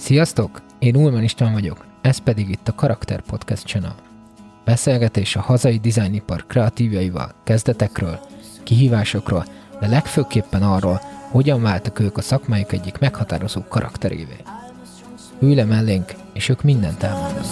Sziasztok! Én Ulman István vagyok, ez pedig itt a Karakter Podcast Channel. Beszélgetés a hazai dizájnipar kreatívjaival, kezdetekről, kihívásokról, de legfőképpen arról, hogyan váltak ők a szakmájuk egyik meghatározó karakterévé. Ülj le mellénk, és ők mindent elmondanak.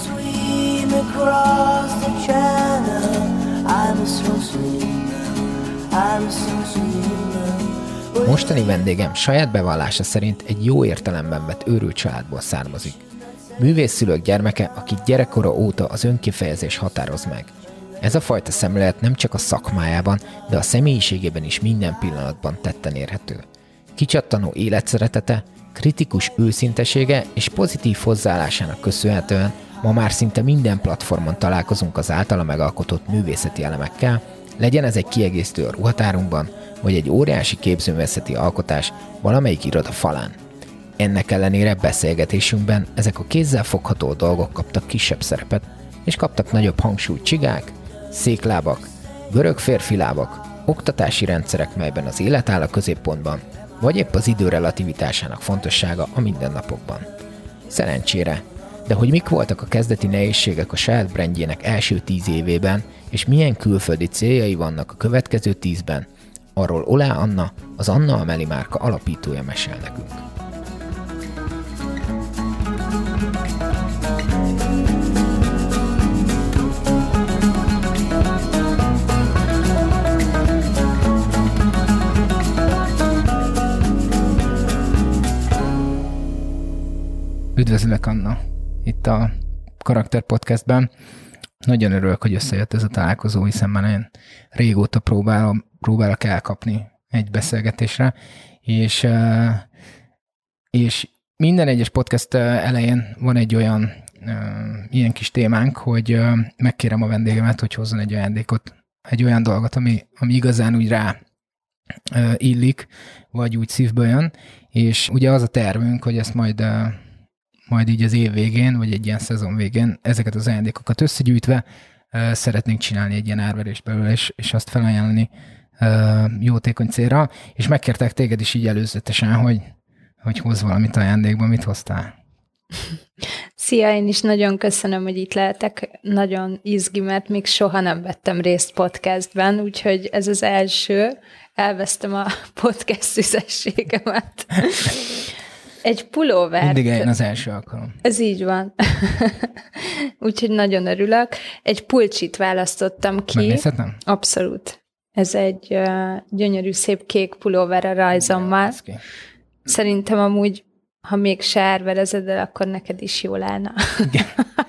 Mostani vendégem saját bevallása szerint egy jó értelemben vett őrült családból származik. Művészszülők gyermeke, aki gyerekkora óta az önkifejezés határoz meg. Ez a fajta szemlélet nem csak a szakmájában, de a személyiségében is minden pillanatban tetten érhető. Kicsattanó életszeretete, kritikus őszintesége és pozitív hozzáállásának köszönhetően ma már szinte minden platformon találkozunk az általa megalkotott művészeti elemekkel, legyen ez egy kiegészítő a ruhatárunkban, vagy egy óriási képzőművészeti alkotás valamelyik iroda falán. Ennek ellenére beszélgetésünkben ezek a kézzel fogható dolgok kaptak kisebb szerepet, és kaptak nagyobb hangsúlyt csigák, széklábak, görög férfilábak, oktatási rendszerek, melyben az élet áll a középpontban, vagy épp az idő relativitásának fontossága a mindennapokban. Szerencsére, de hogy mik voltak a kezdeti nehézségek a saját brandjének első 10 évében, és milyen külföldi céljai vannak a következő 10-ben, arról Olá Anna, az Anna Ameli márka alapítója mesél nekünk. Üdvözlök, Anna, itt a Karakter Podcastben. Nagyon örülök, hogy összejött ez a találkozó, hiszen már nagyon régóta próbálok elkapni egy beszélgetésre, és minden egyes podcast elején van egy olyan ilyen kis témánk, hogy megkérem a vendégemet, hogy hozzon egy ajándékot, egy olyan dolgot, ami igazán úgy rá illik, vagy úgy szívből jön, és ugye az a tervünk, hogy ezt majd így az év végén, vagy egy ilyen szezon végén ezeket az ajándékokat összegyűjtve szeretnénk csinálni egy ilyen árverést belőle, és azt felajánlani jótékony célra, és megkértek téged is így előzetesen, hogy hozz valamit ajándékba, mit hoztál? Szia, én is nagyon köszönöm, hogy itt lehetek. Nagyon izgi, mert még soha nem vettem részt podcastben, úgyhogy ez az első. Elvesztem a podcast szüzességemet. Egy pulóvert. Mindig eljön az első alkalom. Ez így van. Úgyhogy nagyon örülök. Egy pulcsit választottam ki. Megnézhetem? Abszolút. Ez egy gyönyörű, szép kék pulóver a rajzommal. Szerintem amúgy, ha még se árverezed el, akkor neked is jól állna. Igen.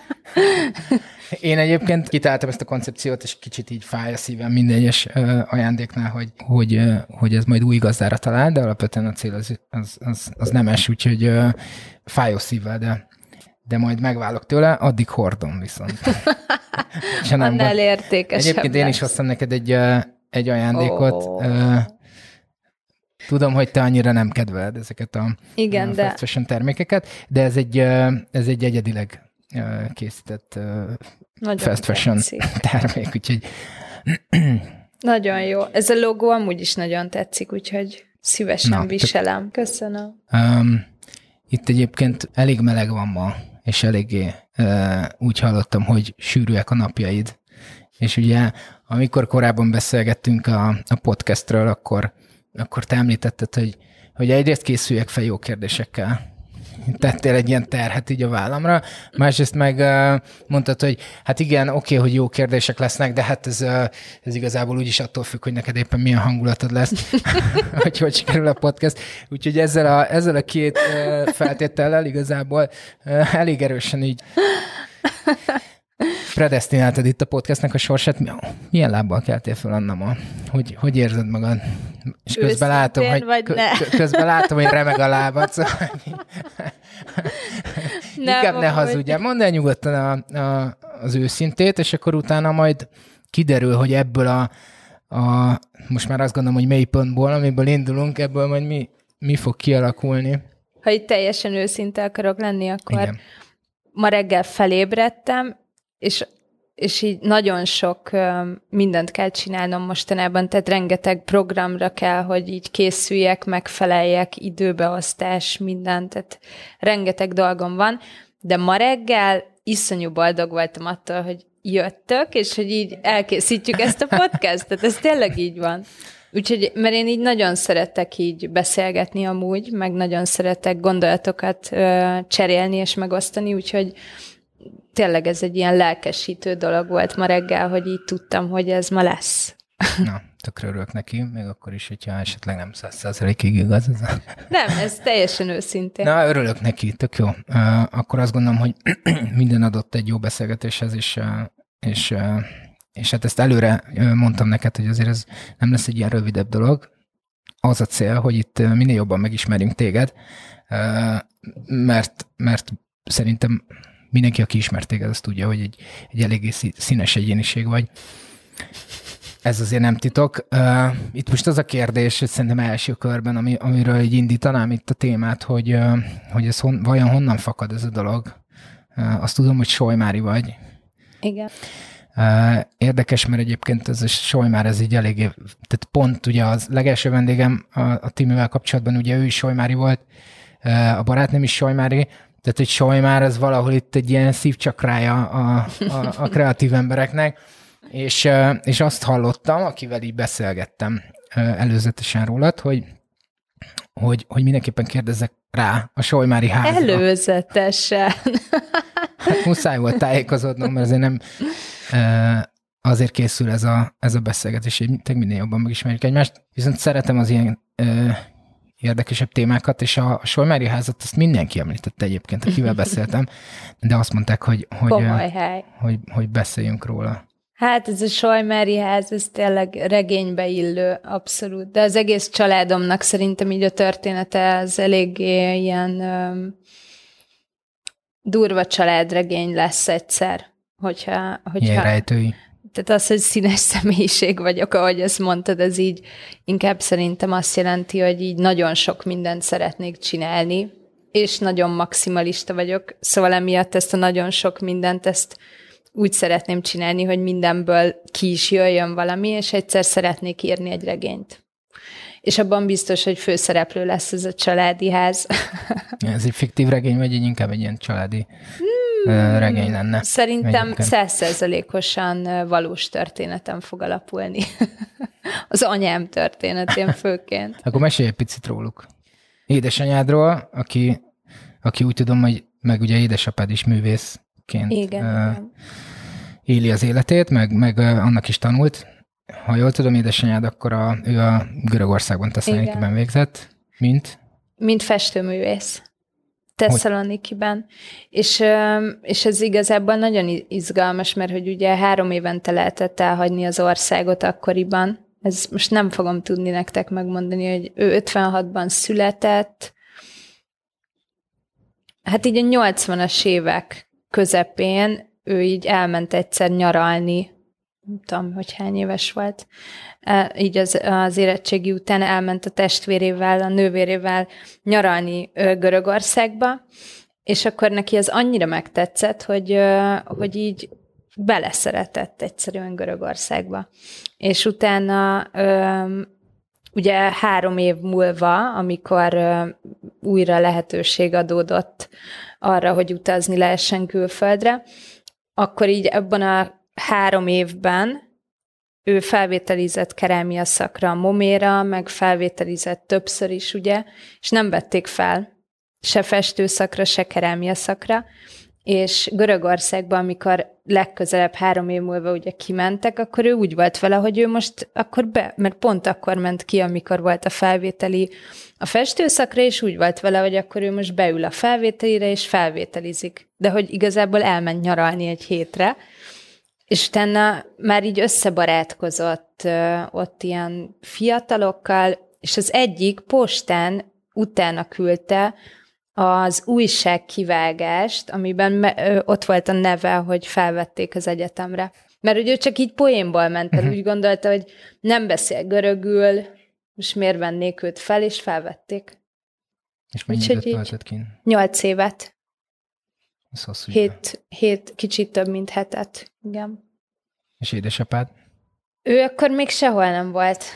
Én egyébként kitaláltam ezt a koncepciót, és kicsit így fáj a szívem minden egyes ajándéknál, hogy ez majd új gazdára talál, de alapvetően a cél az nemes, úgyhogy fájó szívvel, de majd megválok tőle, addig hordom viszont. Annál értékesebb. Egyébként én is hoztam neked egy ajándékot. Tudom, hogy te annyira nem kedveled ezeket a fast fashion termékeket, de ez egy egyedileg készített fast fashion termék, úgyhogy... Nagyon jó. Ez a logó amúgy is nagyon tetszik, úgyhogy szívesen viselem. Köszönöm. Itt egyébként elég meleg van ma, és eléggé úgy hallottam, hogy sűrűek a napjaid. És ugye, amikor korábban beszélgettünk a podcastről, akkor te említetted, hogy egyrészt készüljek fel jó kérdésekkel. Tettél egy ilyen terhet így a vállamra, másrészt meg mondtad, hogy hát igen, oké, hogy jó kérdések lesznek, de hát ez igazából úgyis attól függ, hogy neked éppen milyen hangulatod lesz, hogy sikerül a podcast. Úgyhogy ezzel a két feltétellel igazából elég erősen így predesztináltad itt a podcastnek a sorsát. Milyen lábbal keltél fel, Anna, ma? Hogy érzed magad? És közben látom, hogy remeg a lábad. Szóval inkább ne hazudjál. Mondd el nyugodtan az őszintét, és akkor utána majd kiderül, hogy ebből most már azt gondolom, hogy mély pontból, amiből indulunk, ebből majd mi fog kialakulni. Ha itt teljesen őszinte akarok lenni, akkor igen. Ma reggel felébredtem, és és így nagyon sok mindent kell csinálnom mostanában, tehát rengeteg programra kell, hogy így készüljek, megfeleljek, időbeosztás, mindent, tehát rengeteg dolgom van, de ma reggel iszonyú boldog voltam attól, hogy jöttök, és hogy így elkészítjük ezt a podcastet, ez tényleg így van. Úgyhogy, mert én így nagyon szeretek így beszélgetni amúgy, meg nagyon szeretek gondolatokat cserélni és megosztani, úgyhogy tényleg ez egy ilyen lelkesítő dolog volt ma reggel, hogy így tudtam, hogy ez ma lesz. Na, tökre örülök neki, még akkor is, hogyha esetleg nem 100%-ig igaz. Nem, ez teljesen őszintén. Na, örülök neki, tök jó. Akkor azt gondolom, hogy minden adott egy jó beszélgetéshez, és hát ezt előre mondtam neked, hogy azért ez nem lesz egy ilyen rövidebb dolog. Az a cél, hogy itt minél jobban megismerjünk téged, mert szerintem mindenki, aki ismer téged, az tudja, hogy egy eléggé színes egyéniség vagy. Ez azért nem titok. Itt most az a kérdés, hogy szerintem első körben, amiről így indítanám itt a témát, hogy ez vajon honnan fakad ez a dolog. Azt tudom, hogy Solymári vagy. Igen. Érdekes, mert egyébként ez a Solymár, ez így eléggé, tehát pont ugye az legelső vendégem a Timivel kapcsolatban, ugye ő is Solymári volt, a barátnőm is Solymári, tehát egy Solymár az valahol itt egy ilyen szívcsakrája a kreatív embereknek, és azt hallottam, akivel így beszélgettem előzetesen rólad, hogy mindenképpen kérdezzek rá a Solymári házra. Előzetesen. Hát muszáj volt tájékozódnom, mert azért nem azért készül ez a beszélgetés, hogy minél jobban megismerjük egymást. Viszont szeretem az ilyen érdekesebb témákat, és a Solymári házat azt mindenki említette egyébként, akivel beszéltem, de azt mondták, hogy beszéljünk róla. Hát ez a Solymári ház, ez tényleg regénybe illő, abszolút. De az egész családomnak szerintem így a története az eléggé ilyen durva családregény lesz egyszer. Hogyha ilyen rejtői. Tehát az, hogy színes személyiség vagyok, ahogy ezt mondtad, ez így inkább szerintem azt jelenti, hogy így nagyon sok mindent szeretnék csinálni, és nagyon maximalista vagyok. Szóval emiatt ezt a nagyon sok mindent, ezt úgy szeretném csinálni, hogy mindenből ki is jöjjön valami, és egyszer szeretnék írni egy regényt. És abban biztos, hogy főszereplő lesz ez a családi ház. Ez egy fiktív regény, vagy inkább egy ilyen családi regény lenne? Szerintem 100%-osan valós történetem fog alapulni. Az anyám történetén főként. Akkor mesélj egy picit róluk. Édesanyádról, aki úgy tudom, hogy meg ugye édesapád is művészként igen. éli az életét, meg annak is tanult. Ha jól tudom, édesanyád, akkor ő a Görögországban Tesszalonikiben végzett, mint festőművész. Tesszalonikiben. És ez igazából nagyon izgalmas, mert hogy ugye 3 évente lehetett elhagyni az országot akkoriban. Ez most nem fogom tudni nektek megmondani, hogy ő 56-ban született. Hát így a 80-as évek közepén ő így elment egyszer nyaralni, nem tudom, hogy hány éves volt, így az érettségi után elment a testvérével, a nővérével nyaralni Görögországba, és akkor neki ez annyira megtetszett, hogy így beleszeretett egyszerűen Görögországba. És utána ugye 3 év múlva, amikor újra lehetőség adódott arra, hogy utazni lehessen külföldre, akkor így ebben a 3 évben ő felvételizett kerámia szakra a Moméra, meg felvételizett többször is, ugye, és nem vették fel se festőszakra, se kerámia szakra, és Görögországban, amikor legközelebb 3 év múlva ugye kimentek, akkor ő úgy volt vele, hogy ő most akkor mert pont akkor ment ki, amikor volt a felvételi a festőszakra, és úgy volt vele, hogy akkor ő most beül a felvételire, és felvételizik. De hogy igazából elment nyaralni egy hétre, és utána már így összebarátkozott ott ilyen fiatalokkal, és az egyik postán utána küldte az újságkivágást, amiben ott volt a neve, hogy felvették az egyetemre. Mert hogy ő csak így poénból ment el, úgy gondolta, hogy nem beszél görögül, most miért vennék őt fel, és felvették. És mennyi időt töltött kint? 8 évet. Hét, kicsit több, mint hetet. Igen. És édesapád? Ő akkor még sehol nem volt.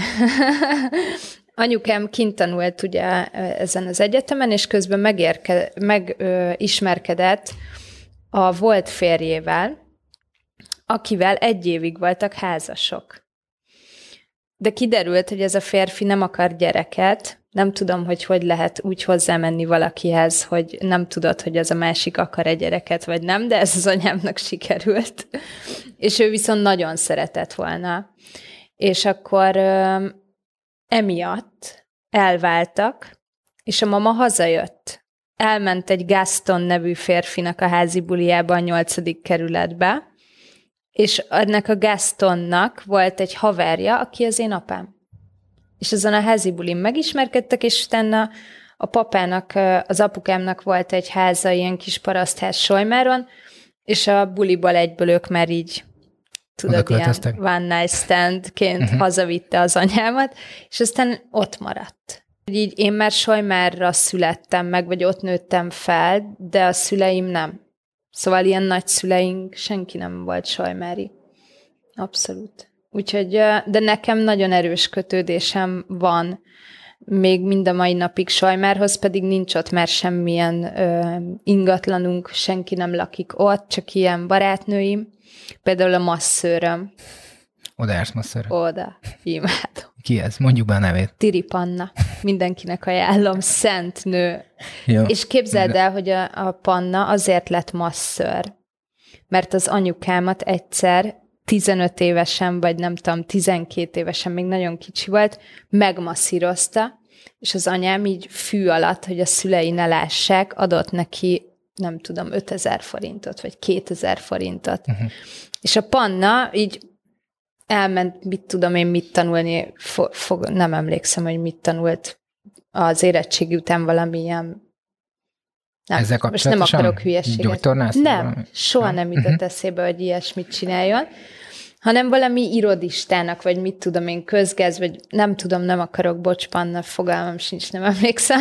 Anyukám kint tanult ugye ezen az egyetemen, és közben megismerkedett a volt férjével, akivel 1 évig voltak házasok. De kiderült, hogy ez a férfi nem akar gyereket. Nem tudom, hogy lehet úgy hozzámenni valakihez, hogy nem tudod, hogy az a másik akar egy gyereket, vagy nem, de ez az anyámnak sikerült. És ő viszont nagyon szeretett volna. És akkor emiatt elváltak, és a mama hazajött. Elment egy Gaston nevű férfinak a házi buliába a 8. kerületbe, és ennek a Gastonnak volt egy haverja, aki az én apám. És azon a házi bulin megismerkedtek, és utána a papának, az apukámnak volt egy háza, ilyen kis parasztház Solymáron, és a buliból egyből ők már így, tudod, ilyen one night standként hazavitte az anyámat, és aztán ott maradt. Így én már Solymárra születtem meg, vagy ott nőttem fel, de a szüleim nem. Szóval ilyen nagyszüleink, senki nem volt solymári. Abszolút. Úgyhogy, de nekem nagyon erős kötődésem van még mind a mai napig Solymárhoz, pedig nincs ott már semmilyen ingatlanunk, senki nem lakik ott, csak ilyen barátnőim. Például a masszőröm. Oda jársz masszőröm? Oda. Imádom. Ki ez? Mondjuk be a nevét. Tiri Panna. Mindenkinek ajánlom. Szent nő. Jó. És képzeld el, hogy a Panna azért lett masszőr, mert az anyukámat egyszer 15 évesen, vagy nem tudom, 12 évesen, még nagyon kicsi volt, megmasszírozta, és az anyám így fű alatt, hogy a szülei ne lássák, adott neki, nem tudom, 5000 forintot, vagy 2000 forintot. És a Panna így elment, mit tudom én, mit tanulni, nem emlékszem, hogy mit tanult az érettségi után valamilyen. Nem, most nem akarok hülyeséget. Gyógytornász? Nem, soha nem jutott eszébe, hogy ilyesmit csináljon, hanem valami irodistának, vagy mit tudom én, közgáz, vagy nem tudom, nem akarok, bocs, Panna, fogalmam sincs, nem emlékszem.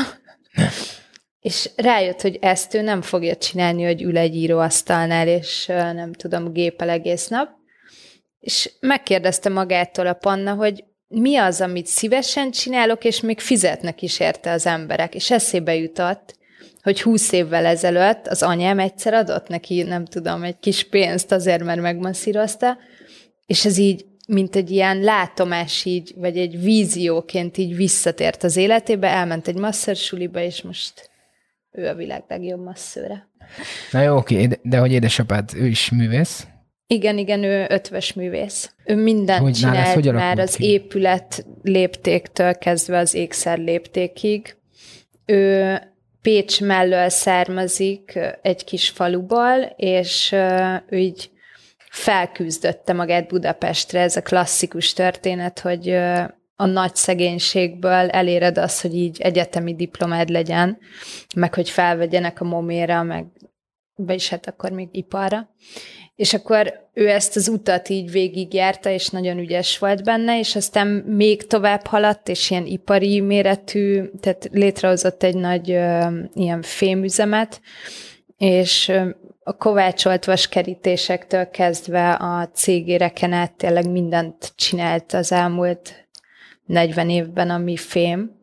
És rájött, hogy ezt ő nem fogja csinálni, hogy ül egy íróasztalnál, és nem tudom, gépel egész nap. És megkérdezte magától a Panna, hogy mi az, amit szívesen csinálok, és még fizetnek is érte az emberek. És eszébe jutott, hogy 20 évvel ezelőtt az anyám egyszer adott neki, nem tudom, egy kis pénzt azért, mert megmasszírozta, és ez így, mint egy ilyen látomás így, vagy egy vízióként így visszatért az életébe, elment egy masszörsuliba, és most ő a világ legjobb masszőre. Na jó, oké, de hogy édesapád, ő is művész? Igen, ő ötvös művész. Ő mindent csinált már az épület léptéktől kezdve az ékszer léptékig. Ő Pécs mellől származik egy kis faluból, és ő így felküzdötte magát Budapestre. Ez a klasszikus történet, hogy a nagy szegénységből eléred azt, hogy így egyetemi diplomád legyen, meg hogy felvegyenek a moméra, meg vagyis hát akkor még iparra. És akkor ő ezt az utat így végigjárta, és nagyon ügyes volt benne, és aztán még tovább haladt, és ilyen ipari méretű, tehát létrehozott egy nagy ilyen fémüzemet, és a kovácsolt vaskerítésektől kezdve a cégéreken át tényleg mindent csinált az elmúlt 40 évben, ami fém.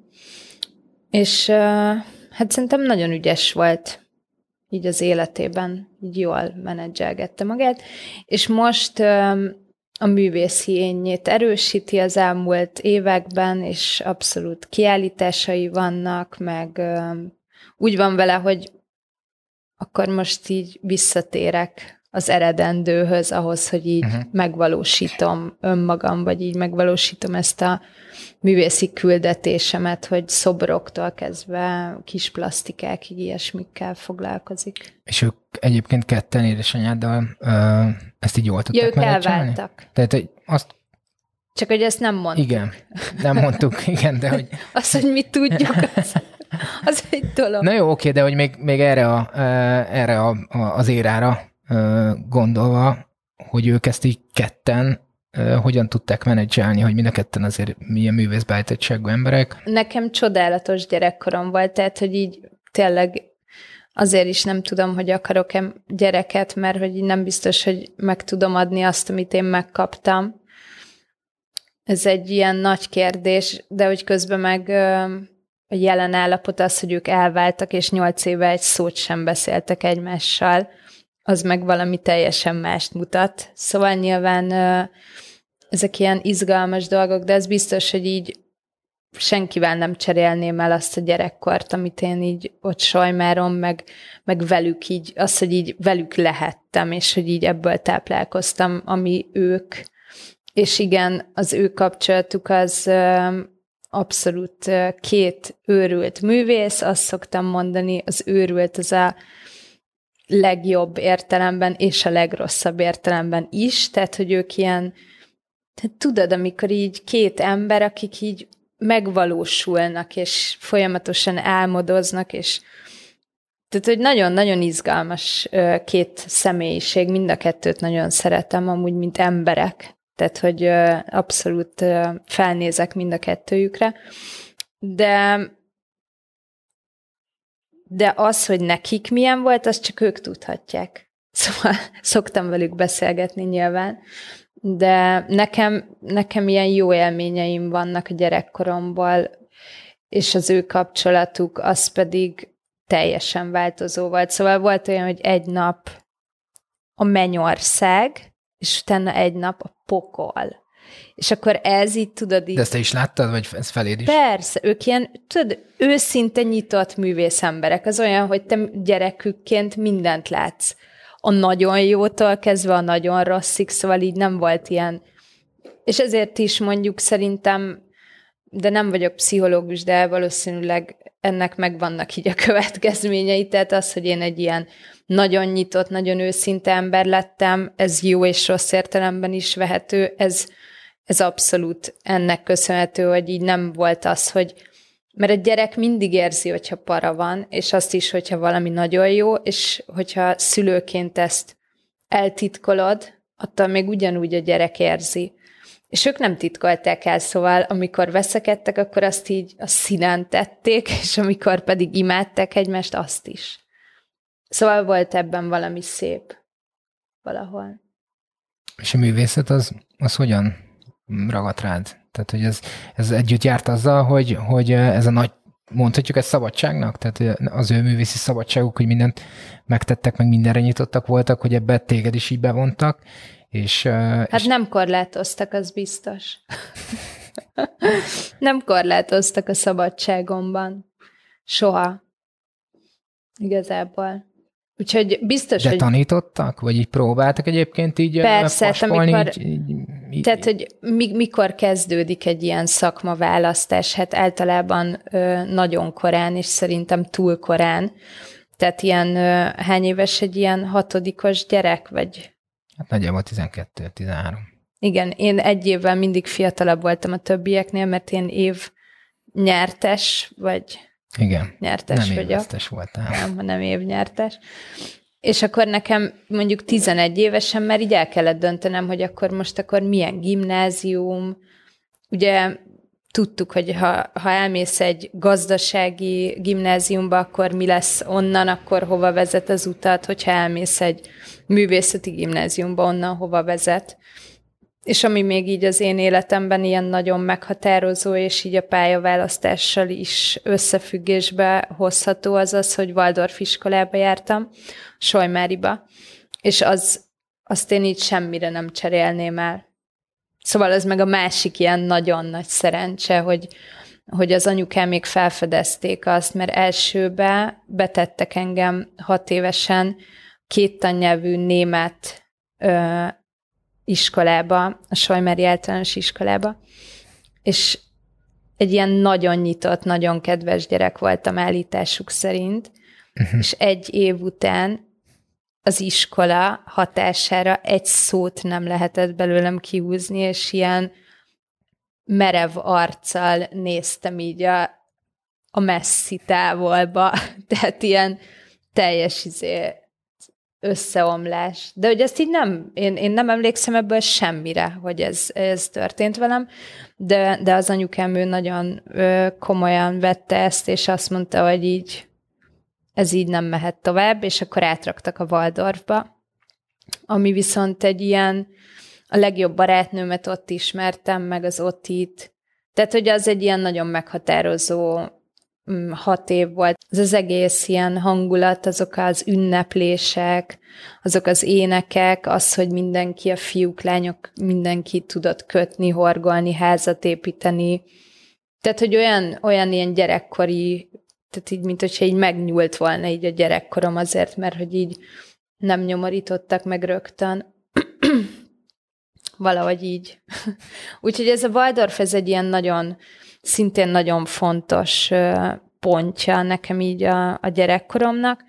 És hát szerintem nagyon ügyes volt így az életében, így jól menedzselgette magát, és most a művészi énjét erősíti az elmúlt években, és abszolút kiállításai vannak, meg úgy van vele, hogy akkor most így visszatérek az eredendőhöz, ahhoz, hogy így megvalósítom önmagam, vagy így megvalósítom ezt a művészi küldetésemet, hogy szobroktól kezdve kis plastikákig ilyesmikkel foglalkozik. És ők egyébként ketten édesanyáddal ezt így jól tudták menedzselni? Elváltak. Tehát, hogy azt... Csak, hogy ezt nem mondtuk. Igen, nem mondtuk, igen, de hogy... Azt, hogy mit tudjuk, az egy dolog. Na jó, oké, de hogy még erre az érára gondolva, hogy ők ezt így ketten hogyan tudták menedzselni, hogy mind a ketten azért milyen művészbeállítottságú emberek. Nekem csodálatos gyerekkorom volt, tehát, hogy így tényleg azért is nem tudom, hogy akarok-e gyereket, mert hogy nem biztos, hogy meg tudom adni azt, amit én megkaptam. Ez egy ilyen nagy kérdés, de hogy közben meg a jelen állapot az, hogy ők elváltak, és 8 éve egy szót sem beszéltek egymással, az meg valami teljesen mást mutat. Szóval nyilván ezek ilyen izgalmas dolgok, de ez biztos, hogy így senkivel nem cserélném el azt a gyerekkort, amit én így ott Solymáron, meg velük így, azt, hogy így velük lehettem, és hogy így ebből táplálkoztam, ami ők. És igen, az ő kapcsolatuk az abszolút két őrült művész, azt szoktam mondani, az őrült az a legjobb értelemben, és a legrosszabb értelemben is, tehát, hogy ők ilyen, tehát tudod, amikor így két ember, akik így megvalósulnak, és folyamatosan álmodoznak, és tehát, hogy nagyon-nagyon izgalmas két személyiség, mind a kettőt nagyon szeretem, amúgy, mint emberek. Tehát, hogy abszolút felnézek mind a kettőjükre. De az, hogy nekik milyen volt, azt csak ők tudhatják. Szóval szoktam velük beszélgetni nyilván, de nekem ilyen jó élményeim vannak a gyerekkoromból, és az ő kapcsolatuk, az pedig teljesen változó volt. Szóval volt olyan, hogy egy nap a Mennyország, és utána egy nap a pokol. És akkor ez így, tudod így... De ezt te is láttad, vagy ez feléd is? Persze, ők ilyen, tudod, őszinte nyitott művész emberek. Az olyan, hogy te gyerekükként mindent látsz. A nagyon jótól kezdve a nagyon rosszig, szóval így nem volt ilyen. És ezért is mondjuk szerintem, de nem vagyok pszichológus, de valószínűleg ennek megvannak így a következményei, tehát az, hogy én egy ilyen nagyon nyitott, nagyon őszinte ember lettem, ez jó és rossz értelemben is vehető, ez abszolút ennek köszönhető, hogy így nem volt az, hogy mert a gyerek mindig érzi, hogyha para van, és azt is, hogyha valami nagyon jó, és hogyha szülőként ezt eltitkolod, attól még ugyanúgy a gyerek érzi. És ők nem titkolták el, szóval amikor veszekedtek, akkor azt így a színen tették, és amikor pedig imádták egymást, azt is. Szóval volt ebben valami szép valahol. És a művészet az hogyan ragadt rád? Tehát, hogy ez együtt járt azzal, hogy ez a nagy, mondhatjuk ezt szabadságnak? Tehát az ő művészi szabadságuk, hogy mindent megtettek, meg mindenre nyitottak voltak, hogy ebbe téged is így bevontak, Hát nem korlátoztak, az biztos. Nem korlátoztak a szabadságomban. Soha. Igazából. Úgyhogy biztos, de hogy... tanítottak? Vagy így próbáltak egyébként így persze, amikor... Tehát, hogy mikor kezdődik egy ilyen szakmaválasztás? Hát általában nagyon korán, és szerintem túl korán. Tehát ilyen, hány éves egy ilyen 6. gyerek, vagy... Hát nagyjából 12-13. Igen, én egy évvel mindig fiatalabb voltam a többieknél, mert én évnyertes, vagy... Igen, nyertes nem vagyok. évvesztes voltál. Nem, hanem évnyertes. És akkor nekem mondjuk 11 évesen már így el kellett döntenem, hogy akkor milyen gimnázium. Ugye tudtuk, hogy ha elmész egy gazdasági gimnáziumba, akkor mi lesz onnan, akkor hova vezet az utat, hogyha elmész egy művészeti gimnáziumba, onnan hova vezet. És ami még így az én életemben ilyen nagyon meghatározó, és így a pályaválasztással is összefüggésbe hozható, az az, hogy Waldorf iskolába jártam, Solymáriba, és azt én így semmire nem cserélném el. Szóval ez meg a másik ilyen nagyon nagy szerencse, hogy az anyukám még felfedezték azt, mert elsőbe betettek engem 6 évesen 2 tannyelvű német iskolába, a Solymári általános iskolába, és egy ilyen nagyon nyitott, nagyon kedves gyerek voltam állításuk szerint, és 1 év után az iskola hatására egy szót nem lehetett belőlem kihúzni, és ilyen merev arccal néztem így a messzi távolba, tehát ilyen teljes összeomlás. De hogy ezt így én nem emlékszem ebből semmire, hogy ez történt velem, de az anyukám ő nagyon komolyan vette ezt, és azt mondta, hogy így ez így nem mehet tovább, és akkor átraktak a Waldorfba, ami viszont egy ilyen, a legjobb barátnőmet ott ismertem, meg az Ottit. Tehát, hogy az egy ilyen nagyon meghatározó 6 év volt. Ez az egész ilyen hangulat, azok az ünneplések, azok az énekek, az, hogy mindenki, a fiúk, lányok, mindenki tudott kötni, horgolni, házat építeni. Tehát, hogy olyan ilyen gyerekkori, tehát így, mint hogyha így megnyúlt volna így a gyerekkorom azért, mert hogy így nem nyomorítottak meg rögtön. Valahogy így. Úgyhogy ez a Waldorf, ez egy ilyen nagyon, szintén nagyon fontos pontja nekem így a gyerekkoromnak.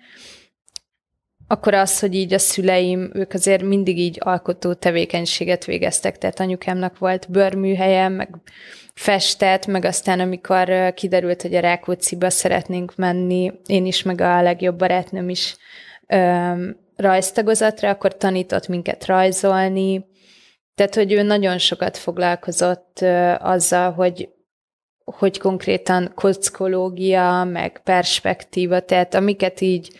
Akkor az, hogy így a szüleim, ők azért mindig így alkotó tevékenységet végeztek, tehát anyukámnak volt bőrműhelye, meg festett, meg aztán amikor kiderült, hogy a Rákócziba szeretnénk menni, én is, meg a legjobb barátnőm is rajztagozatra, akkor tanított minket rajzolni. Tehát, hogy ő nagyon sokat foglalkozott azzal, hogy konkrétan kockológia, meg perspektíva, tehát amiket így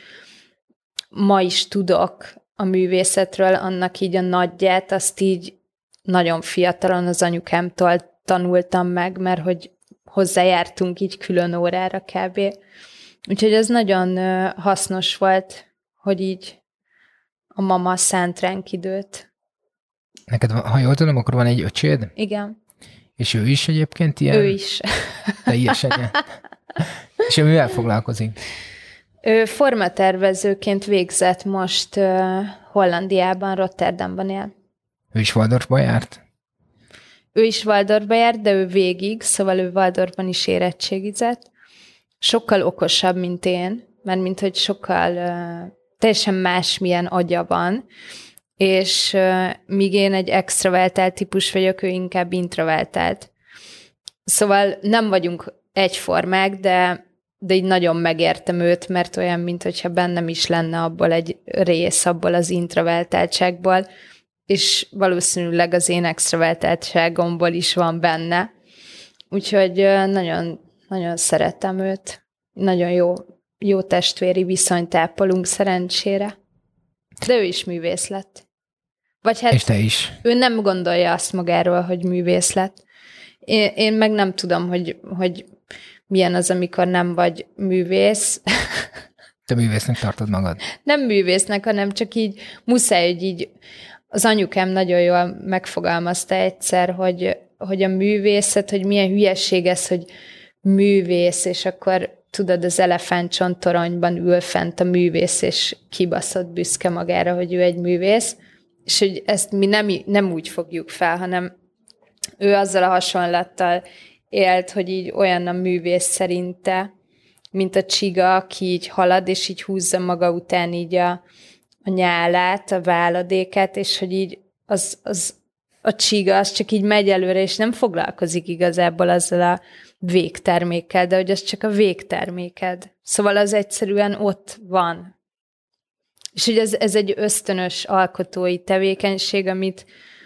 ma is tudok a művészetről, annak így a nagyját, azt így nagyon fiatalon az anyukámtól tanultam meg, mert hogy hozzájártunk így külön órára kb. Úgyhogy ez nagyon hasznos volt, hogy így a mama szánt ránk időt. Neked, ha jól tudom, akkor van egy öcséd? Igen. És ő is egyébként ilyen? Ő is. Teljesen. És ő mivel foglalkozik? Ő formatervezőként végzett most Hollandiában, Rotterdamban él. Ő is Waldorfba járt? Ő is Waldorfba járt, de ő végig, szóval ő Waldorfban is érettségizett. Sokkal okosabb, mint én, mert mint hogy sokkal teljesen másmilyen agya van, és míg én egy extravertált típus vagyok, ő inkább introvertált. Szóval nem vagyunk egyformák, de így nagyon megértem őt, mert olyan, mintha bennem is lenne abból egy rész, abból az introvertáltságból, és valószínűleg az én extrovertáltságomból is van benne. Úgyhogy nagyon, nagyon szeretem őt. Nagyon jó testvéri viszonyt ápolunk szerencsére. De ő is művész lett. Vagy hát és te is. Ő nem gondolja azt magáról, hogy művész lett. Én meg nem tudom, hogy milyen az, amikor nem vagy művész. Te művésznek tartod magad? Nem művésznek, hanem csak így muszáj, hogy így az anyukám nagyon jól megfogalmazta egyszer, hogy a művészet, hogy milyen hülyeség ez, hogy művész, és akkor tudod, az elefántcsontoronyban ül fent a művész, és kibaszott büszke magára, hogy ő egy művész, és hogy ezt mi nem úgy fogjuk fel, hanem ő azzal a hasonlattal élt, hogy így olyan a művész szerinte, mint a csiga, aki így halad, és így húzza maga után így a nyálát, a váladékát, és hogy így a csiga az csak így megy előre, és nem foglalkozik igazából azzal a végtermékkel, de hogy az csak a végterméked. Szóval az egyszerűen ott van. És hogy ez egy ösztönös alkotói tevékenység, amit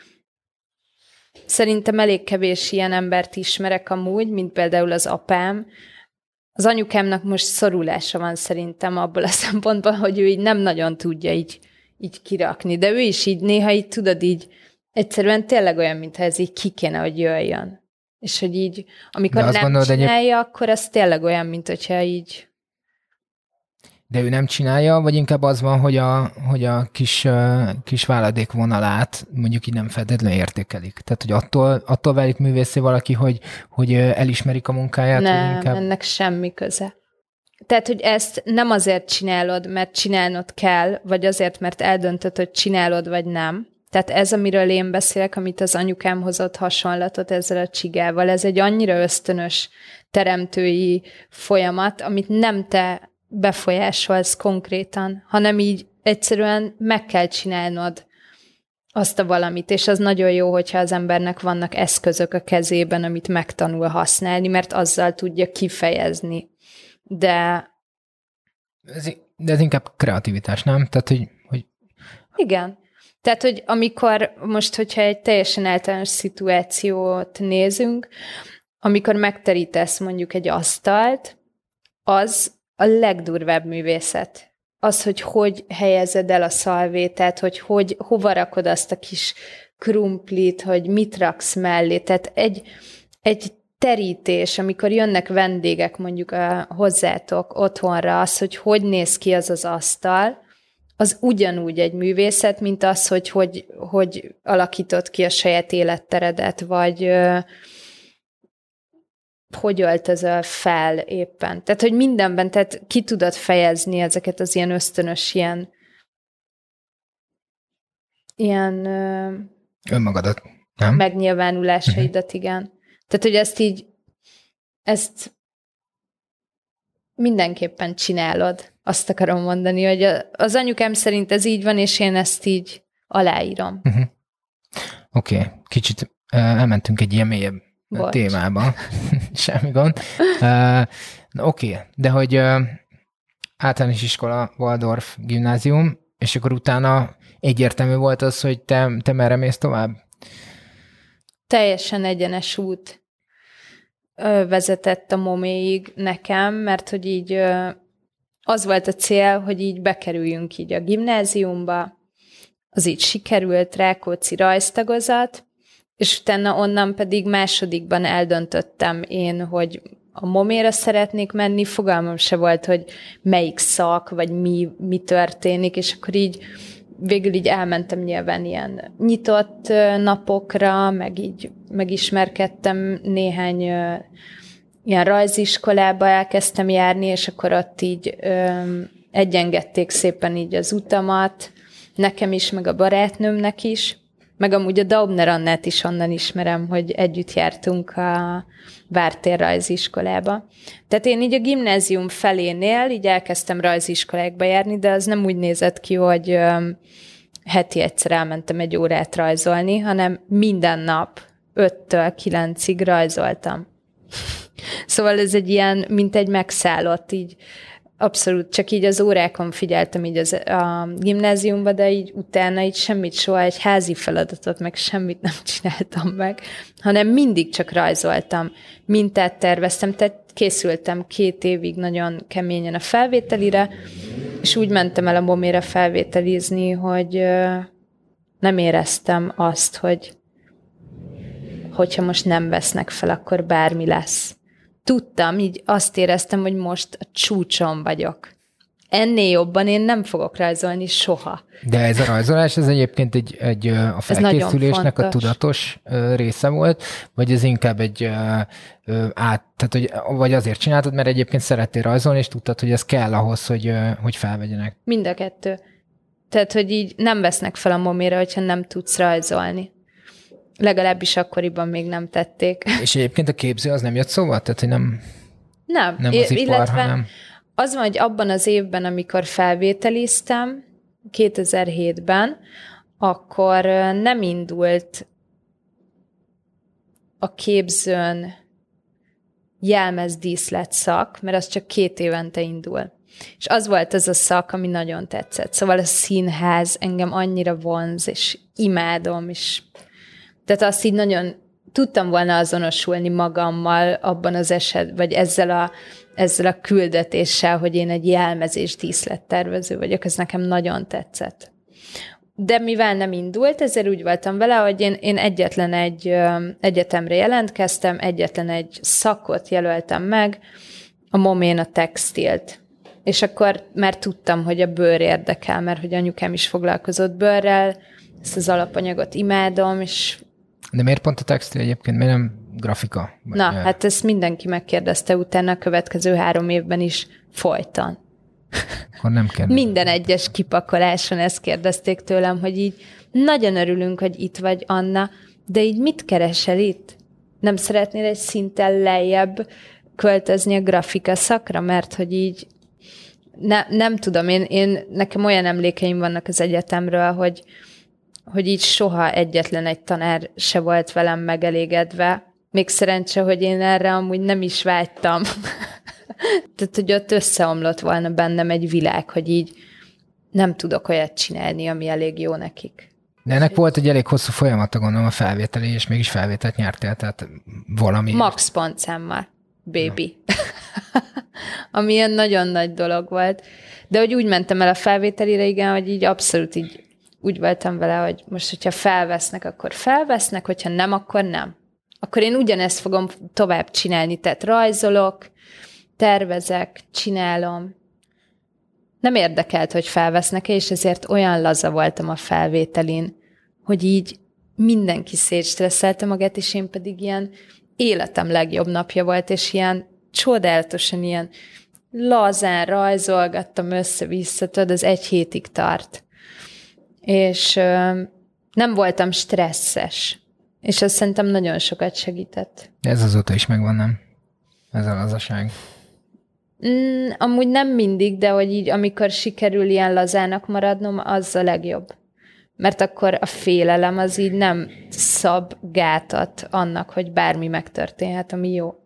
szerintem elég kevés ilyen embert ismerek amúgy, mint például az apám. Az anyukámnak most szorulása van szerintem abból a szempontból, hogy ő így nem nagyon tudja így kirakni, de ő is így néha így tudod így egyszerűen tényleg olyan, mintha ez így ki kéne, hogy jöjjön. És hogy így, amikor nem csinálja, akkor az tényleg olyan, mint hogyha így... De ő nem csinálja, vagy inkább az van, hogy a kis váladékvonalát mondjuk így nem feltétlenül értékelik? Tehát, hogy attól válik művészé valaki, hogy elismerik a munkáját? Nem, inkább... ennek semmi köze. Tehát, hogy ezt nem azért csinálod, mert csinálnod kell, vagy azért, mert eldöntöd, hogy csinálod, vagy nem. Tehát ez, amiről én beszélek, amit az anyukám hozott hasonlatot ezzel a csigával, ez egy annyira ösztönös teremtői folyamat, amit nem te befolyásolsz konkrétan, hanem így egyszerűen meg kell csinálnod azt a valamit, és az nagyon jó, hogyha az embernek vannak eszközök a kezében, amit megtanul használni, mert azzal tudja kifejezni. De ez inkább kreativitás, nem? Tehát, hogy... Igen. Tehát, hogy amikor most, hogyha egy teljesen általános szituációt nézünk, amikor megterítesz mondjuk egy asztalt, az a legdurvább művészet. Az, hogy helyezed el a szalvétát, hogy hova rakod azt a kis krumplit, hogy mit raksz mellé. Tehát egy terítés, amikor jönnek vendégek mondjuk hozzátok otthonra, az, hogy néz ki az az asztal, az ugyanúgy egy művészet, mint az, hogy alakítod ki a saját életteredet, vagy hogy öltözöl fel éppen. Tehát, hogy mindenben, tehát ki tudod fejezni ezeket az ilyen ösztönös, ilyen önmagadat, nem? Megnyilvánulásaidat, igen. Tehát, hogy ezt mindenképpen csinálod. Azt akarom mondani, hogy az anyukám szerint ez így van, és én ezt így aláírom. Oké. Kicsit elmentünk egy ilyen mélyebb témába. Semmi gond. Oké. De hogy általános iskola, Waldorf gimnázium, és akkor utána egyértelmű volt az, hogy te merre mész tovább? Teljesen egyenes út vezetett a moméig nekem, mert hogy így az volt a cél, hogy így bekerüljünk így a gimnáziumba, az így sikerült, Rákóczi rajztagozat, és utána onnan pedig másodikban eldöntöttem én, hogy a moméra szeretnék menni, fogalmam se volt, hogy melyik szak, vagy mi történik, és akkor így végül így elmentem nyilván ilyen nyitott napokra, meg így megismerkedtem néhány ilyen rajziskolába elkezdtem járni, és akkor ott így egyengedték szépen így az utamat, nekem is, meg a barátnőmnek is, meg amúgy a Daubner Annát is onnan ismerem, hogy együtt jártunk a Vártér rajziskolába. Tehát én így a gimnázium felénél így elkezdtem rajziskolákba járni, de az nem úgy nézett ki, hogy heti egyszer elmentem egy órát rajzolni, hanem minden nap 5-től 9-ig rajzoltam. Szóval ez egy ilyen, mint egy megszállott, így abszolút csak így az órákon figyeltem így a gimnáziumba, de így utána így semmit, soha egy házi feladatot, meg semmit nem csináltam meg, hanem mindig csak rajzoltam, mintát terveztem, tehát készültem 2 évig nagyon keményen a felvételire, és úgy mentem el a moméra felvételizni, hogy nem éreztem azt, hogyha most nem vesznek fel, akkor bármi lesz. Tudtam, így azt éreztem, hogy most a csúcson vagyok. Ennél jobban én nem fogok rajzolni soha. De ez a rajzolás, ez egyébként a felkészülésnek a tudatos része volt, vagy ez inkább tehát, vagy azért csináltad, mert egyébként szerettél rajzolni, és tudtad, hogy ez kell ahhoz, hogy felvegyenek? Mind a kettő. Tehát, hogy így nem vesznek fel a moméra, hogyha nem tudsz rajzolni. Legalábbis akkoriban még nem tették. És egyébként a képző az nem jött szóval? Tehát, hogy nem az ipar, hanem... Az van, hogy abban az évben, amikor felvételiztem, 2007-ben, akkor nem indult a képzőn jelmezdíszlet szak, mert az csak 2 évente indul. És az volt az a szak, ami nagyon tetszett. Szóval a színház engem annyira vonz, és imádom, és tehát azt így nagyon tudtam volna azonosulni magammal abban az esetben, vagy ezzel a küldetéssel, hogy én egy jelmezés díszlettervező vagyok, ez nekem nagyon tetszett. De mivel nem indult, ezért úgy voltam vele, hogy én egyetlen egy egyetemre jelentkeztem, egyetlen egy szakot jelöltem meg, a momén a textilt. És akkor már tudtam, hogy a bőr érdekel, mert hogy anyukám is foglalkozott bőrrel, ezt az alapanyagot imádom, és... De miért pont a textil egyébként? Miért nem grafika? Hát ezt mindenki megkérdezte utána a következő 3 évben is folyton. Akkor nem kell. Minden egyes kipakoláson ezt kérdezték tőlem, hogy így nagyon örülünk, hogy itt vagy, Anna, de így mit keresel itt? Nem szeretnél egy szinten lejjebb költözni a grafika szakra, mert hogy így nem tudom, nekem olyan emlékeim vannak az egyetemről, hogy így soha egyetlen egy tanár se volt velem megelégedve. Még szerencse, hogy én erre amúgy nem is vágytam. Tehát, hogy ott összeomlott volna bennem egy világ, hogy így nem tudok olyat csinálni, ami elég jó nekik. De ennek volt egy elég hosszú folyamata, gondolom, a felvételi, és mégis felvételt nyertél, tehát valami... Max pontszámmal, baby. ami ilyen nagyon nagy dolog volt. De hogy úgy mentem el a felvételire, igen, hogy így abszolút így úgy voltam vele, hogy most, hogyha felvesznek, akkor felvesznek, hogyha nem, akkor nem. Akkor én ugyanezt fogom tovább csinálni, tehát rajzolok, tervezek, csinálom. Nem érdekelt, hogy felvesznek-e, és ezért olyan laza voltam a felvételin, hogy így mindenki szétstresszelte magát, és én pedig ilyen életem legjobb napja volt, és ilyen csodálatosan ilyen lazán rajzolgattam össze-vissza, tudod, az 1 hétig tart. És nem voltam stresszes. És azt szerintem nagyon sokat segített. Ez azóta is megvan, nem? Ez a lazaság. Amúgy nem mindig, de hogy így, amikor sikerül ilyen lazának maradnom, az a legjobb. Mert akkor a félelem az így nem szab gátat annak, hogy bármi megtörténhet, ami jó.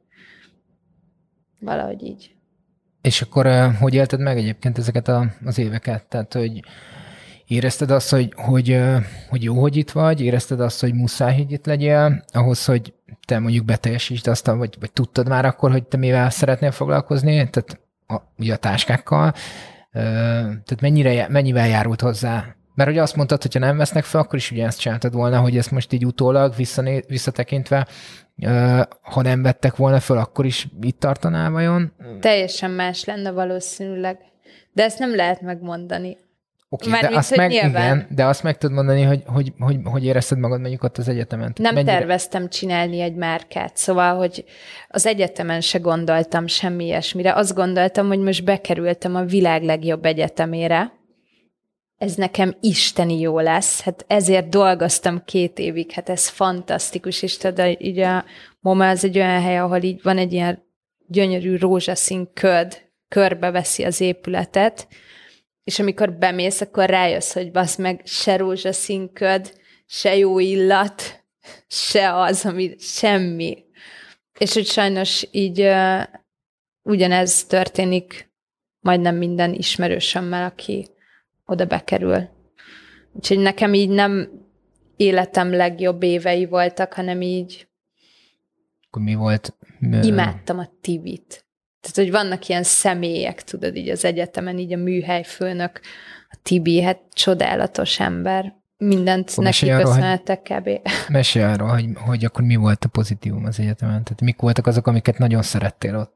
Valahogy így. És akkor hogy élted meg egyébként ezeket az éveket? Tehát, hogy érezted azt, hogy jó, hogy itt vagy? Érezted azt, hogy muszáj, hogy itt legyél? Ahhoz, hogy te mondjuk beteljesítsd azt, vagy tudtad már akkor, hogy te mivel szeretnél foglalkozni? Tehát ugye a táskákkal. Tehát mennyivel járult hozzá? Mert ugye azt mondtad, hogyha nem vesznek fel, akkor is ugye ezt csináltad volna, hogy ezt most így utólag visszatekintve, ha nem vettek volna föl, akkor is itt tartanál vajon? Teljesen más lenne valószínűleg. De ezt nem lehet megmondani. Oké, de azt meg tudod mondani, hogy érezted magad mondjuk ott az egyetemen. Nem terveztem csinálni egy márkát, szóval, hogy az egyetemen se gondoltam semmi ilyesmire. Azt gondoltam, hogy most bekerültem a világ legjobb egyetemére. Ez nekem isteni jó lesz. Hát ezért dolgoztam 2 évig, hát ez fantasztikus, és tudod, így a MoMA az egy olyan hely, ahol így van egy ilyen gyönyörű rózsaszín köd, körbeveszi az épületet, és amikor bemész, akkor rájössz, hogy basz meg se rózsaszín köd, se jó illat, se az, ami semmi. És hogy sajnos így ugyanez történik majdnem minden ismerősömmel, aki oda bekerül. Úgyhogy nekem így nem életem legjobb évei voltak, hanem így akkor mi volt? Imádtam a Tibit. Tehát, hogy vannak ilyen személyek, tudod, így az egyetemen, így a műhelyfőnök, a Tibi, hát csodálatos ember. Mindent neki köszönhetek kb. Mesélj arról, hogy akkor mi volt a pozitívum az egyetemen? Tehát mik voltak azok, amiket nagyon szerettél ott?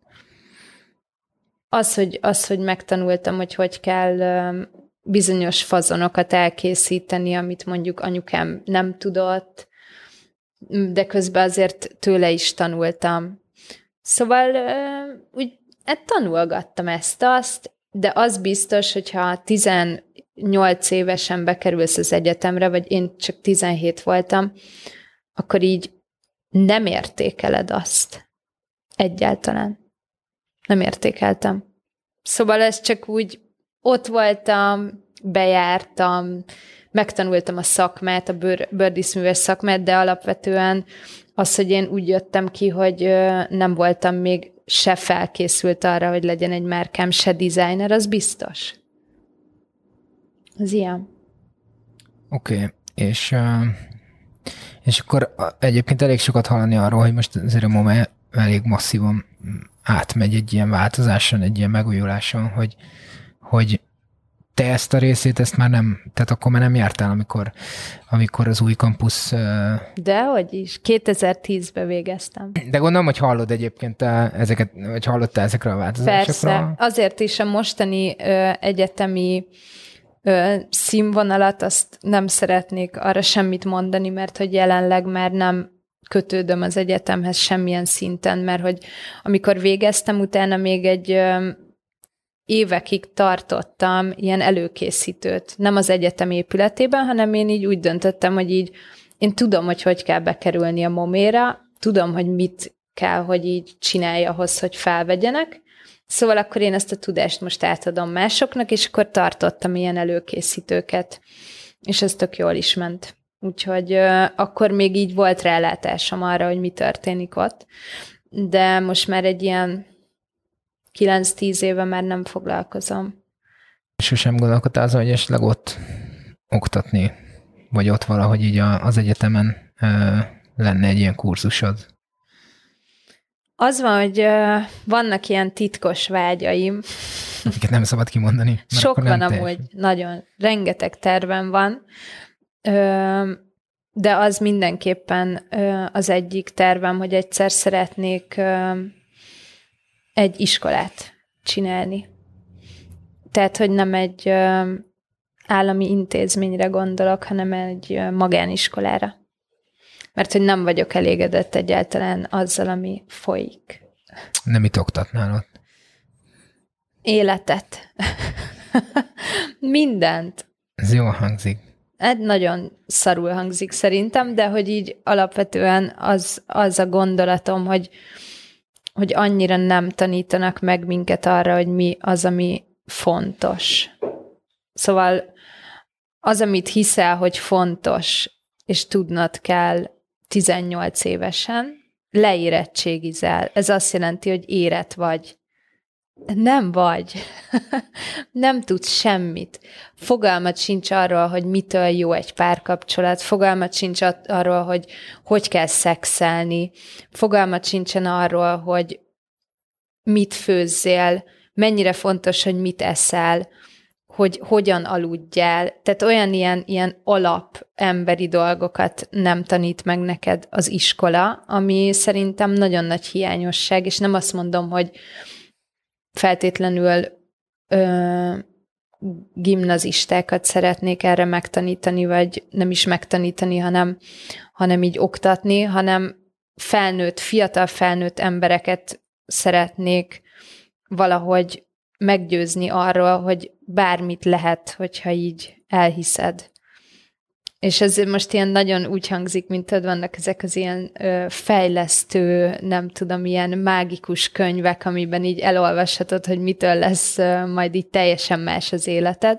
Az, hogy megtanultam, hogy kell bizonyos fazonokat elkészíteni, amit mondjuk anyukám nem tudott, de közben azért tőle is tanultam. Szóval úgy tanulgattam ezt-azt, de az biztos, hogyha 18 évesen bekerülsz az egyetemre, vagy én csak 17 voltam, akkor így nem értékeled azt. Egyáltalán. Nem értékeltem. Szóval ez csak úgy ott voltam, bejártam, megtanultam a szakmát, a bőrdíszműves szakmát, de alapvetően az, hogy én úgy jöttem ki, hogy nem voltam még se felkészült arra, hogy legyen egy márkám, se designer, az biztos. Az ilyen. Oké. És akkor egyébként elég sokat hallani arról, hogy most azért a MoMA elég masszívan átmegy egy ilyen változáson, egy ilyen megújuláson, hogy te ezt a részét, ezt már nem, tehát akkor már nem jártál, amikor az új kampusz... Dehogy is, 2010-ben végeztem. De gondolom, hogy hallod egyébként ezeket, vagy hallottál ezekről a változásokról? Persze, azért is a mostani egyetemi színvonalat, azt nem szeretnék arra semmit mondani, mert hogy jelenleg már nem kötődöm az egyetemhez semmilyen szinten, mert hogy amikor végeztem, utána még egy évekig tartottam ilyen előkészítőt. Nem az egyetem épületében, hanem én így úgy döntöttem, hogy így én tudom, hogy kell bekerülni a MoMA-ra, tudom, hogy mit kell, hogy így csinálja ahhoz, hogy felvegyenek. Szóval akkor én ezt a tudást most átadom másoknak, és akkor tartottam ilyen előkészítőket, és ez tök jól is ment. Úgyhogy akkor még így volt rálátásom arra, hogy mi történik ott. De most már egy ilyen 9-10 éve már nem foglalkozom. Sosem gondolkodtál azon, hogy esetleg ott oktatni, vagy ott valahogy így az egyetemen lenne egy ilyen kurzusod? Az van, hogy vannak ilyen titkos vágyaim. Amiket nem szabad kimondani. Sok van amúgy, nagyon. Rengeteg tervem van, de az mindenképpen az egyik tervem, hogy egyszer szeretnék egy iskolát csinálni. Tehát, hogy nem egy állami intézményre gondolok, hanem egy magániskolára. Mert hogy nem vagyok elégedett egyáltalán azzal, ami folyik. Nem mit oktatnál ott? Életet. Mindent. Ez jól hangzik. Ez nagyon szarul hangzik szerintem, de hogy így alapvetően az a gondolatom, hogy annyira nem tanítanak meg minket arra, hogy mi az, ami fontos. Szóval az, amit hiszel, hogy fontos, és tudnod kell 18 évesen, leérettségizel. Ez azt jelenti, hogy érett vagy. Nem vagy. Nem tudsz semmit. Fogalmat sincs arról, hogy mitől jó egy párkapcsolat, fogalmat sincs arról, hogy kell szexelni, fogalmat sincsen arról, hogy mit főzzél, mennyire fontos, hogy mit eszel, hogy hogyan aludjál. Tehát olyan ilyen alap emberi dolgokat nem tanít meg neked az iskola, ami szerintem nagyon nagy hiányosság, és nem azt mondom, hogy feltétlenül gimnazistákat szeretnék erre megtanítani, vagy nem is megtanítani, hanem így oktatni, hanem fiatal felnőtt embereket szeretnék valahogy meggyőzni arról, hogy bármit lehet, hogyha így elhiszed. És ez most ilyen nagyon úgy hangzik, mint tudod, vannak ezek az ilyen fejlesztő, nem tudom, ilyen mágikus könyvek, amiben így elolvashatod, hogy mitől lesz majd így teljesen más az életed.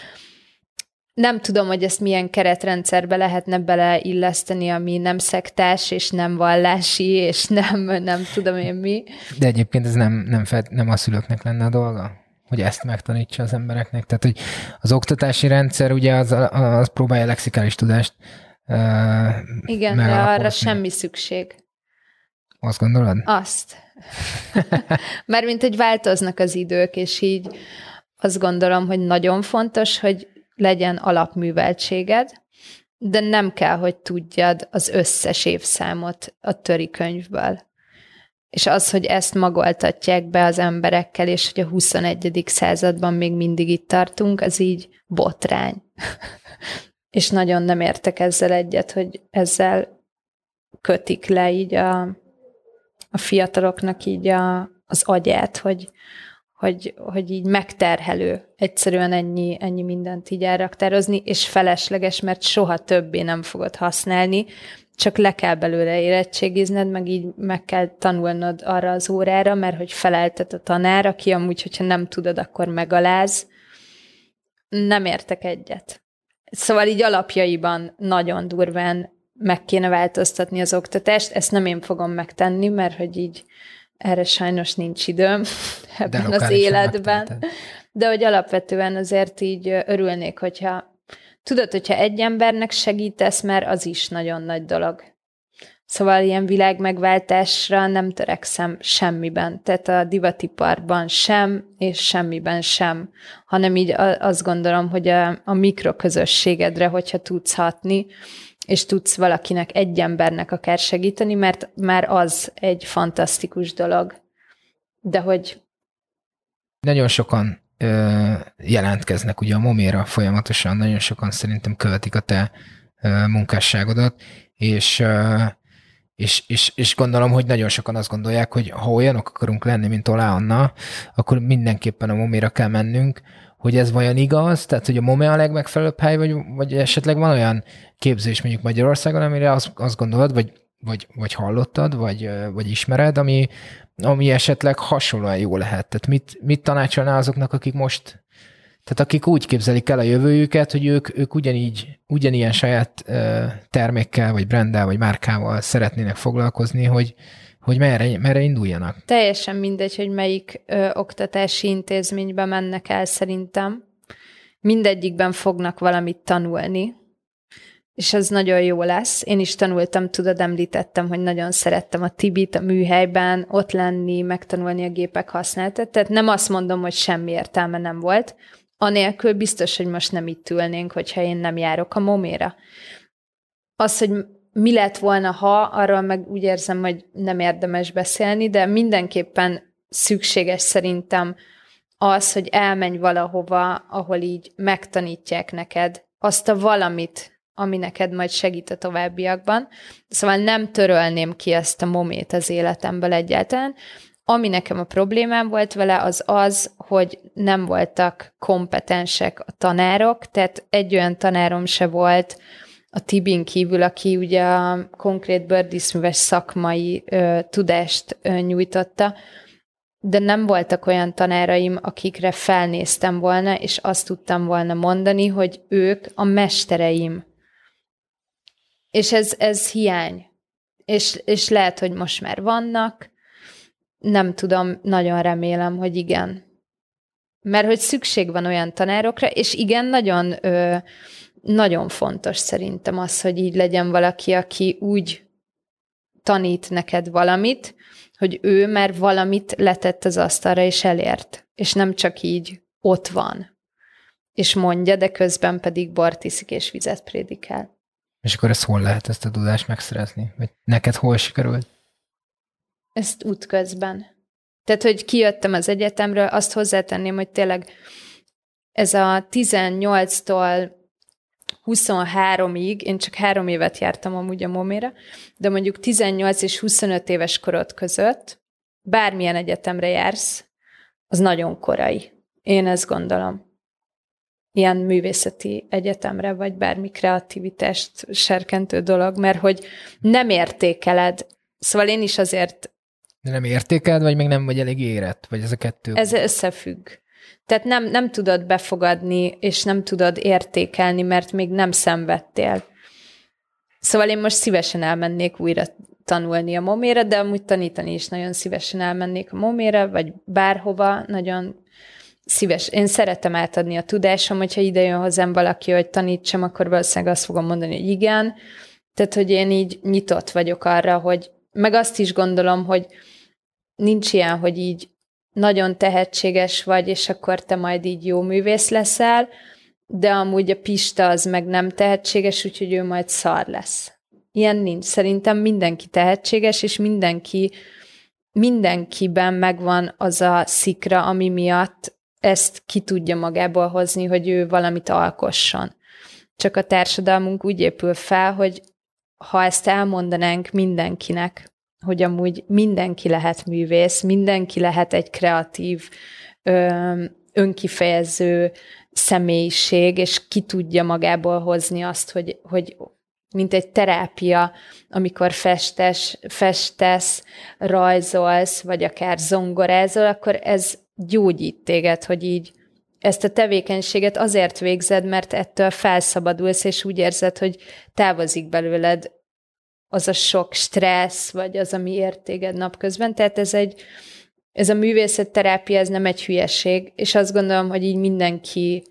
Nem tudom, hogy ezt milyen keretrendszerbe lehetne beleilleszteni, ami nem szektás, és nem vallási, és nem tudom én mi. De egyébként ez nem a szülőknek lenne a dolga? Hogy ezt megtanítsa az embereknek. Tehát, hogy az oktatási rendszer ugye az próbálja lexikális tudást igen, de arra semmi szükség. Azt gondolod? Azt. Mármint, hogy változnak az idők, és így azt gondolom, hogy nagyon fontos, hogy legyen alapműveltséged, de nem kell, hogy tudjad az összes évszámot a töri könyvből. És az, hogy ezt magoltatják be az emberekkel, és hogy a 21. században még mindig itt tartunk, az így botrány. És nagyon nem értek ezzel egyet, hogy ezzel kötik le így a fiataloknak így az agyát, hogy így megterhelő egyszerűen ennyi mindent így elraktározni, és felesleges, mert soha többé nem fogod használni, csak le kell belőle érettségizned, meg így meg kell tanulnod arra az órára, mert hogy feleltet a tanár, aki amúgy, hogyha nem tudod, akkor megaláz. Nem értek egyet. Szóval így alapjaiban nagyon durván meg kéne változtatni az oktatást. Ezt nem én fogom megtenni, mert hogy így erre sajnos nincs időm ebben az életben. De hogy alapvetően azért így örülnék, hogyha hogyha egy embernek segítesz, mert az is nagyon nagy dolog. Szóval ilyen világmegváltásra nem törekszem semmiben. Tehát a divatiparban sem, és semmiben sem. Hanem így azt gondolom, hogy a mikroközösségedre, hogyha tudsz hatni, és tudsz valakinek, egy embernek akár segíteni, mert már az egy fantasztikus dolog. De hogy... Nagyon sokan jelentkeznek ugye a Moméra folyamatosan, nagyon sokan szerintem követik a te munkásságodat, és gondolom, hogy nagyon sokan azt gondolják, hogy ha olyanok akarunk lenni, mint Olá Anna, akkor mindenképpen a Moméra kell mennünk, hogy ez vajon igaz, tehát hogy a MOME a legmegfelelőbb hely, vagy esetleg van olyan képzés mondjuk Magyarországon, amire azt gondolod, vagy hallottad, vagy ismered, ami esetleg hasonlóan jó lehet. Tehát mit tanácsolnál azoknak, akik úgy képzelik el a jövőjüket, hogy ők ugyanilyen saját termékkel, vagy branddel, vagy márkával szeretnének foglalkozni, hogy merre induljanak? Teljesen mindegy, hogy melyik oktatási intézménybe mennek el szerintem. Mindegyikben fognak valamit tanulni, és ez nagyon jó lesz. Én is tanultam, tudod, említettem, hogy nagyon szerettem a Tibit a műhelyben, ott lenni, megtanulni a gépek használatát, tehát nem azt mondom, hogy semmi értelme nem volt, anélkül biztos, hogy most nem itt ülnénk, hogyha én nem járok a Moméra. Az, hogy mi lett volna, ha, arról meg úgy érzem, hogy nem érdemes beszélni, de mindenképpen szükséges szerintem az, hogy elmenj valahova, ahol így megtanítják neked azt a valamit, ami neked majd segít a továbbiakban. Szóval nem törölném ki ezt a Momét az életemből egyáltalán. Ami nekem a problémám volt vele, az, hogy nem voltak kompetensek a tanárok, tehát egy olyan tanárom se volt a Tibin kívül, aki ugye a konkrét bőrdíszműves szakmai tudást nyújtotta, de nem voltak olyan tanáraim, akikre felnéztem volna, és azt tudtam volna mondani, hogy ők a mestereim. És ez hiány. És lehet, hogy most már vannak, nem tudom, nagyon remélem, hogy igen. Mert hogy szükség van olyan tanárokra, és igen, nagyon fontos szerintem az, hogy így legyen valaki, aki úgy tanít neked valamit, hogy ő már valamit letett az asztalra, és elért. És nem csak így ott van. És mondja, de közben pedig bort iszik és vizet prédikál. És akkor ezt hol lehet ezt a tudást megszerezni? Vagy neked hol sikerült? Ezt útközben. Tehát, hogy kijöttem az egyetemről, azt hozzátenném, hogy tényleg ez a 18-tól 23-ig, én csak 3 évet jártam amúgy a Moméra, de mondjuk 18 és 25 éves korod között bármilyen egyetemre jársz, az nagyon korai. Én ezt gondolom. Ilyen művészeti egyetemre, vagy bármi kreativitást serkentő dolog, mert hogy nem értékeled. Szóval én is azért... De nem értékeled, vagy még nem vagy elég érett? Vagy ez a kettő? Ez összefügg. Tehát nem tudod befogadni, és nem tudod értékelni, mert még nem szenvedtél. Szóval én most szívesen elmennék újra tanulni a Moméra, de amúgy tanítani is nagyon szívesen elmennék a Moméra, vagy bárhova, nagyon szíves. Én szeretem átadni a tudásom, hogyha ide jön hozzám valaki, hogy tanítsam, akkor valószínűleg azt fogom mondani, hogy igen. Tehát, hogy én így nyitott vagyok arra, hogy meg azt is gondolom, hogy nincs ilyen, hogy így nagyon tehetséges vagy, és akkor te majd így jó művész leszel, de amúgy a Pista az meg nem tehetséges, úgyhogy ő majd szar lesz. Ilyen nincs. Szerintem mindenki tehetséges, és mindenkiben megvan az a szikra, ami miatt ezt ki tudja magából hozni, hogy ő valamit alkosson. Csak a társadalmunk úgy épül fel, hogy ha ezt elmondanánk mindenkinek, hogy amúgy mindenki lehet művész, mindenki lehet egy kreatív, önkifejező személyiség, és ki tudja magából hozni azt, hogy mint egy terápia, amikor festesz, rajzolsz, vagy akár zongorázol, akkor ez gyógyít téged, hogy így ezt a tevékenységet azért végzed, mert ettől felszabadulsz, és úgy érzed, hogy távozik belőled az a sok stressz, vagy az, ami ért téged napközben. Tehát ez a művészetterápia, ez nem egy hülyeség, és azt gondolom, hogy így mindenki,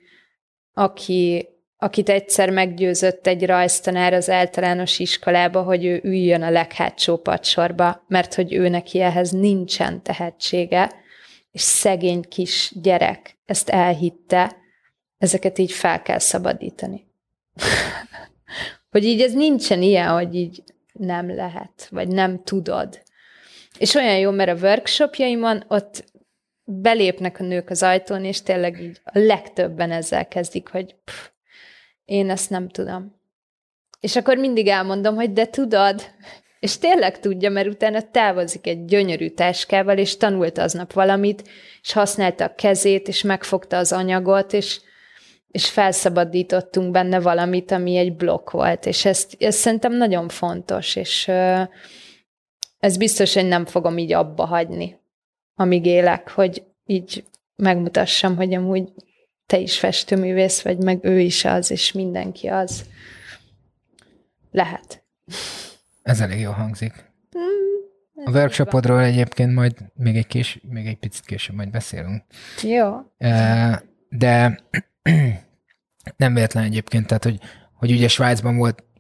akit egyszer meggyőzött egy rajztanár az általános iskolába, hogy ő üljön a leghátsó padsorba, mert hogy ő neki ehhez nincsen tehetsége, és szegény kis gyerek ezt elhitte, ezeket így fel kell szabadítani. Hogy így ez nincsen ilyen, hogy így nem lehet, vagy nem tudod. És olyan jó, mert a workshopjaimon ott belépnek a nők az ajtón, és tényleg így a legtöbben ezzel kezdik, hogy én ezt nem tudom. És akkor mindig elmondom, hogy de tudod, és tényleg tudja, mert utána távozik egy gyönyörű táskával, és tanult aznap valamit, és használta a kezét, és megfogta az anyagot, és felszabadítottunk benne valamit, ami egy blokk volt. És ez szerintem nagyon fontos, és ez biztos, hogy nem fogom így abba hagyni, amíg élek, hogy így megmutassam, hogy amúgy te is festőművész vagy, meg ő is az, és mindenki az. Lehet. Ez elég jól hangzik. A workshopodról egyébként majd még egy picit később majd beszélünk. Jó. De nem véletlen egyébként, tehát, hogy ugye Svájcban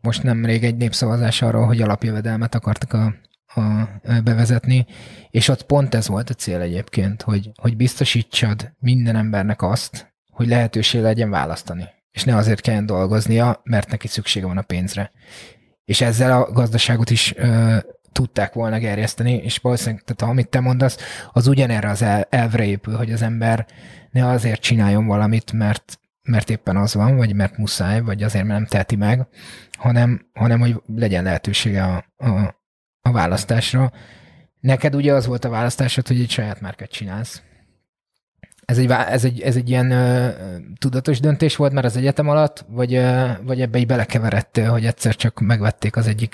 most nemrég egy népszavazás arról, hogy alapjövedelmet akartak bevezetni, és ott pont ez volt a cél egyébként, hogy biztosítsad minden embernek azt, hogy lehetőség legyen választani. És ne azért kelljen dolgoznia, mert neki szüksége van a pénzre. És ezzel a gazdaságot is tudták volna gerjeszteni, és valószínűleg, tehát amit te mondasz, az ugyanerre az elvre épül, hogy az ember ne azért csináljon valamit, mert éppen az van, vagy mert muszáj, vagy azért, mert nem teheti meg, hanem hogy legyen lehetősége a választásra. Neked ugye az volt a választásod, hogy egy saját márkát csinálsz. Ez egy ilyen tudatos döntés volt már az egyetem alatt, vagy ebbe így belekeveredtél, hogy egyszer csak megvették az egyik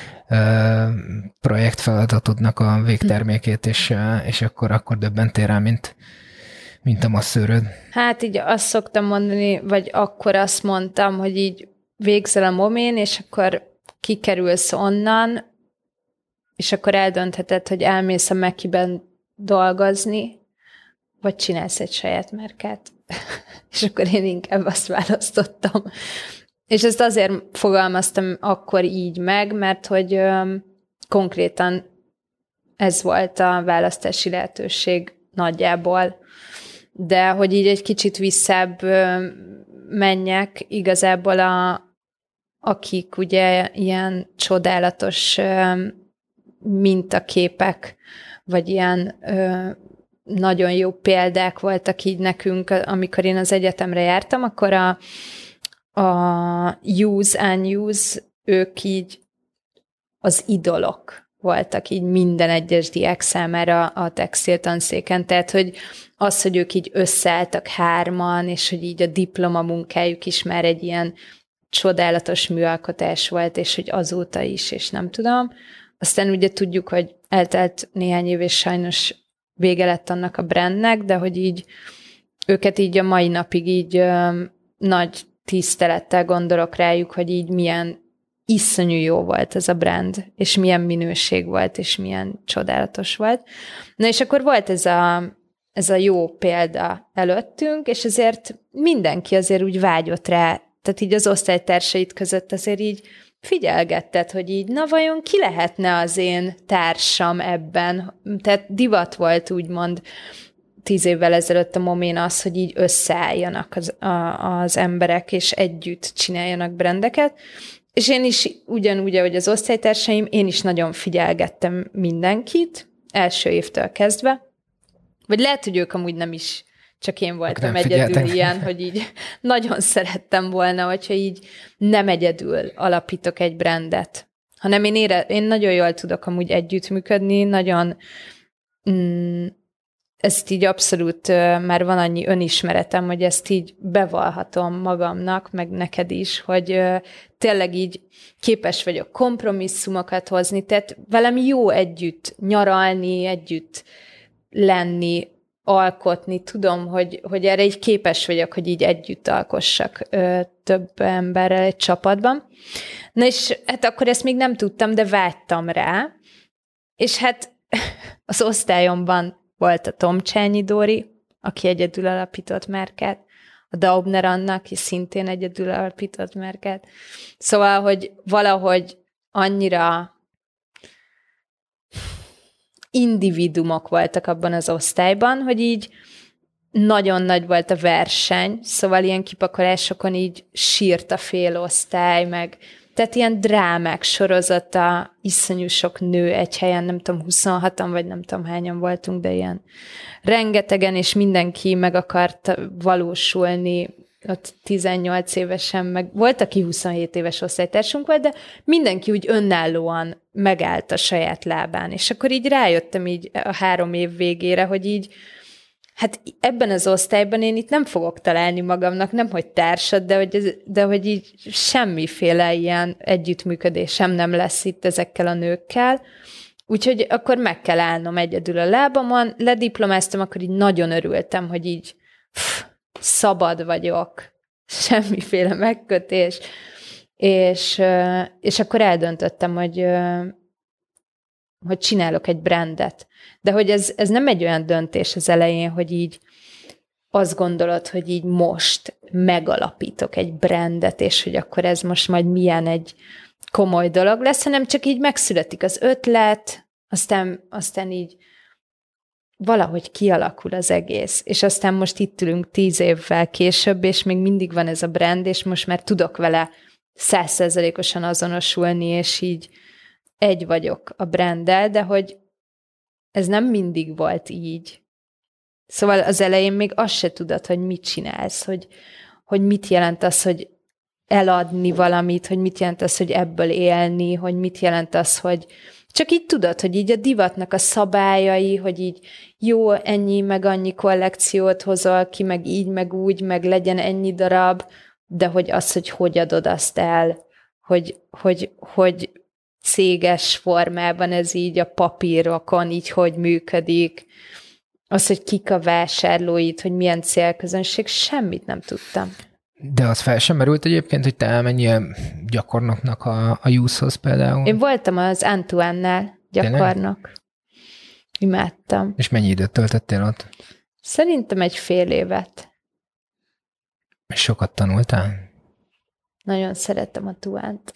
projektfeladatodnak a végtermékét, és akkor döbbentél rá, mint a masszőröd? Hát így azt szoktam mondani, vagy akkor azt mondtam, hogy így végzel a momén, és akkor kikerülsz onnan, és akkor eldöntheted, hogy elmész a Mekiben dolgozni, vagy csinálsz egy saját márkát. És akkor én inkább azt választottam. És ezt azért fogalmaztam akkor így meg, mert hogy konkrétan ez volt a választási lehetőség nagyjából. De hogy így egy kicsit visszább menjek, igazából akik ugye ilyen csodálatos mintaképek, vagy ilyen nagyon jó példák voltak így nekünk, amikor én az egyetemre jártam, akkor a use, unuse, ők így az idolok voltak így minden egyes diák számára a textiltanszéken. Tehát, hogy az, hogy ők így összeálltak hárman, és hogy így a diplomamunkájuk is már egy ilyen csodálatos műalkotás volt, és hogy azóta is, és nem tudom. Aztán ugye tudjuk, hogy eltelt néhány év, és sajnos vége lett annak a brandnek, de hogy így őket így a mai napig így nagy tisztelettel gondolok rájuk, hogy így milyen iszonyú jó volt ez a brand, és milyen minőség volt, és milyen csodálatos volt. Na és akkor volt ez a jó példa előttünk, és azért mindenki azért úgy vágyott rá, tehát így az osztálytársait között azért így figyelgetted, hogy így, na vajon ki lehetne az én társam ebben? Tehát divat volt úgymond 10 évvel ezelőtt a momén az, hogy így összeálljanak az emberek, és együtt csináljanak brandeket. És én is ugyanúgy, ahogy az osztálytársaim, én is nagyon figyelgettem mindenkit, első évtől kezdve. Vagy lehet, hogy ők amúgy nem is, csak én voltam egyedül ilyen, hogy így nagyon szerettem volna, hogyha így nem egyedül alapítok egy brandet, hanem én nagyon jól tudok amúgy együttműködni, nagyon ezt így abszolút már van annyi önismeretem, hogy ezt így bevallhatom magamnak, meg neked is, hogy tényleg így képes vagyok kompromisszumokat hozni, tehát velem jó együtt nyaralni, együtt lenni, alkotni, tudom, hogy erre így képes vagyok, hogy így együtt alkossak több emberrel egy csapatban. Na és hát akkor ezt még nem tudtam, de vágytam rá, és hát az osztályomban volt a Tomcsányi Dóri, aki egyedül alapított márkát, a Daubner Anna, aki szintén egyedül alapított márkát. Szóval, hogy valahogy annyira individumok voltak abban az osztályban, hogy így nagyon nagy volt a verseny, szóval ilyen kipakolásokon így sírt a fél osztály, meg tehát ilyen drámák sorozata, iszonyú sok nő egy helyen, nem tudom, 26-an, vagy nem tudom hányan voltunk, de ilyen rengetegen, és mindenki meg akart valósulni, ott 18 évesen, meg volt, aki 27 éves osztálytársunk volt, de mindenki úgy önállóan megállt a saját lábán. És akkor így rájöttem így a 3 év végére, hogy így, hát ebben az osztályban én itt nem fogok találni magamnak, nemhogy társad, de hogy így semmiféle ilyen együttműködésem nem lesz itt ezekkel a nőkkel. Úgyhogy akkor meg kell állnom egyedül a lábamon. Lediplomáztam, akkor így nagyon örültem, hogy így szabad vagyok, semmiféle megkötés, és akkor eldöntöttem, hogy csinálok egy brandet. De hogy ez nem egy olyan döntés az elején, hogy így azt gondolod, hogy így most megalapítok egy brandet, és hogy akkor ez most majd milyen egy komoly dolog lesz, hanem csak így megszületik az ötlet, aztán így valahogy kialakul az egész. És aztán most itt ülünk 10 évvel később, és még mindig van ez a brand, és most már tudok vele 100%-osan azonosulni, és így egy vagyok a branddel, de hogy ez nem mindig volt így. Szóval az elején még azt se tudod, hogy mit csinálsz, hogy mit jelent az, hogy eladni valamit, hogy mit jelent az, hogy ebből élni, hogy mit jelent az, hogy csak így tudod, hogy így a divatnak a szabályai, hogy így jó, ennyi, meg annyi kollekciót hozol ki, meg így, meg úgy, meg legyen ennyi darab, de hogy az, hogy adod azt el, hogy céges formában ez így a papírokon így hogy működik, az, hogy kik a vásárlóid, hogy milyen célközönség, semmit nem tudtam. De az fel sem merült egyébként, hogy te elmenjél gyakornoknak a Youthhoz például? Én voltam az Antoine-nál gyakornok. Tényleg? Imádtam. És mennyi időt töltöttél ott? Szerintem egy fél évet. És sokat tanultál? Nagyon szeretem a Tuánt.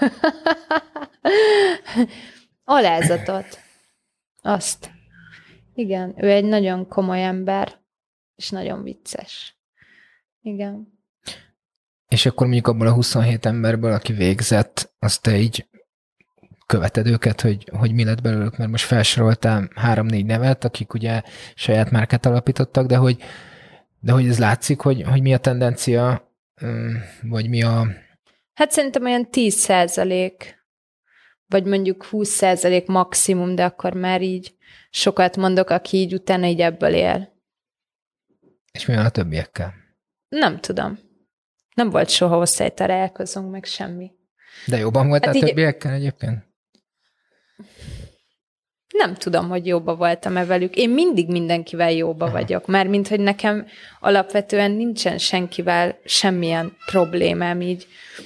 Alázatot. Azt. Igen, ő egy nagyon komoly ember, és nagyon vicces. Igen. És akkor mondjuk abból a 27 emberből, aki végzett, azt te így követed őket, hogy mi lett belőlük, mert most felsoroltál 3-4 nevet, akik ugye saját márkát alapítottak, de hogy ez látszik, hogy mi a tendencia, vagy mi a... Hát szerintem olyan 10%, vagy mondjuk 20% maximum, de akkor már így sokat mondok, aki így utána így ebből él. És mi van a többiekkel? Nem tudom. Nem volt soha osztálytalálkozónk, meg semmi. De jobban voltál hát többiekkel egyébként? Nem tudom, hogy jóba voltam-e velük. Én mindig mindenkivel jóba vagyok. Mármint, hogy nekem alapvetően nincsen senkivel semmilyen problémám így.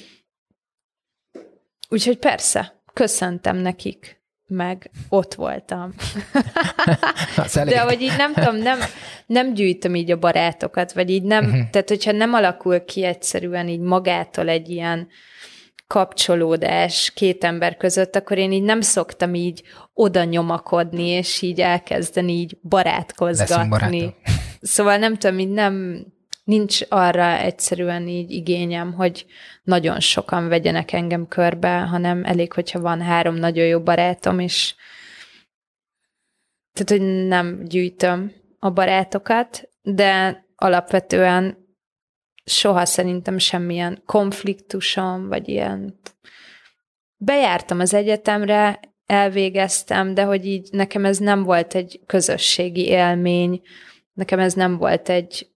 Úgyhogy persze, köszöntem nekik, meg ott voltam. De hogy így nem tudom, nem gyűjtöm így a barátokat, vagy így nem, tehát hogyha nem alakul ki egyszerűen így magától egy ilyen kapcsolódás két ember között, akkor én így nem szoktam így oda nyomakodni, és így elkezdeni így barátkozgatni. Szóval nem tudom, így nincs arra egyszerűen így igényem, hogy nagyon sokan vegyenek engem körbe, hanem elég, hogyha van 3 nagyon jó barátom, és tehát, hogy nem gyűjtöm a barátokat, de alapvetően soha szerintem semmilyen konfliktusom, vagy ilyen... Bejártam az egyetemre, elvégeztem, de hogy így nekem ez nem volt egy közösségi élmény, nekem ez nem volt egy...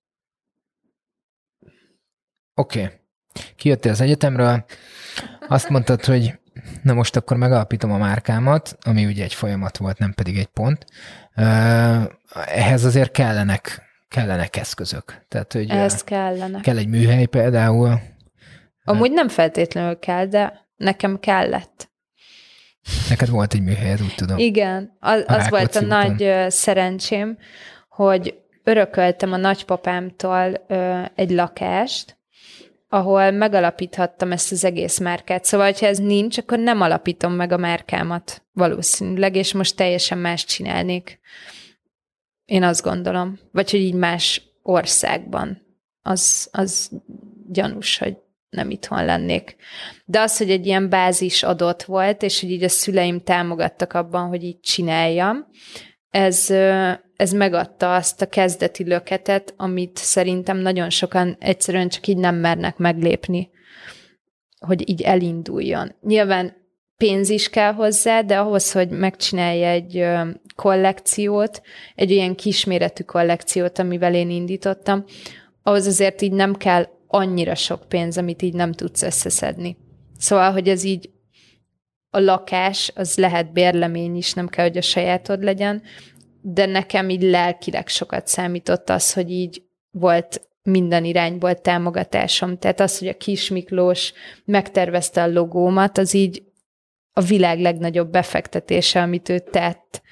Oké. Kijöttél az egyetemről, azt mondtad, hogy na most akkor megalapítom a márkámat, ami ugye egy folyamat volt, nem pedig egy pont. Ehhez azért kellenek eszközök. Tehát, hogy ehhez kellenek. Kell egy műhely például. Amúgy nem feltétlenül kell, de nekem kellett. Neked volt egy műhelyed, úgy tudom. Igen, az volt a nagy szerencsém, hogy örököltem a nagypapámtól egy lakást, ahol megalapíthattam ezt az egész márkát. Szóval, ha ez nincs, akkor nem alapítom meg a márkámat valószínűleg, és most teljesen más csinálnék. Én azt gondolom. Vagy, hogy így más országban. Az gyanús, hogy nem itthon lennék. De az, hogy egy ilyen bázis adott volt, és hogy így a szüleim támogattak abban, hogy így csináljam, ez megadta azt a kezdeti löketet, amit szerintem nagyon sokan egyszerűen csak így nem mernek meglépni, hogy így elinduljon. Nyilván pénz is kell hozzá, de ahhoz, hogy megcsinálja egy kollekciót, egy olyan kisméretű kollekciót, amivel én indítottam, ahhoz azért így nem kell annyira sok pénz, amit így nem tudsz összeszedni. Szóval, hogy ez így a lakás, az lehet bérlemény is, nem kell, hogy a sajátod legyen, de nekem így lelkileg sokat számított az, hogy így volt minden irányból támogatásom. Tehát az, hogy a Kis Miklós megtervezte a logómat, az így a világ legnagyobb befektetése, amit ő tett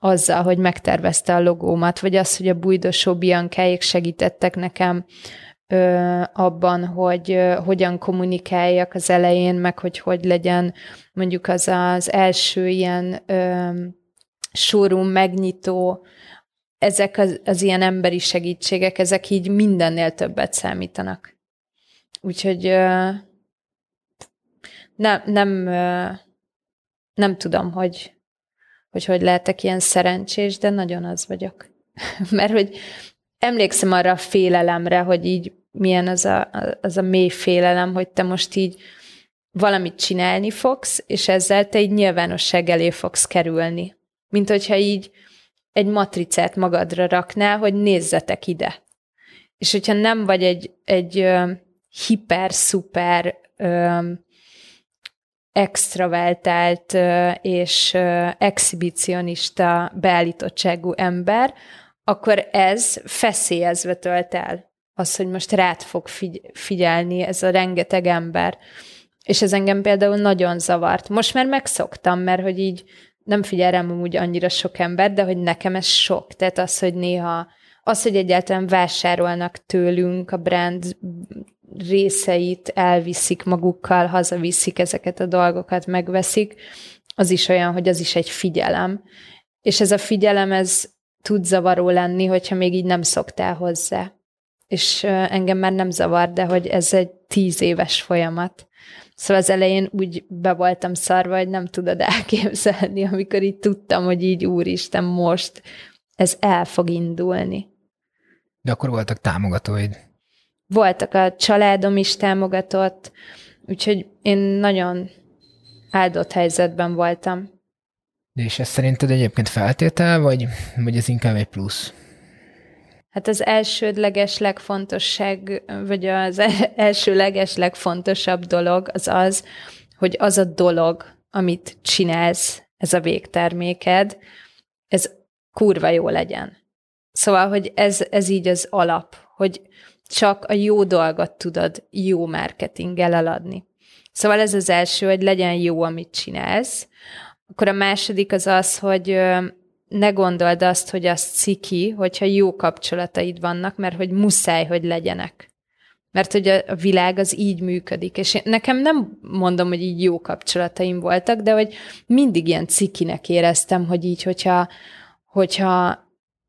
azzal, hogy megtervezte a logómat, vagy az, hogy a Bújdosó Biankáék segítettek nekem abban, hogy hogyan kommunikáljak az elején, meg hogy legyen mondjuk az első ilyen showroom megnyitó, ezek az ilyen emberi segítségek, ezek így mindennél többet számítanak. Úgyhogy nem tudom, hogy lehetek ilyen szerencsés, de nagyon az vagyok. Mert hogy emlékszem arra a félelemre, hogy így milyen az a mély félelem, hogy te most így valamit csinálni fogsz, és ezzel te így nyilvánosság elé fogsz kerülni. Mint hogyha így egy matricát magadra raknál, hogy nézzetek ide. És hogyha nem vagy egy hiper-szuper extravertált és exhibicionista beállítottságú ember, akkor ez feszélyezve tölt el. Az, hogy most rád fog figyelni ez a rengeteg ember. És ez engem például nagyon zavart. Most már megszoktam, mert hogy így nem figyel rám amúgy annyira sok ember, de hogy nekem ez sok. Tehát az, hogy néha, hogy egyáltalán vásárolnak tőlünk a brand részeit, elviszik magukkal, hazaviszik ezeket a dolgokat, megveszik, az is olyan, hogy az is egy figyelem. És ez a figyelem, ez tud zavaró lenni, hogyha még így nem szoktál hozzá. És engem már nem zavar, de hogy ez egy 10 éves folyamat. Szóval az elején úgy be voltam szarva, hogy nem tudod elképzelni, amikor így tudtam, hogy így úristen, most ez el fog indulni. De akkor voltak támogatóid. Voltak, a családom is támogatott, úgyhogy én nagyon áldott helyzetben voltam. De és ez szerinted egyébként feltétel, vagy ez inkább egy plusz? Hát az elsődleges legfontosság, vagy az elsőleges legfontosabb dolog az, hogy az a dolog, amit csinálsz, ez a végterméked, ez kurva jó legyen. Szóval, hogy ez így az alap, hogy csak a jó dolgot tudod jó marketinggel eladni. Szóval ez az első, hogy legyen jó, amit csinálsz. Akkor a második az, hogy ne gondold azt, hogy az ciki, hogyha jó kapcsolataid vannak, mert hogy muszáj, hogy legyenek. Mert hogy a világ az így működik. És nekem nem mondom, hogy így jó kapcsolataim voltak, de hogy mindig ilyen cikinek éreztem, hogy így, hogyha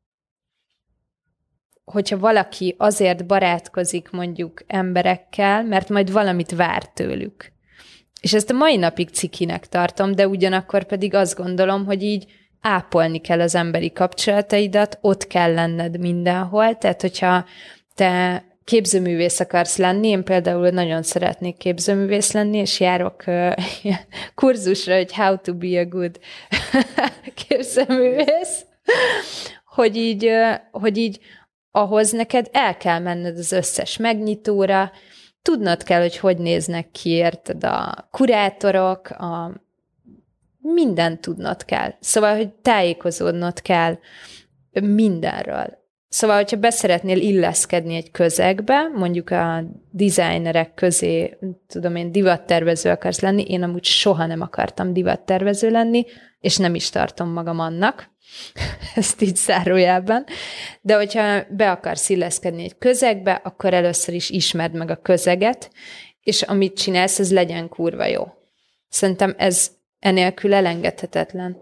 valaki azért barátkozik mondjuk emberekkel, mert majd valamit vár tőlük. És ezt a mai napig cikinek tartom, de ugyanakkor pedig azt gondolom, hogy így ápolni kell az emberi kapcsolataidat, ott kell lenned mindenhol, tehát hogyha te képzőművész akarsz lenni, én például nagyon szeretnék képzőművész lenni, és járok kurzusra, hogy how to be a good képzőművész, hogy így ahhoz neked el kell menned az összes megnyitóra, tudnod kell, hogy néznek ki, érted, a kurátorok, mindent tudnod kell. Szóval, hogy tájékozódnod kell mindenről. Szóval, hogyha beszeretnél illeszkedni egy közegbe, mondjuk a designerek közé, tudom én, divattervező akarsz lenni, én amúgy soha nem akartam divattervező lenni, és nem is tartom magam annak, ezt így zárójában, de hogyha be akarsz illeszkedni egy közegbe, akkor először is ismerd meg a közeget, és amit csinálsz, ez legyen kurva jó. Szerintem ez enélkül elengedhetetlen.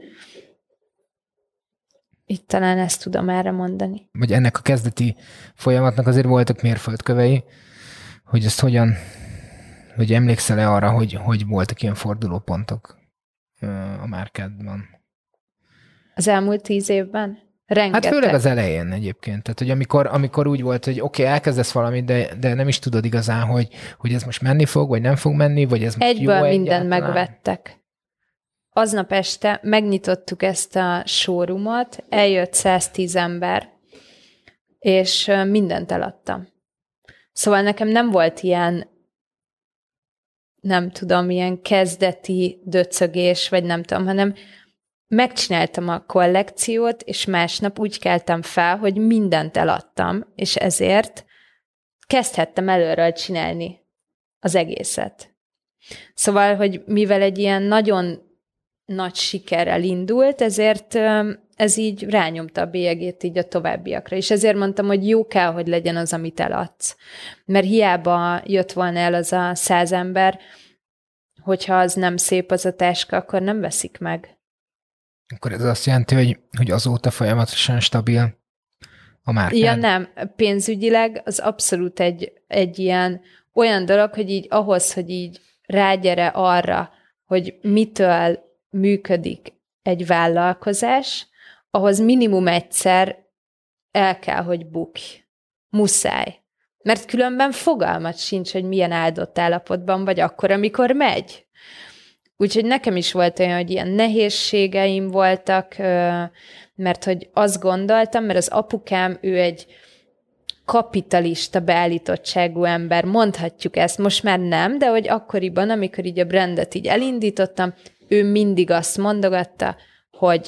Itt talán ezt tudom erre mondani. Vagy ennek a kezdeti folyamatnak azért voltak mérföldkövei, hogy ezt hogyan, vagy emlékszel-e arra, hogy voltak ilyen fordulópontok a márkádban? Az elmúlt 10 évben? Rengeteg. Hát főleg az elején egyébként. Tehát, hogy amikor úgy volt, hogy oké, elkezdesz valamit, de nem is tudod igazán, hogy ez most menni fog, vagy nem fog menni, vagy ez most egyből jó mindent megvettek. Aznap este megnyitottuk ezt a showroomot, eljött 110 ember, és mindent eladtam. Szóval nekem nem volt ilyen, nem tudom, ilyen kezdeti döcögés, vagy nem tudom, hanem megcsináltam a kollekciót, és másnap úgy keltem fel, hogy mindent eladtam, és ezért kezdhettem előről csinálni az egészet. Szóval, hogy mivel egy ilyen nagyon nagy sikerrel indult, ezért ez így rányomta a bélyegét így a továbbiakra. És ezért mondtam, hogy jó kell, hogy legyen az, amit eladsz. Mert hiába jött volna el az a 100 ember, hogyha az nem szép az a táska, akkor nem veszik meg. Akkor ez azt jelenti, hogy azóta folyamatosan stabil a márkád? Ja, nem. Pénzügyileg az abszolút egy ilyen olyan dolog, hogy így ahhoz, hogy így rágyere arra, hogy mitől működik egy vállalkozás, ahhoz minimum egyszer el kell, hogy bukj. Muszáj. Mert különben fogalmat sincs, hogy milyen áldott állapotban vagy akkor, amikor megy. Úgyhogy nekem is volt olyan, hogy ilyen nehézségeim voltak, mert hogy azt gondoltam, mert az apukám, ő egy kapitalista beállítottságú ember, mondhatjuk ezt, most már nem, de hogy akkoriban, amikor így a brandet így elindítottam, ő mindig azt mondogatta, hogy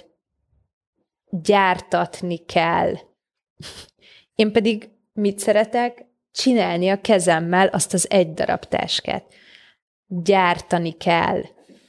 gyártatni kell. Én pedig mit szeretek? Csinálni a kezemmel azt az egy darab táskát. Gyártani kell.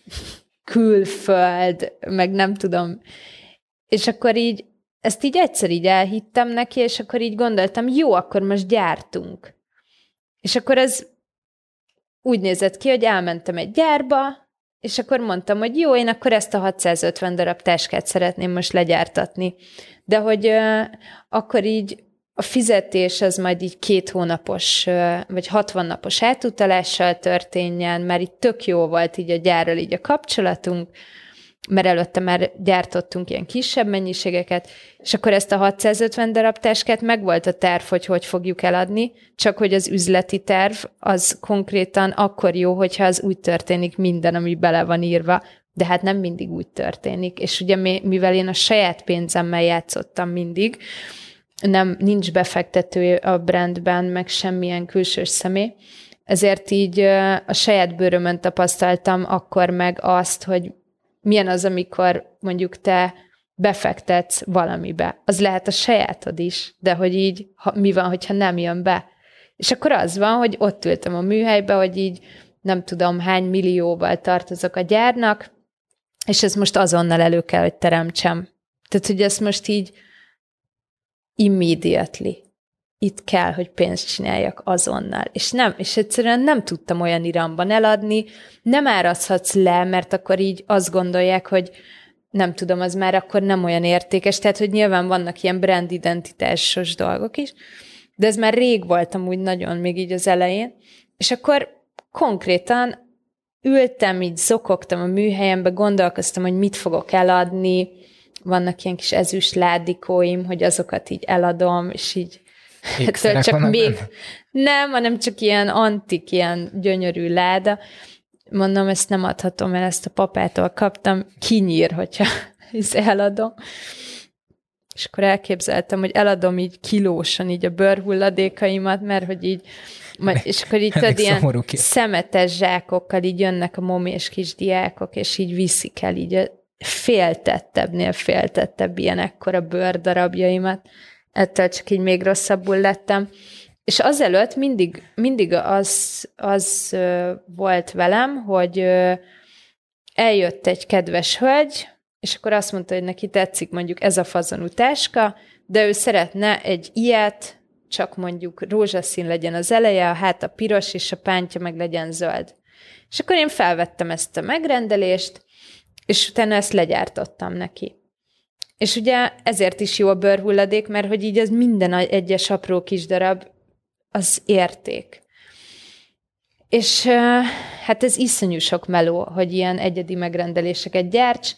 Külföld, meg nem tudom. És akkor így, ezt így egyszer így elhittem neki, és akkor így gondoltam, jó, akkor most gyártunk. És akkor ez úgy nézett ki, hogy elmentem egy gyárba, és akkor mondtam, hogy jó, én akkor ezt a 650 darab táskát szeretném most legyártatni. De hogy akkor így a fizetés az majd így 2 hónapos, vagy 60 napos átutalással történjen, mert itt tök jó volt így a gyárral így a kapcsolatunk, mert előtte már gyártottunk ilyen kisebb mennyiségeket, és akkor ezt a 650 darab táskát megvolt a terv, hogy fogjuk eladni, csak hogy az üzleti terv az konkrétan akkor jó, hogyha az úgy történik minden, ami bele van írva, de hát nem mindig úgy történik. És ugye mivel én a saját pénzemmel játszottam mindig, nincs befektető a brandben, meg semmilyen külsős személy, ezért így a saját bőrömön tapasztaltam akkor meg azt, hogy milyen az, amikor mondjuk te befektetsz valamibe. Az lehet a sajátod is, de hogy így mi van, hogyha nem jön be. És akkor az van, hogy ott ültem a műhelybe, hogy így nem tudom hány millióval tartozok a gyárnak, és ezt most azonnal elő kell, hogy teremtsem. Tehát, hogy ezt most így immediately. Itt kell, hogy pénzt csináljak azonnal. És egyszerűen nem tudtam olyan iramban eladni, nem árazhatsz le, mert akkor így azt gondolják, hogy nem tudom, az már akkor nem olyan értékes, tehát, hogy nyilván vannak ilyen brand identitásos dolgok is, de ez már rég voltam úgy nagyon, még így az elején, és akkor konkrétan ültem, így zokogtam a műhelyembe, gondolkoztam, hogy mit fogok eladni, vannak ilyen kis ezüst ládikóim, hogy azokat így eladom, és így csak még nem, hanem csak ilyen antik, ilyen gyönyörű láda. Mondom, ezt nem adhatom el, ezt a papától kaptam, kinyír, hogyha eladom. És akkor elképzeltem, hogy eladom így kilósan így a bőrhulladékaimat, mert hogy így, és akkor így tudod, ilyen szemetes zsákokkal így jönnek a momés kis diákok, és így viszik el így a féltettebbnél féltettebb ilyen ekkora bőrdarabjaimat. Ettől csak így még rosszabbul lettem. És azelőtt mindig az volt velem, hogy eljött egy kedves hölgy, és akkor azt mondta, hogy neki tetszik mondjuk ez a fazonú táska, de ő szeretne egy ilyet, csak mondjuk rózsaszín legyen az eleje, a háta piros, és a pántja meg legyen zöld. És akkor én felvettem ezt a megrendelést, és utána ezt legyártottam neki. És ugye ezért is jó a bőrhulladék, mert hogy így az minden egyes apró kis darab az érték. És hát ez iszonyú sok meló, hogy ilyen egyedi megrendeléseket gyárts.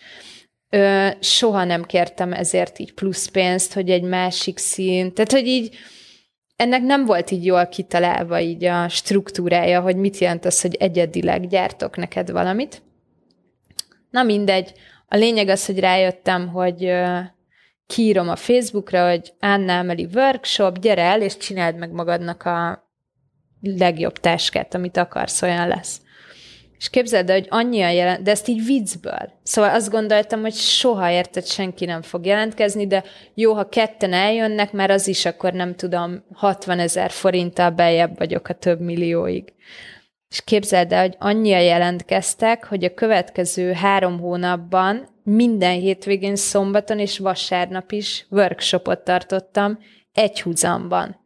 Soha nem kértem ezért így plusz pénzt, hogy egy másik szín. Tehát, hogy így ennek nem volt így jól kitalálva így a struktúrája, hogy mit jelent az, hogy egyedileg gyártok neked valamit. Na mindegy. A lényeg az, hogy rájöttem, hogy kiírom a Facebookra, hogy Anna Emeli workshop, gyere el, és csináld meg magadnak a legjobb táskát, amit akarsz, olyan lesz. És képzeld el, hogy annyian de ezt így viccből. Szóval azt gondoltam, hogy soha érted, senki nem fog jelentkezni, de jó, ha ketten eljönnek, mert az is akkor nem tudom, 60 000 forinttal beljebb vagyok a több millióig. És képzeld el, hogy annyian jelentkeztek, hogy a következő 3 hónapban minden hétvégén, szombaton és vasárnap is workshopot tartottam egyhuzamban.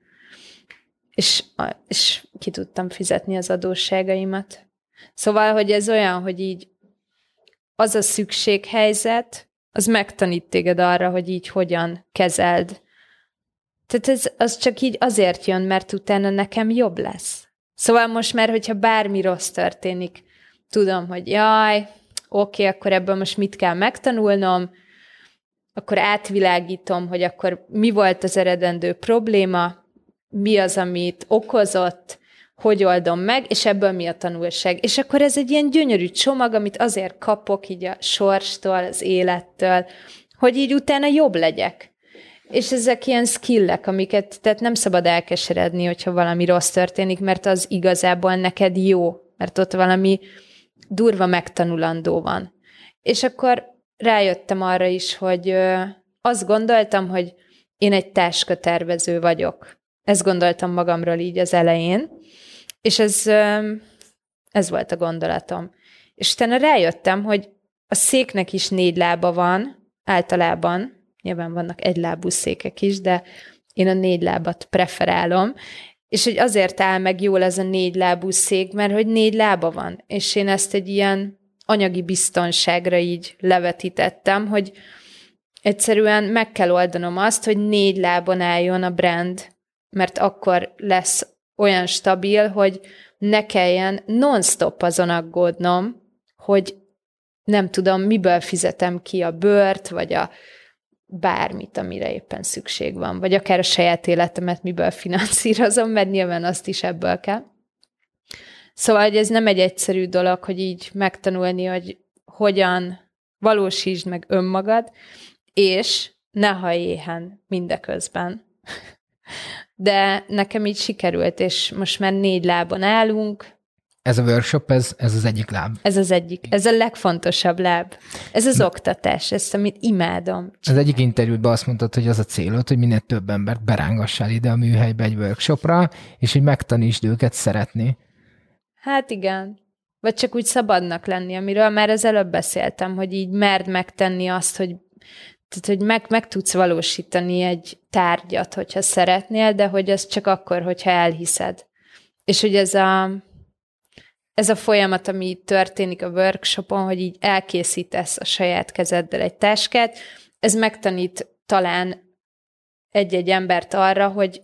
És ki tudtam fizetni az adósságaimat. Szóval, hogy ez olyan, hogy így az a szükséghelyzet, az megtanít téged arra, hogy így hogyan kezeld. Tehát az csak így azért jön, mert utána nekem jobb lesz. Szóval most már, hogyha bármi rossz történik, tudom, hogy jaj, oké, akkor ebből most mit kell megtanulnom, akkor átvilágítom, hogy akkor mi volt az eredendő probléma, mi az, amit okozott, hogy oldom meg, és ebből mi a tanulság. És akkor ez egy ilyen gyönyörű csomag, amit azért kapok így a sorstól, az élettől, hogy így utána jobb legyek. És ezek ilyen skillek, amiket, tehát nem szabad elkeseredni, hogyha valami rossz történik, mert az igazából neked jó, mert ott valami durva megtanulandó van. És akkor rájöttem arra is, hogy azt gondoltam, hogy én egy táskatervező vagyok. Ezt gondoltam magamról így az elején, és ez volt a gondolatom. És utána rájöttem, hogy a széknek is 4 lába van, általában, nyilván vannak egylábú székek is, de én a 4 lábat preferálom, és hogy azért áll meg jól ez a 4 lábú szék, mert hogy 4 lába van, és én ezt egy ilyen anyagi biztonságra így levetítettem, hogy egyszerűen meg kell oldanom azt, hogy 4 lábon álljon a brand, mert akkor lesz olyan stabil, hogy ne kelljen non-stop azon aggódnom, hogy nem tudom, miből fizetem ki a bört, vagy a bármit, amire éppen szükség van, vagy akár a saját életemet miből finanszírozom, mert nyilván azt is ebből kell. Szóval, hogy ez nem egy egyszerű dolog, hogy így megtanulni, hogy hogyan valósítsd meg önmagad, és ne hallj éhen mindeközben. De nekem így sikerült, és most már 4 lábon állunk. Ez a workshop, ez az egyik láb. Ez az egyik. Ez a legfontosabb láb. Ez az oktatás, ezt, amit imádom. Az egyik interjútban azt mondtad, hogy az a célod, hogy minél több embert berángassál ide a műhelybe egy workshopra, és hogy megtanítsd őket szeretni. Hát igen. Vagy csak úgy szabadnak lenni, amiről már az előbb beszéltem, hogy így merd megtenni azt, hogy meg tudsz valósítani egy tárgyat, hogyha szeretnél, de hogy ez csak akkor, hogyha elhiszed. És hogy ez a folyamat, ami így történik a workshopon, hogy így elkészítesz a saját kezeddel egy táskát, ez megtanít talán egy-egy embert arra, hogy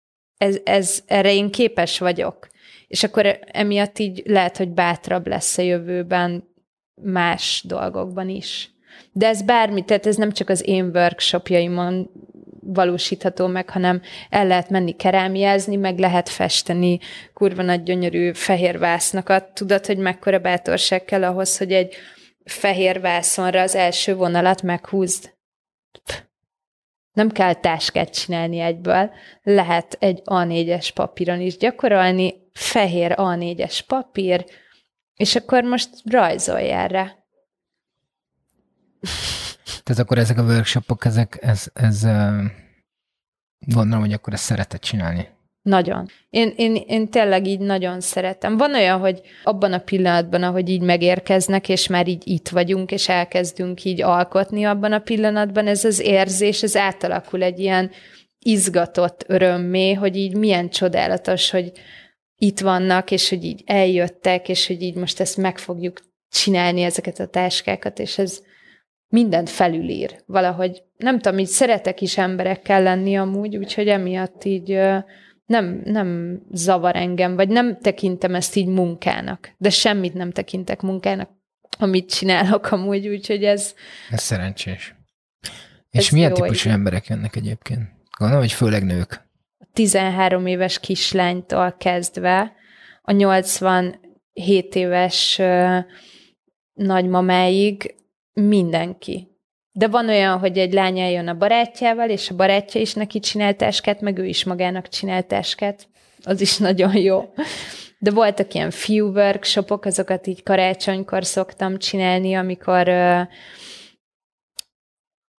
erre én képes vagyok. És akkor emiatt így lehet, hogy bátrabb lesz a jövőben más dolgokban is. De ez bármi, tehát ez nem csak az én workshopjaimon valósítható meg, hanem el lehet menni kerámiázni, meg lehet festeni kurva nagy gyönyörű fehér vásznakat. Tudod, hogy mekkora bátorság kell ahhoz, hogy egy fehér vászonra az első vonalat meghúzd? Nem kell táskát csinálni egyből, lehet egy A4-es papíron is gyakorolni, fehér A4-es papír, és akkor most rajzoljál rá. Tehát akkor ezek a workshopok, ez gondolom, hogy akkor ezt szereted csinálni. Nagyon. Én tényleg így nagyon szeretem. Van olyan, hogy abban a pillanatban, ahogy így megérkeznek, és már így itt vagyunk, és elkezdünk így alkotni abban a pillanatban, ez az érzés, ez átalakul egy ilyen izgatott örömmé, hogy így milyen csodálatos, hogy itt vannak, és hogy így eljöttek, és hogy így most ezt meg fogjuk csinálni, ezeket a táskákat, és ez mindent felülír. Valahogy, nem tudom, így szeretek is emberekkel lenni amúgy, úgyhogy emiatt így nem zavar engem, vagy nem tekintem ezt így munkának. De semmit nem tekintek munkának, amit csinálok amúgy, úgyhogy ez... Ez szerencsés. És milyen típusú emberek jönnek egyébként? Gondolom, hogy főleg nők. A 13 éves kislánytól kezdve a 87 éves nagymamáig mindenki. De van olyan, hogy egy lány eljön a barátjával, és a barátja is neki csinál táskát, meg ő is magának csinál táskát. Az is nagyon jó. De voltak ilyen fiú workshopok, azokat így karácsonykor szoktam csinálni,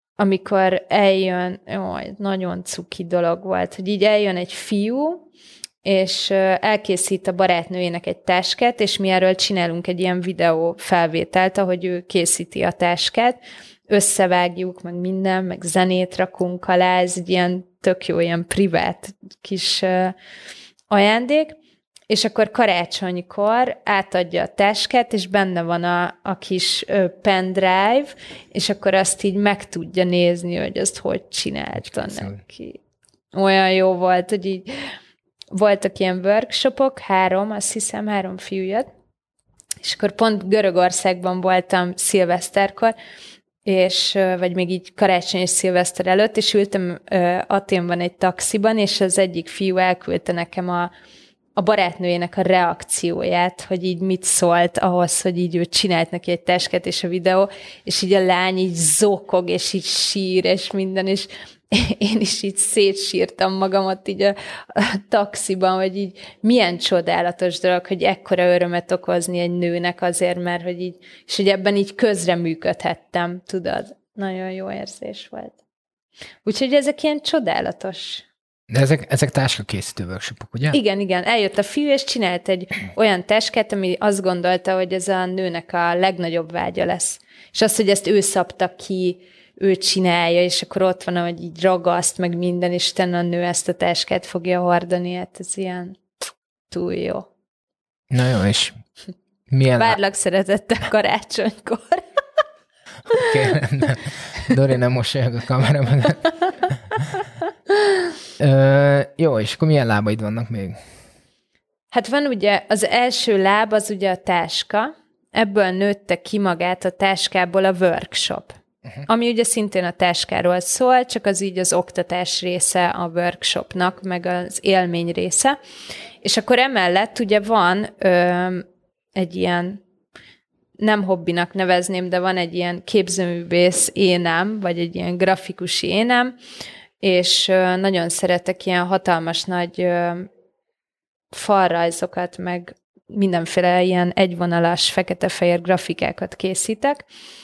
amikor eljön, nagyon cuki dolog volt, hogy így eljön egy fiú, és elkészít a barátnőjének egy táskát, és mi erről csinálunk egy ilyen videó felvételt, ahogy ő készíti a táskát, összevágjuk, meg minden, meg zenét rakunk alá, ez egy ilyen tök jó, ilyen privát kis ajándék, és akkor karácsonykor átadja a táskát, és benne van a kis pendrive, és akkor azt így meg tudja nézni, hogy azt hogy csinálta neki. Olyan jó volt, hogy így voltak ilyen workshopok, 3 fiú jött, és akkor pont Görögországban voltam szilveszterkor, és, vagy még így karácsony és szilveszter előtt, és ültem Athénban egy taxiban, és az egyik fiú elküldte nekem a barátnőjének a reakcióját, hogy így mit szólt ahhoz, hogy így ő csinált neki egy táskát és a videó, és így a lány így zokog, és így sír, és minden, és én is így szétsírtam magamat így a taxiban, hogy így milyen csodálatos dolog, hogy ekkora örömet okozni egy nőnek azért, mert hogy így, és hogy ebben így közreműködhettem, tudod? Nagyon jó érzés volt. Úgyhogy ezek ilyen csodálatos. De ezek táskakészítő workshopok, ugye? Igen. Eljött a fiú, és csinált egy olyan táskát, ami azt gondolta, hogy ez a nőnek a legnagyobb vágya lesz. És az, hogy ezt ő szabta ki, ő csinálja, és akkor ott van, hogy így ragaszt, meg minden, és utána a nő ezt a táskát fogja hordani, hát ez ilyen túl jó. Na jó, és milyen... Várlak szeretettel karácsonykor. Oké, Dori nem mosolyog a kamera meg. Jó, és akkor milyen lábaid vannak még? Hát van ugye, az első láb az ugye a táska, ebből nőtte ki magát a táskából a workshop. Ami ugye szintén a táskáról szól, csak az így az oktatás része a workshopnak, meg az élmény része. És akkor emellett ugye van egy ilyen, nem hobbinak nevezném, de van egy ilyen képzőművész énem, vagy egy ilyen grafikus énem, és nagyon szeretek ilyen hatalmas nagy falrajzokat, meg mindenféle ilyen egyvonalas, fekete-fehér grafikákat készítek,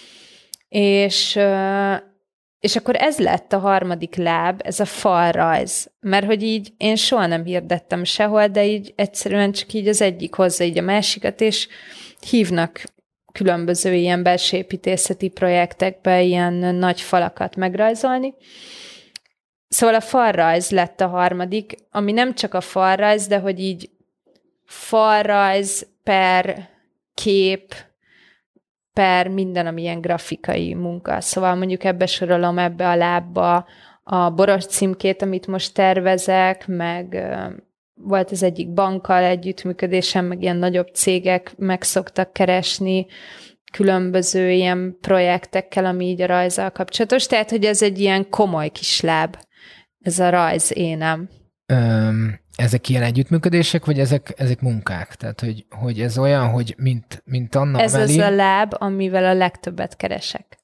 és akkor ez lett a harmadik láb, ez a falrajz, mert hogy így én soha nem hirdettem sehol, de így egyszerűen csak így az egyik hozza így a másikat, és hívnak különböző ilyen belső építészeti projektekbe ilyen nagy falakat megrajzolni. Szóval a falrajz lett a harmadik, ami nem csak a falrajz, de hogy így falrajz per kép, per minden, ami ilyen grafikai munka. Szóval mondjuk ebbe sorolom ebbe a lábba a boros címkét, amit most tervezek, meg volt az egyik bankkal együttműködésem, meg ilyen nagyobb cégek meg szoktak keresni különböző ilyen projektekkel, ami így a rajzzal kapcsolatos. Tehát, hogy ez egy ilyen komoly kis láb, ez a rajz énem. Ezek ilyen együttműködések, vagy ezek munkák? Tehát, hogy ez olyan, hogy mint Anna Ez Ameli... az a láb, amivel a legtöbbet keresek.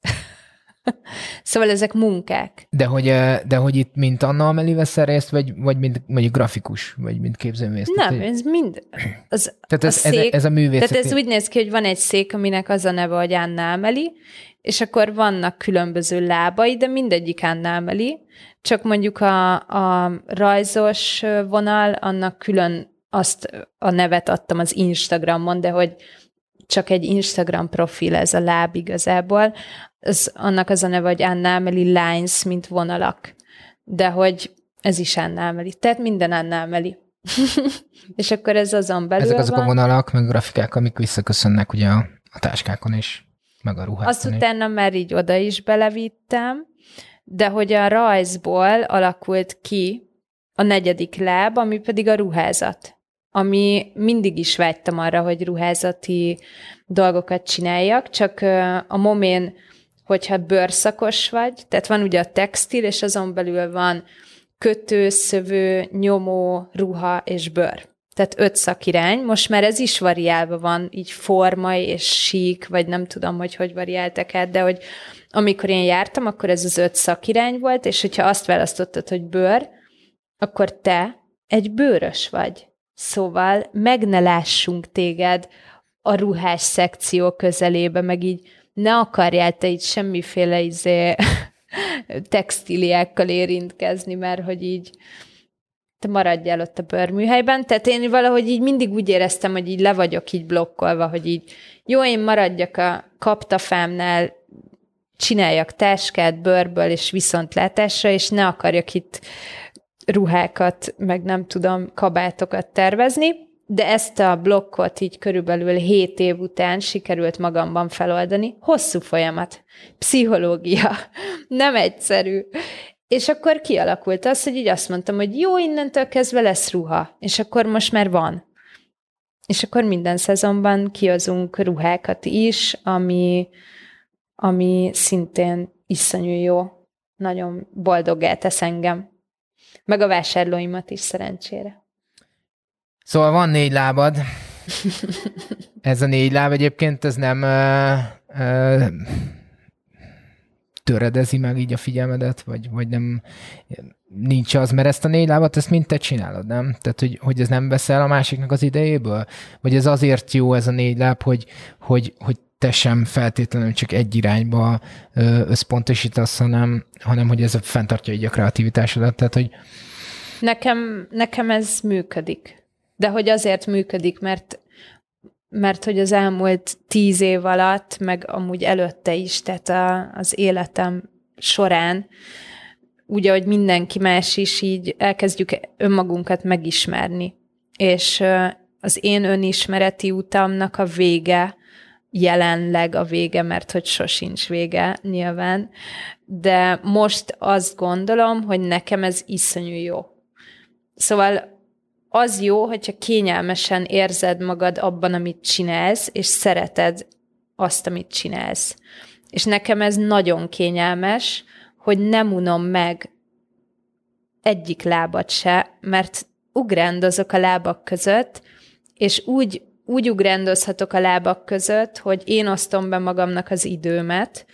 Szóval ezek munkák. De hogy itt mint Anna Ameli veszel részt, vagy mint grafikus, vagy mint képzőművész? Nem, ez mind... Tehát ez a művészeti... Tehát ez úgy néz ki, hogy van egy szék, aminek az a neve, hogy Anna Ameli, és akkor vannak különböző lábai, de mindegyik Anna Ameli, csak mondjuk a rajzos vonal, annak külön azt a nevet adtam az Instagramon, de hogy csak egy Instagram profil ez a láb igazából, annak az a neve, hogy Anna Ameli Lines, mint vonalak. De hogy ez is Anna Ameli. Tehát minden Anna Ameli. És akkor ez azon belül ezek azok van. a vonalak, meg grafikák, amik visszaköszönnek ugye a táskákon is, meg a ruhákon Azt utána már így oda is belevittem, de hogy a rajzból alakult ki a negyedik láb, ami pedig a ruházat. Ami mindig is vágytam arra, hogy ruházati dolgokat csináljak, csak a momén, hogyha bőrszakos vagy, tehát van ugye a textil, és azon belül van kötő, szövő, nyomó, ruha és bőr. Tehát 5 szakirány. Most már ez is variálva van, így forma és sík, vagy nem tudom, hogy variáltak át, de hogy amikor én jártam, akkor ez az 5 szakirány volt, és hogyha azt választottad, hogy bőr, akkor te egy bőrös vagy. Szóval meg ne lássunk téged a ruhás szekció közelébe, meg így ne akarjál te így semmiféle textíliákkal érintkezni, mert hogy így te maradjál ott a bőrműhelyben. Tehát én valahogy így mindig úgy éreztem, hogy így le vagyok így blokkolva, hogy így jó, én maradjak a kaptafámnál, csináljak táskát bőrből és viszontlátásra, és ne akarjak itt ruhákat, meg nem tudom, kabátokat tervezni, de ezt a blokkot így körülbelül 7 év után sikerült magamban feloldani. Hosszú folyamat. Pszichológia. Nem egyszerű. És akkor kialakult az, hogy így azt mondtam, hogy jó, innentől kezdve lesz ruha, és akkor most már van. És akkor minden szezonban kihozunk ruhákat is, ami szintén iszonyú jó. Nagyon boldoggá tesz engem. Meg a vásárlóimat is szerencsére. Szóval van 4 lábad. Ez a 4 láb egyébként, ez nem töredezi meg így a figyelmedet, vagy nem nincs az, mert ezt a 4 lábat, ezt mind te csinálod, nem? Tehát, hogy ez nem veszel a másiknak az idejéből? Vagy ez azért jó ez a 4 láb, hogy te sem feltétlenül csak egy irányba összpontosítasz, hanem hogy ez fenntartja így a kreativitásodat. Tehát, hogy Nekem ez működik. De hogy azért működik, mert hogy az elmúlt 10 év alatt, meg amúgy előtte is, tehát az életem során, úgy, ahogy mindenki más is, így elkezdjük önmagunkat megismerni. És az én önismereti utamnak a vége, jelenleg a vége, mert hogy sosincs vége nyilván, de most azt gondolom, hogy nekem ez iszonyú jó. Szóval az jó, hogyha kényelmesen érzed magad abban, amit csinálsz, és szereted azt, amit csinálsz. És nekem ez nagyon kényelmes, hogy nem unom meg egyik lábat se, mert ugrándozok a lábak között, és úgy ugrándozhatok a lábak között, hogy én osztom be magamnak az időmet,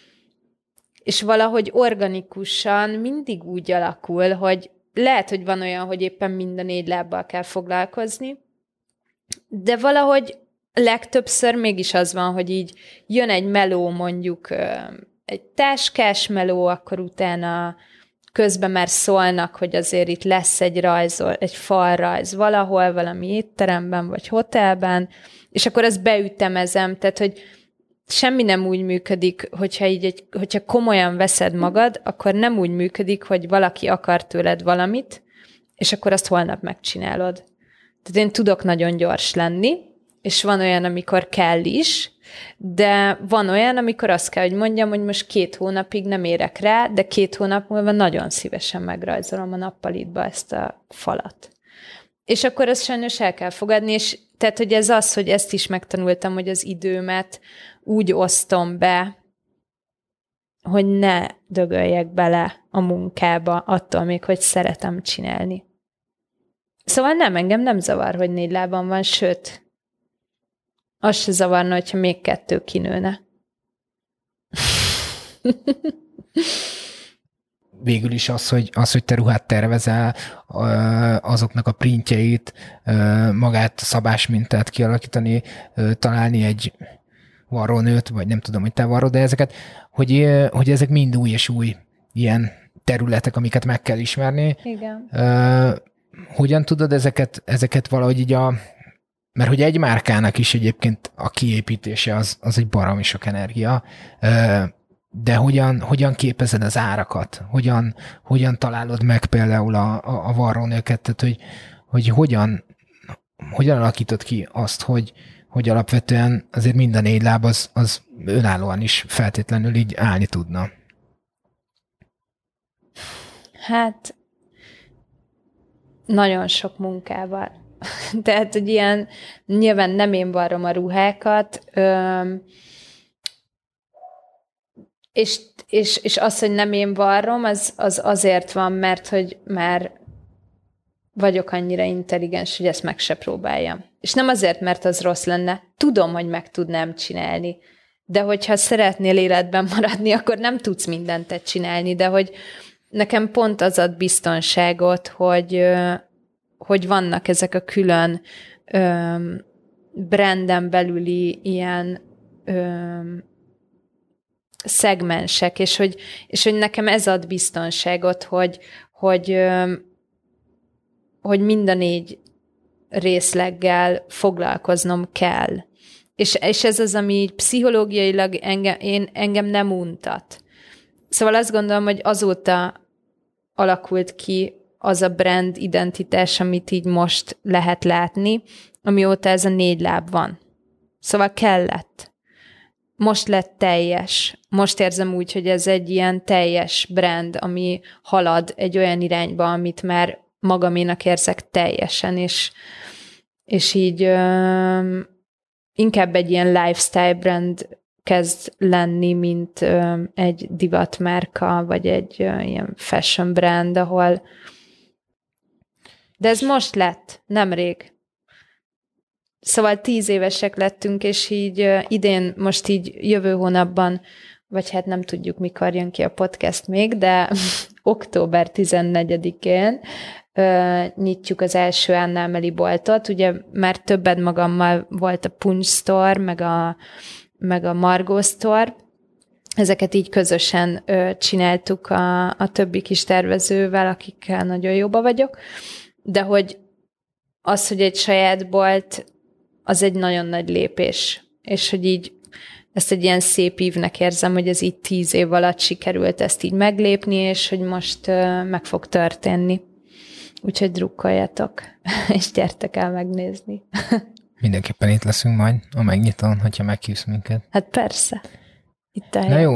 és valahogy organikusan mindig úgy alakul, hogy lehet, hogy van olyan, hogy éppen mind a 4 lábbal kell foglalkozni, de valahogy legtöbbször mégis az van, hogy így jön egy meló, mondjuk egy táskás meló, akkor utána közben már szólnak, hogy azért itt lesz egy falrajz valahol, valami étteremben, vagy hotelben, és akkor azt beütemezem, tehát, hogy semmi nem úgy működik, hogyha komolyan veszed magad, akkor nem úgy működik, hogy valaki akar tőled valamit, és akkor azt holnap megcsinálod. Tehát én tudok nagyon gyors lenni, és van olyan, amikor kell is, de van olyan, amikor azt kell, hogy mondjam, hogy most 2 hónapig nem érek rá, de 2 hónap múlva nagyon szívesen megrajzolom a nappalitba ezt a falat. És akkor azt sajnos el kell fogadni, és tehát, hogy ez az, hogy ezt is megtanultam, hogy az időmet úgy osztom be, hogy ne dögöljek bele a munkába, attól még, hogy szeretem csinálni. Szóval engem nem zavar, hogy 4 lábam van, sőt, az se zavarna, hogyha még 2 kinőne. Végül is az, hogy te ruhát tervezel, azoknak a printjeit, magát szabásmintát kialakítani, találni egy varrónőt, vagy nem tudom, hogy te varrod, de ezeket, hogy ezek mind új és új ilyen területek, amiket meg kell ismerni. Igen. Hogyan tudod ezeket valahogy így mert hogy egy márkának is egyébként a kiépítése az egy baromi sok energia, de hogyan képezed az árakat? Hogyan találod meg például a varrónőket? Tehát, hogy hogyan alakítod ki azt, hogy alapvetően azért mind a 4 láb az önállóan is feltétlenül így állni tudna? Hát nagyon sok munkával. Tehát, hogy ilyen, nyilván nem én varrom a ruhákat, és az, hogy nem én varrom, az azért van, mert hogy már vagyok annyira intelligens, hogy ezt meg se próbáljam. És nem azért, mert az rossz lenne. Tudom, hogy meg tudnám csinálni. De hogyha szeretnél életben maradni, akkor nem tudsz mindent csinálni. De hogy nekem pont az ad biztonságot, hogy vannak ezek a külön branden belüli ilyen szegmensek, és hogy nekem ez ad biztonságot, hogy hogy mind a 4 részleggel foglalkoznom kell. És ez az, ami így pszichológiailag engem nem untat. Szóval azt gondolom, hogy azóta alakult ki az a brand identitás, amit így most lehet látni, amióta ez a 4 láb van. Szóval kellett. Most lett teljes. Most érzem úgy, hogy ez egy ilyen teljes brand, ami halad egy olyan irányba, amit már magaménak érzek teljesen, és így inkább egy ilyen lifestyle brand kezd lenni, mint egy divatmárka, vagy egy ilyen fashion brand, ahol... De ez most lett, nemrég. Szóval 10 évesek lettünk, és így idén, most így jövő hónapban, vagy hát nem tudjuk, mikor jön ki a podcast még, de október 14-én nyitjuk az első Anna Amelie boltot. Ugye már többed magammal volt a Punch Store, meg a Margot Store. Ezeket így közösen csináltuk a többi kis tervezővel, akikkel nagyon jóba vagyok. De hogy az, hogy egy saját bolt, az egy nagyon nagy lépés. És hogy így ezt egy ilyen szép ívnek érzem, hogy ez így 10 év alatt sikerült ezt így meglépni, és hogy most meg fog történni. Úgyhogy drukkoljatok, és gyertek el megnézni. Mindenképpen itt leszünk majd a megnyitón, hogyha meghívsz minket. Hát persze. Itt Na jó,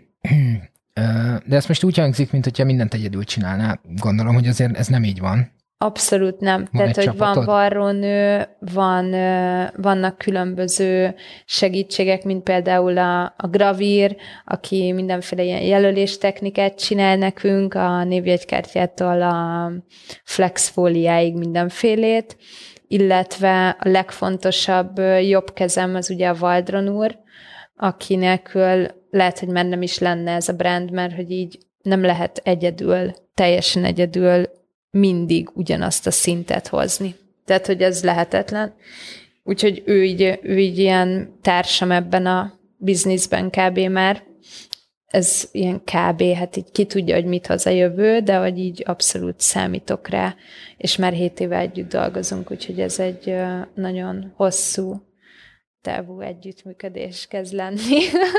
de ezt most úgy hangzik, mint hogyha mindent egyedül csinálnál. Gondolom, hogy azért ez nem így van. Abszolút nem. Tehát, hogy van varrónő, vannak különböző segítségek, mint például a gravír, aki mindenféle ilyen jelöléstechnikát csinál nekünk, a névjegykártyától a flexfóliáig mindenfélét, illetve a legfontosabb jobb kezem az ugye a Valdron úr, aki nélkül lehet, hogy már nem is lenne ez a brand, mert hogy így nem lehet egyedül, teljesen egyedül mindig ugyanazt a szintet hozni. Tehát, hogy ez lehetetlen. Úgyhogy ő így ilyen társam ebben a bizniszben kb. Már. Ez ilyen kb. Hát így ki tudja, hogy mit hoz a jövő, de hogy így abszolút számítok rá, és már 7 éve együtt dolgozunk, úgyhogy ez egy nagyon hosszú távú együttműködés kezd lenni.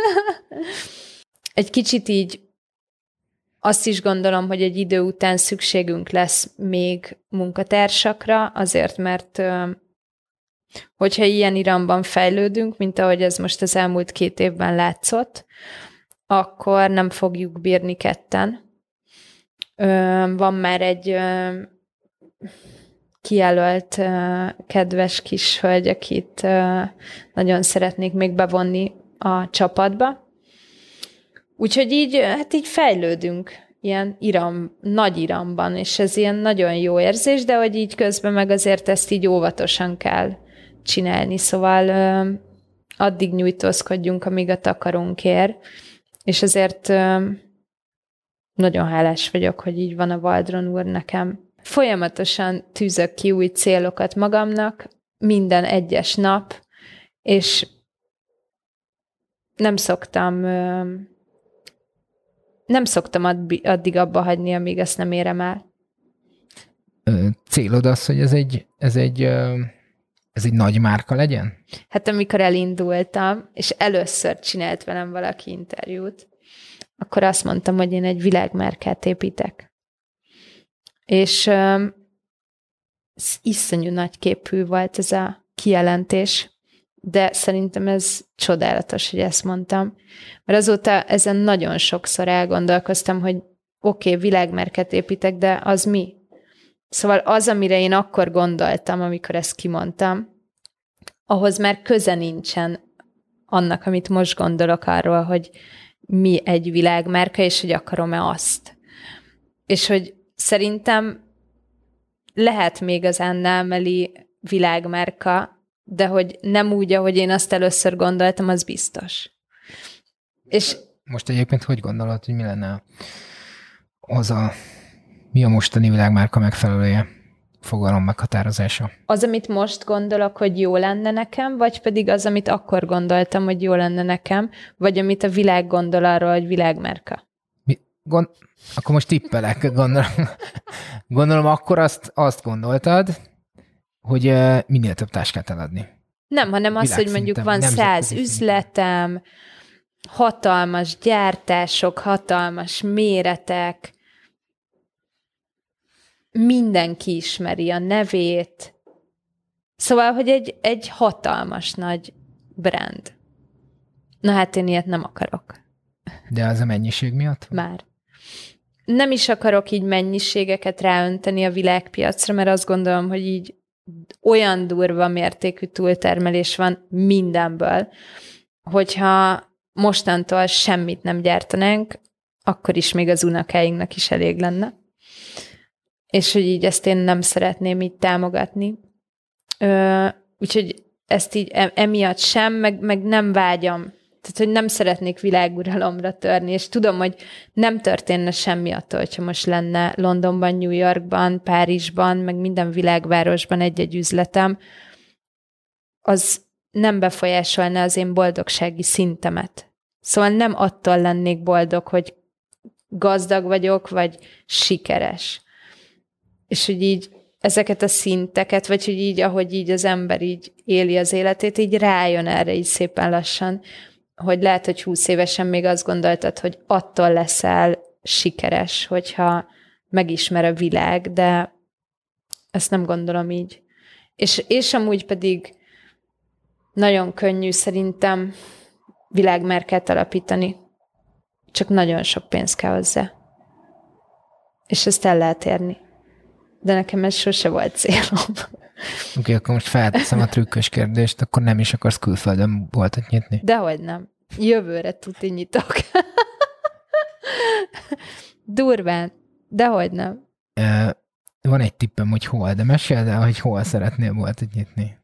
Egy kicsit így azt is gondolom, hogy egy idő után szükségünk lesz még munkatársakra, azért, mert hogyha ilyen iramban fejlődünk, mint ahogy ez most az elmúlt 2 évben látszott, akkor nem fogjuk bírni ketten. Van már egy kijelölt kedves kis hölgy, akit nagyon szeretnék még bevonni a csapatba. Úgyhogy így fejlődünk ilyen nagy iramban, és ez ilyen nagyon jó érzés, de hogy így közben meg azért ezt így óvatosan kell csinálni, szóval addig nyújtózkodjunk, amíg a takarunk ér, és azért nagyon hálás vagyok, hogy így van a Valdron úr nekem. Folyamatosan tűzök ki új célokat magamnak, minden egyes nap, és nem szoktam addig abba hagyni, amíg ezt nem érem el. Célod az, hogy ez egy nagy márka legyen? Hát amikor elindultam, és először csinált velem valaki interjút, akkor azt mondtam, hogy én egy világmárkát építek. És iszonyú nagyképű volt ez a kijelentés, de szerintem ez csodálatos, hogy ezt mondtam. Mert azóta ezen nagyon sokszor elgondolkoztam, hogy oké, világmárkát építek, de az mi? Szóval az, amire én akkor gondoltam, amikor ezt kimondtam, ahhoz már köze nincsen annak, amit most gondolok arról, hogy mi egy világmárka, és hogy akarom-e azt. És hogy szerintem lehet még az Anna Amelie világmárka, de hogy nem úgy, ahogy én azt először gondoltam, az biztos. És most egyébként hogy gondolod, hogy mi lenne mi a mostani világmárka megfelelője, fogalom meghatározása? Az, amit most gondolok, hogy jó lenne nekem, vagy pedig az, amit akkor gondoltam, hogy jó lenne nekem, vagy amit a világ gondol arról, hogy világmárka? akkor most tippelek, gondolom akkor azt gondoltad, hogy minél több táskát eladni. Nem, hanem az, hogy mondjuk van 100 üzletem, hatalmas gyártások, hatalmas méretek, mindenki ismeri a nevét. Szóval, hogy egy hatalmas nagy brand. Na hát én ilyet nem akarok. De az a mennyiség miatt? Már. Nem is akarok így mennyiségeket ráönteni a világpiacra, mert azt gondolom, hogy így olyan durva mértékű túltermelés van mindenből, hogyha mostantól semmit nem gyártanánk, akkor is még az unokáinknak is elég lenne. És hogy így ezt én nem szeretném így támogatni. Úgyhogy ezt így emiatt sem, meg nem vágyam. Tehát, hogy nem szeretnék világuralomra törni, és tudom, hogy nem történne semmi attól, hogyha most lenne Londonban, New Yorkban, Párizsban, meg minden világvárosban egy-egy üzletem, az nem befolyásolna az én boldogsági szintemet. Szóval nem attól lennék boldog, hogy gazdag vagyok, vagy sikeres. És hogy így ezeket a szinteket, vagy hogy így, ahogy így az ember így éli az életét, így rájön erre így szépen lassan, hogy lehet, hogy 20 évesen még azt gondoltad, hogy attól leszel sikeres, hogyha megismer a világ, de ezt nem gondolom így. És amúgy pedig nagyon könnyű szerintem világmárkát alapítani. Csak nagyon sok pénz kell hozzá. És ezt el lehet érni. De nekem ez sose volt célom. Oké, akkor most felteszem a trükkös kérdést, akkor nem is akarsz külföldön boltot nyitni? Dehogy nem. Jövőre tuti nyitok. Durván. Dehogy nem. Van egy tippem, hogy hol, de meséld el, hogy hol szeretnél boltot nyitni.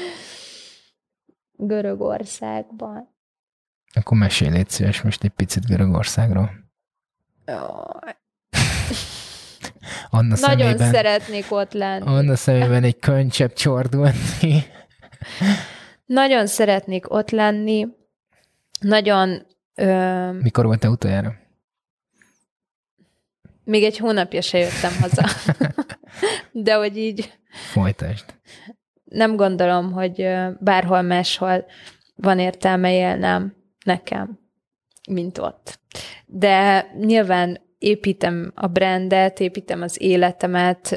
Görögországban. Akkor mesélj, légy szíves most egy picit Görögországról. Anna nagyon szeretnék ott lenni. Anna szemében egy könycsepp csordult ki. Nagyon szeretnék ott lenni. Nagyon... Mikor voltál utoljára? Még egy hónapja se jöttem haza. De hogy így... Folytasd. Nem gondolom, hogy bárhol máshol van értelme élnem nekem, mint ott. De nyilván építem a brandet, építem az életemet,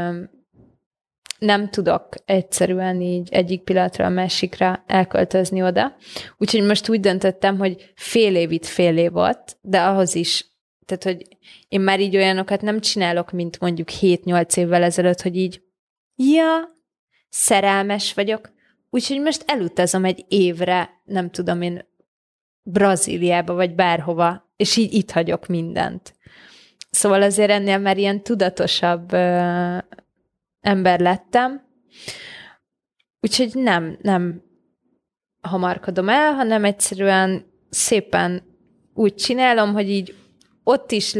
nem tudok egyszerűen így egyik pillanatra a másikra elköltözni oda. Úgyhogy most úgy döntöttem, hogy fél év ott, de ahhoz is, tehát hogy én már így olyanokat nem csinálok, mint mondjuk 7-8 évvel ezelőtt, hogy így, szerelmes vagyok, úgyhogy most elutazom egy évre, nem tudom én, Brazíliába, vagy bárhova, és így itt hagyok mindent. Szóval azért ennél már ilyen tudatosabb ember lettem, úgyhogy nem hamarkodom el, hanem egyszerűen szépen úgy csinálom, hogy így ott is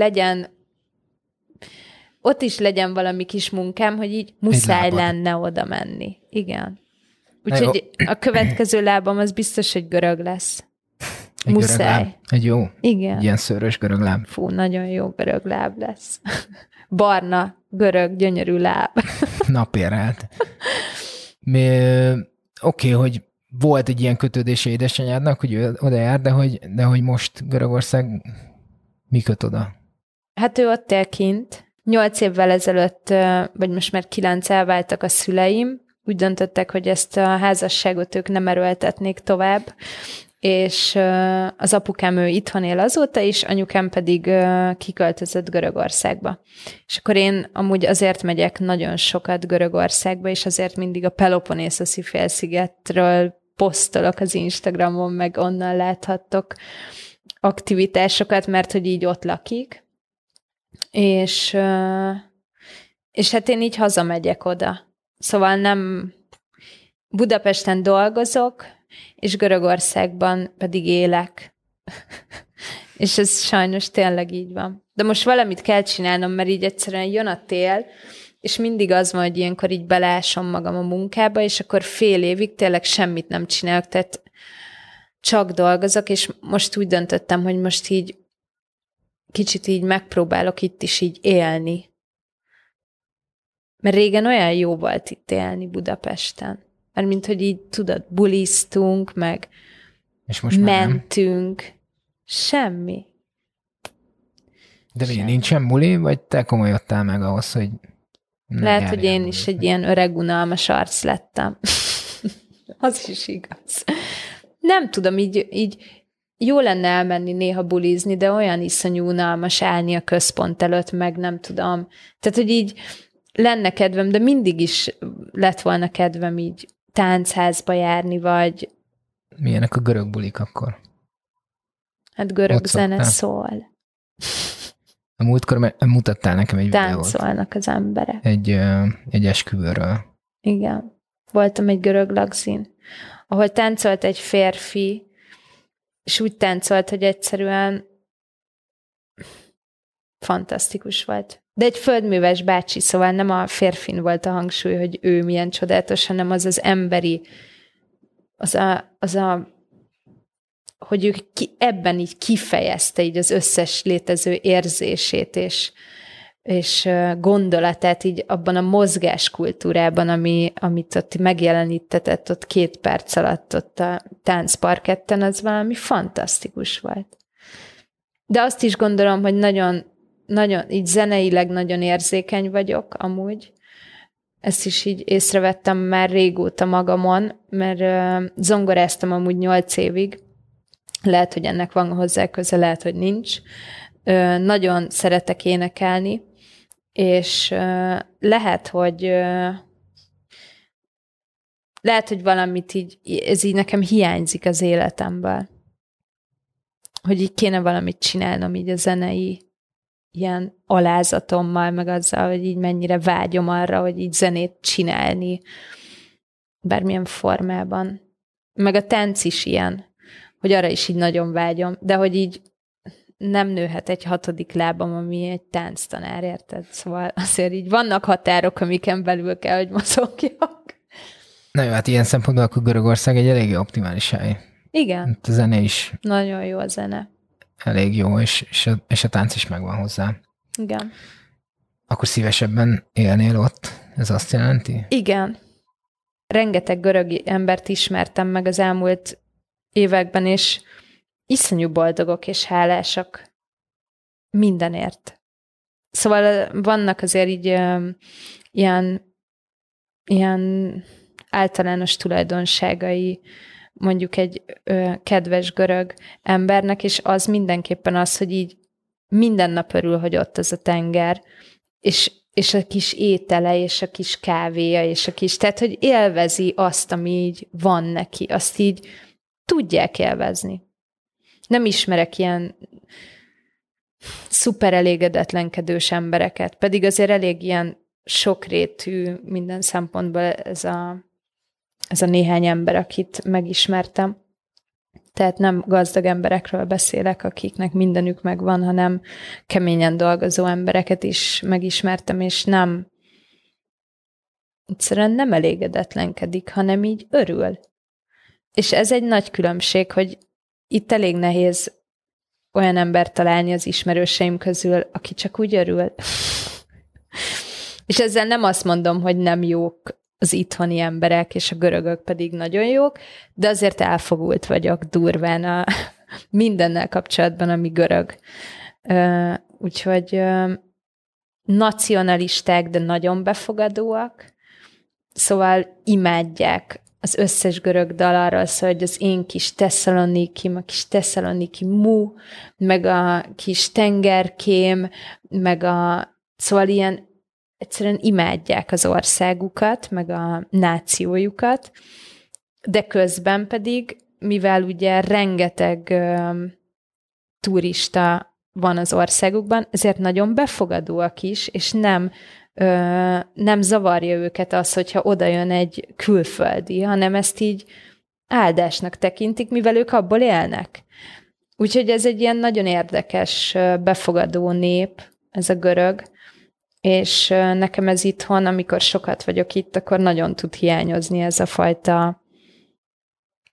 legyen valami kis munkám, hogy így muszáj lenne oda menni. Igen. Úgyhogy a következő lábam az biztos, hogy görög lesz. Egy muszáj. Egy jó? Igen. Egy ilyen szőrös görög láb. Fú, nagyon jó görög láb lesz. Barna, görög, gyönyörű láb. Napérelt. Oké, hogy volt egy ilyen kötődése édesanyádnak, hogy ő oda jár, de hogy most Görögország mi köt oda? Hát ő ott él kint. 8 évvel ezelőtt, vagy most már 9 elváltak a szüleim. Úgy döntöttek, hogy ezt a házasságot ők nem erőltetnék tovább, és az apukám ő itthon él azóta is, anyukám pedig kiköltözött Görögországba. És akkor én amúgy azért megyek nagyon sokat Görögországba, és azért mindig a Peloponnészoszi félszigetről posztolok az Instagramon, meg onnan láthattok aktivitásokat, mert hogy így ott lakik. És hát én így hazamegyek oda. Szóval nem Budapesten dolgozok, és Görögországban pedig élek. És ez sajnos tényleg így van. De most valamit kell csinálnom, mert így egyszerűen jön a tél, és mindig az van, hogy ilyenkor így belásom magam a munkába, és akkor fél évig tényleg semmit nem csinálok, tehát csak dolgozok, és most úgy döntöttem, hogy most így kicsit így megpróbálok itt is így élni. Mert régen olyan jó volt itt élni Budapesten. Mert mint hogy így, tudod, buliztunk, meg és most mentünk. Semmi. De mi, nincsen buli, vagy te komolyodtál meg ahhoz, hogy... Lehet, hogy én is egy ilyen öreg, unalmas arc lettem. Az is igaz. Nem tudom, így jó lenne elmenni néha bulizni, de olyan iszonyú unalmas állni a központ előtt, meg nem tudom. Tehát, hogy így lenne kedvem, de mindig is lett volna kedvem így táncházba járni, vagy... Milyenek a görög bulik akkor? Hát görög zene szól. A múltkor mutattál nekem egy videót. Táncolnak az emberek. Egy esküvőről. Igen. Voltam egy görög lagzin, ahol táncolt egy férfi, és úgy táncolt, hogy egyszerűen fantasztikus volt. De egy földműves bácsi, szóval nem a férfin volt a hangsúly, hogy ő milyen csodálatos, hanem az emberi, hogy ő ebben így kifejezte így az összes létező érzését, és gondolatát így abban a mozgáskultúrában, amit ott megjelenítetett ott 2 perc alatt ott a táncparketten, az valami fantasztikus volt. De azt is gondolom, hogy nagyon, nagyon, így zeneileg nagyon érzékeny vagyok amúgy. Ezt is így észrevettem már régóta magamon, mert zongoráztam amúgy 8 évig. Lehet, hogy ennek van hozzá köze, lehet, hogy nincs. Nagyon szeretek énekelni, és lehet, hogy valamit így, ez így nekem hiányzik az életemből. Hogy így kéne valamit csinálnom így a zenei ilyen alázatommal, meg azzal, hogy így mennyire vágyom arra, hogy így zenét csinálni bármilyen formában. Meg a tánc is ilyen, hogy arra is így nagyon vágyom, de hogy így nem nőhet egy 6. lábam, ami egy tánctanár, érted? Szóval azért így vannak határok, amiken belül kell, hogy mozogjak. Na jó, hát ilyen szempontból akkor Görögország egy eléggé optimális hely. Igen. A zene is. Nagyon jó a zene. Elég jó, és a tánc is megvan hozzá. Igen. Akkor szívesebben élnél ott? Ez azt jelenti? Igen. Rengeteg görög embert ismertem meg az elmúlt években, és iszonyú boldogok és hálásak mindenért. Szóval vannak azért így ilyen általános tulajdonságai mondjuk egy kedves görög embernek, és az mindenképpen az, hogy így minden nap örül, hogy ott az a tenger, és a kis étele, és a kis kávéja, és a kis... Tehát, hogy élvezi azt, ami így van neki, azt így tudják élvezni. Nem ismerek ilyen szuper elégedetlenkedős embereket, pedig azért elég ilyen sokrétű minden szempontból ez a néhány ember, akit megismertem. Tehát nem gazdag emberekről beszélek, akiknek mindenük megvan, hanem keményen dolgozó embereket is megismertem, és egyszerűen nem elégedetlenkedik, hanem így örül. És ez egy nagy különbség, hogy itt elég nehéz olyan embert találni az ismerőseim közül, aki csak úgy örül. És ezzel nem azt mondom, hogy nem jók az itthoni emberek, és a görögök pedig nagyon jók, de azért elfogult vagyok durván a mindennel kapcsolatban, ami görög. Úgyhogy nacionalisták, de nagyon befogadóak, szóval imádják az összes görög dal arról szól, hogy az én kis Tesszalonikim, a kis Tesszaloniki mu, meg a kis tengerkém, szóval ilyen egyszerűen imádják az országukat, meg a nációjukat, de közben pedig, mivel ugye rengeteg turista van az országukban, ezért nagyon befogadóak is, és nem zavarja őket az, hogyha oda jön egy külföldi, hanem ezt így áldásnak tekintik, mivel ők abból élnek. Úgyhogy ez egy ilyen nagyon érdekes, befogadó nép, ez a görög, és nekem ez itthon, amikor sokat vagyok itt, akkor nagyon tud hiányozni ez a fajta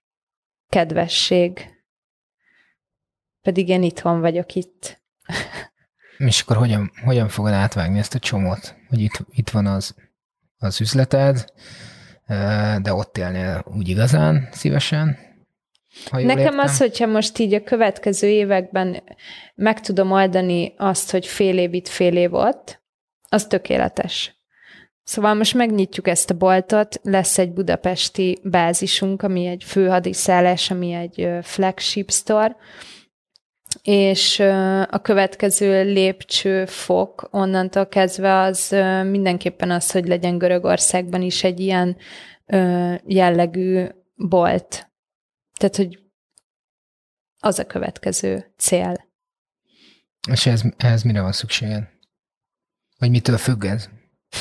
kedvesség. Pedig én itthon vagyok itt. És akkor hogyan fogod átvágni ezt a csomót? Hogy itt van az üzleted, de ott élnél úgy igazán szívesen? Nekem értem. Az, hogyha most így a következő években meg tudom oldani azt, hogy fél év itt, fél év ott, az tökéletes. Szóval most megnyitjuk ezt a boltot, lesz egy budapesti bázisunk, ami egy főhadiszállás, ami egy flagship store, és a következő lépcsőfok onnantól kezdve az mindenképpen az, hogy legyen Görögországban is egy ilyen jellegű bolt. Tehát, hogy az a következő cél. És ehhez mire van szükséged? Vagy mitől függ ez?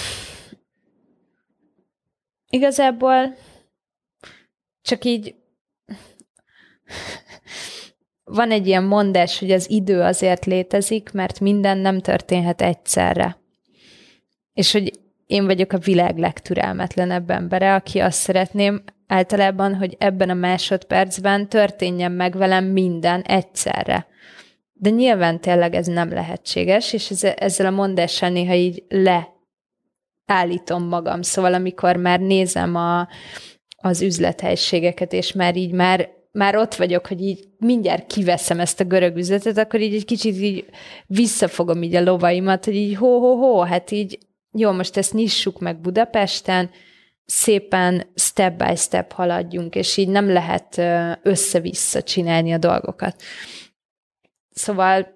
Igazából csak így van egy ilyen mondás, hogy az idő azért létezik, mert minden nem történhet egyszerre. És hogy én vagyok a világ legtürelmetlenebb embere, aki azt szeretném általában, hogy ebben a másodpercben történjen meg velem minden egyszerre. De nyilván tényleg ez nem lehetséges, és ezzel a mondással néha így leállítom magam. Szóval amikor már nézem az üzlethelyiségeket, és már ott vagyok, hogy így mindjárt kiveszem ezt a görög üzletet, akkor így egy kicsit így visszafogom így a lovaimat, hogy így hát így jó, most ezt nyissuk meg Budapesten, szépen step by step haladjunk, és így nem lehet össze-vissza csinálni a dolgokat. Szóval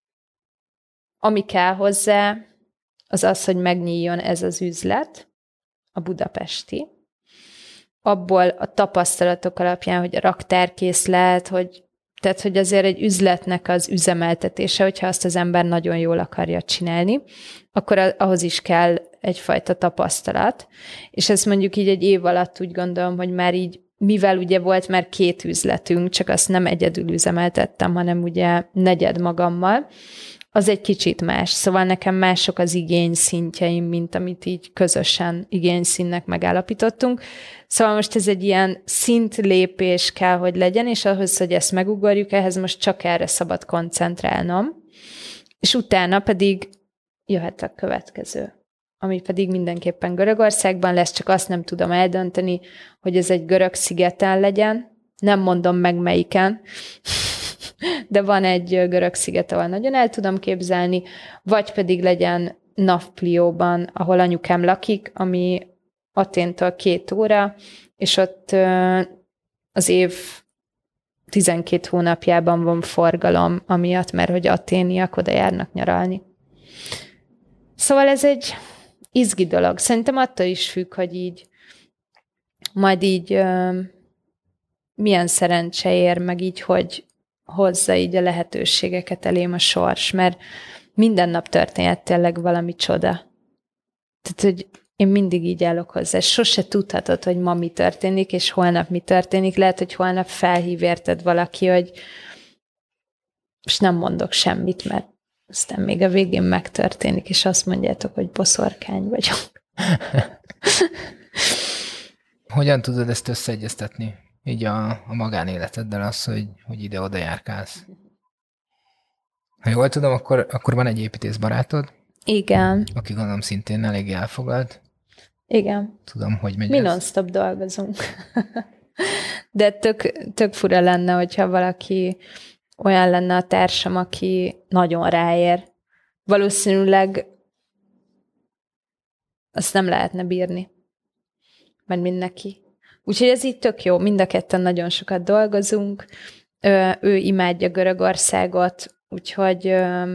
ami kell hozzá, az az, hogy megnyíljon ez az üzlet, a budapesti, abból a tapasztalatok alapján, hogy a raktárkészlet, tehát, hogy azért egy üzletnek az üzemeltetése, hogyha azt az ember nagyon jól akarja csinálni, akkor ahhoz is kell egyfajta tapasztalat. És ezt mondjuk így egy év alatt úgy gondolom, hogy már így, mivel ugye volt már 2 üzletünk, csak azt nem egyedül üzemeltettem, hanem ugye negyed magammal, az egy kicsit más. Szóval nekem mások az igényszintjeim, mint amit így közösen igényszínnek megállapítottunk. Szóval most ez egy ilyen szintlépés kell, hogy legyen, és ahhoz, hogy ezt megugorjuk, ehhez most csak erre szabad koncentrálnom. És utána pedig jöhet a következő, ami pedig mindenképpen Görögországban lesz, csak azt nem tudom eldönteni, hogy ez egy görög szigeten legyen. Nem mondom meg melyiken, de van egy görög sziget, ahol nagyon el tudom képzelni, vagy pedig legyen Nafplióban, ahol anyukám lakik, ami Athéntól 2 óra, és ott az év 12 hónapjában van forgalom, amiatt, mert hogy athéniak oda járnak nyaralni. Szóval ez egy izgi dolog. Szerintem attól is függ, hogy így majd így milyen szerencse ér, meg így, hogy hozza így a lehetőségeket elém a sors, mert minden nap történhet tényleg valami csoda. Tehát, hogy én mindig így állok hozzá. Sose tudhatod, hogy ma mi történik, és holnap mi történik. Lehet, hogy holnap felhív érted valaki, hogy és nem mondok semmit, mert aztán még a végén megtörténik, és azt mondjátok, hogy boszorkány vagyok. Hogyan tudod ezt összeegyeztetni? Így a magánéleteddel az, hogy ide-oda járkálsz. Ha jól tudom, akkor van egy építészbarátod. Igen. Aki gondolom szintén elég elfoglalt. Igen. Tudom, hogy megy mi non-stop dolgozunk. De tök fura lenne, hogyha valaki olyan lenne a társam, aki nagyon ráér. Valószínűleg azt nem lehetne bírni. Mert mindenki. Úgyhogy ez így tök jó. Mind a ketten nagyon sokat dolgozunk. Ő imádja Görögországot, úgyhogy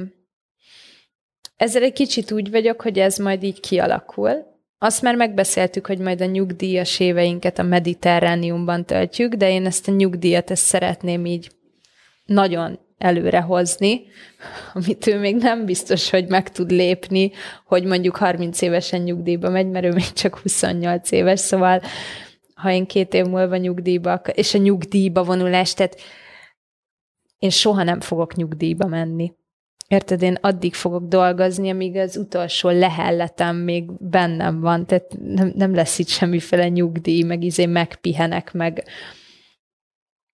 ezzel egy kicsit úgy vagyok, hogy ez majd így kialakul. Azt már megbeszéltük, hogy majd a nyugdíjas éveinket a Mediterrániumban töltjük, de én ezt a nyugdíjat szeretném így nagyon előre hozni, amit ő még nem biztos, hogy meg tud lépni, hogy mondjuk 30 évesen nyugdíjba megy, mert ő még csak 28 éves, szóval ha én 2 év múlva nyugdíjba, és a nyugdíjba vonulás, tehát én soha nem fogok nyugdíjba menni. Érted, én addig fogok dolgozni, amíg az utolsó lehelletem még bennem van, tehát nem lesz itt semmiféle nyugdíj, meg megpihenek, meg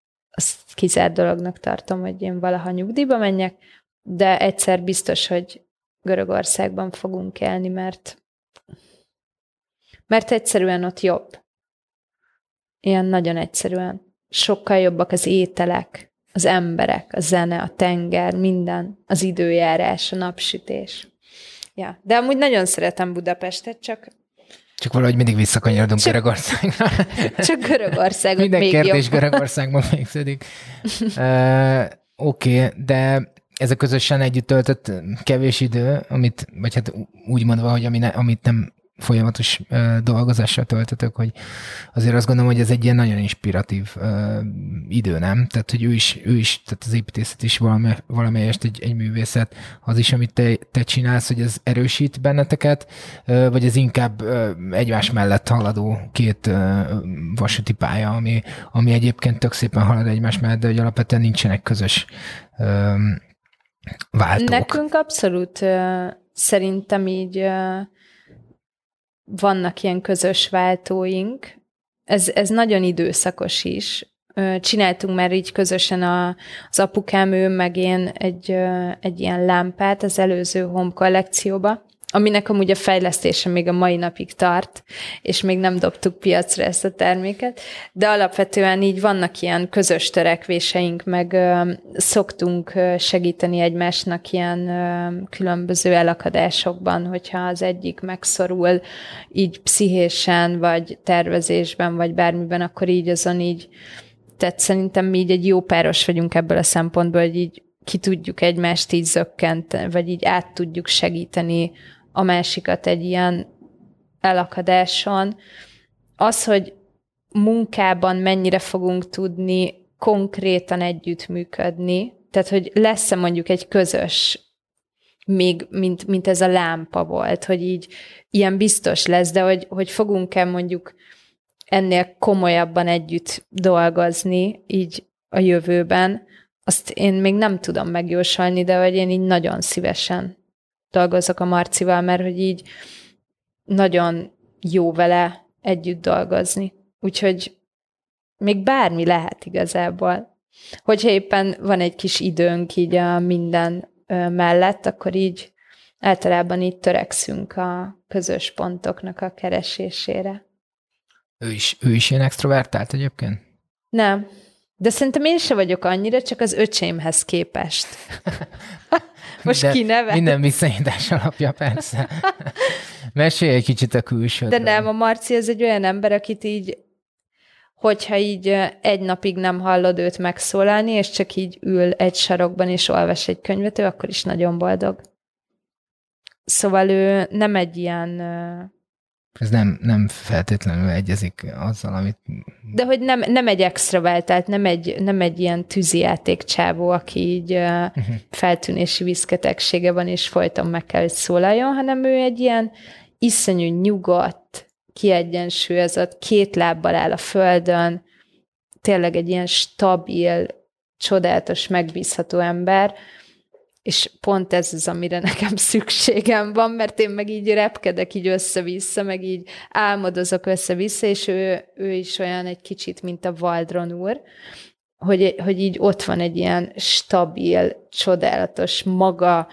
azt kizárt dolognak tartom, hogy én valaha nyugdíjba menjek, de egyszer biztos, hogy Görögországban fogunk élni, mert egyszerűen ott jobb. Ilyen nagyon egyszerűen. Sokkal jobbak az ételek, az emberek, a zene, a tenger, minden, az időjárás, a napsütés. Ja. De amúgy nagyon szeretem Budapestet, csak valahogy mindig visszakanyarodunk Görögországra. Csak Görögországot minden még kérdés jobb. Görögországban végződik. Oké, de ez a közösen együtt töltött kevés idő, vagy hát úgy mondva, hogy amit nem folyamatos dolgozással töltötök, hogy azért azt gondolom, hogy ez egy ilyen nagyon inspiratív idő, nem? Tehát, hogy ő is, tehát az építészet is valamelyest egy művészet, az is, amit te csinálsz, hogy ez erősít benneteket, vagy ez inkább egymás mellett haladó két vasúti pálya, ami egyébként tök szépen halad egymás mellett, de hogy alapvetően nincsenek közös váltók. Nekünk abszolút szerintem így vannak ilyen közös váltóink. Ez nagyon időszakos is. Csináltunk már így közösen az apukám, ő meg én egy ilyen lámpát az előző Home kollekcióba, aminek amúgy a fejlesztése még a mai napig tart, és még nem dobtuk piacra ezt a terméket, de alapvetően így vannak ilyen közös törekvéseink, meg szoktunk segíteni egymásnak ilyen különböző elakadásokban, hogyha az egyik megszorul így pszichésen, vagy tervezésben, vagy bármiben, akkor így azon így, tehát szerintem mi így egy jó páros vagyunk ebből a szempontból, hogy így ki tudjuk egymást így zökkenteni, vagy így át tudjuk segíteni a másikat egy ilyen elakadáson. Az, hogy munkában mennyire fogunk tudni konkrétan együttműködni, tehát, hogy lesz-e mondjuk egy közös, még mint ez a lámpa volt, hogy így ilyen biztos lesz, de hogy fogunk-e mondjuk ennél komolyabban együtt dolgozni így a jövőben, azt én még nem tudom megjósolni, de hogy én így nagyon szívesen dolgozok a Marcival, mert hogy így nagyon jó vele együtt dolgozni. Úgyhogy még bármi lehet igazából. Hogyha éppen van egy kis időnk így a minden mellett, akkor így általában így törekszünk a közös pontoknak a keresésére. Ő is ilyen extrovertált egyébként? Nem. De szerintem én se vagyok annyira, csak az öcsémhez képest. Most kinevet? Minden viszonyítás alapja, persze. Mesélj egy kicsit a külsődről. De nem, a Marci az egy olyan ember, akit így, hogyha így egy napig nem hallod őt megszólalni, és csak így ül egy sarokban, és olvas egy könyvet, ő akkor is nagyon Szóval ő nem egy ilyen... Ez nem feltétlenül egyezik azzal, amit... De hogy nem egy extravertált, nem egy ilyen tűzijátékcsávó, aki így feltűnési viszketegsége van, és folyton meg kell, hogy szólaljon, hanem ő egy ilyen iszonyú nyugodt, kiegyensúlyozott, két lábbal áll a földön, tényleg egy ilyen stabil, csodálatos, megbízható ember, és pont ez az, amire nekem szükségem van, mert én meg így repkedek így össze-vissza, meg így álmodozok össze-vissza, és ő is olyan egy kicsit, mint a Waldron úr, hogy így ott van egy ilyen stabil, csodálatos maga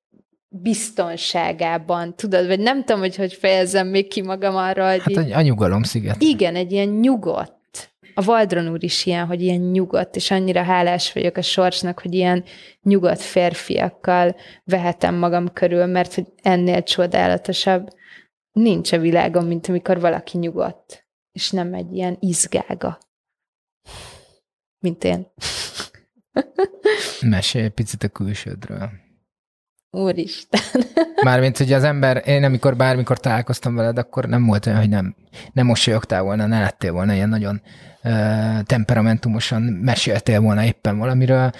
biztonságában, tudod, vagy nem tudom, hogy fejezzem még ki magam arra, hogy... Hát így, a nyugalom sziget. Igen, egy ilyen nyugodt. A Waldron úr is ilyen, hogy ilyen nyugodt, és annyira hálás vagyok a sorsnak, hogy ilyen nyugodt férfiakkal vehetem magam körül, mert hogy ennél csodálatosabb nincs a világon, mint amikor valaki nyugodt, és nem egy ilyen izgága, mint én. Mesélj egy picit a külsődről. Úristen. Mármint, hogy az ember, én amikor bármikor találkoztam veled, akkor nem volt olyan, hogy nem mosolyogtál volna, ne lettél volna ilyen nagyon temperamentumosan, meséltél volna éppen valamiről.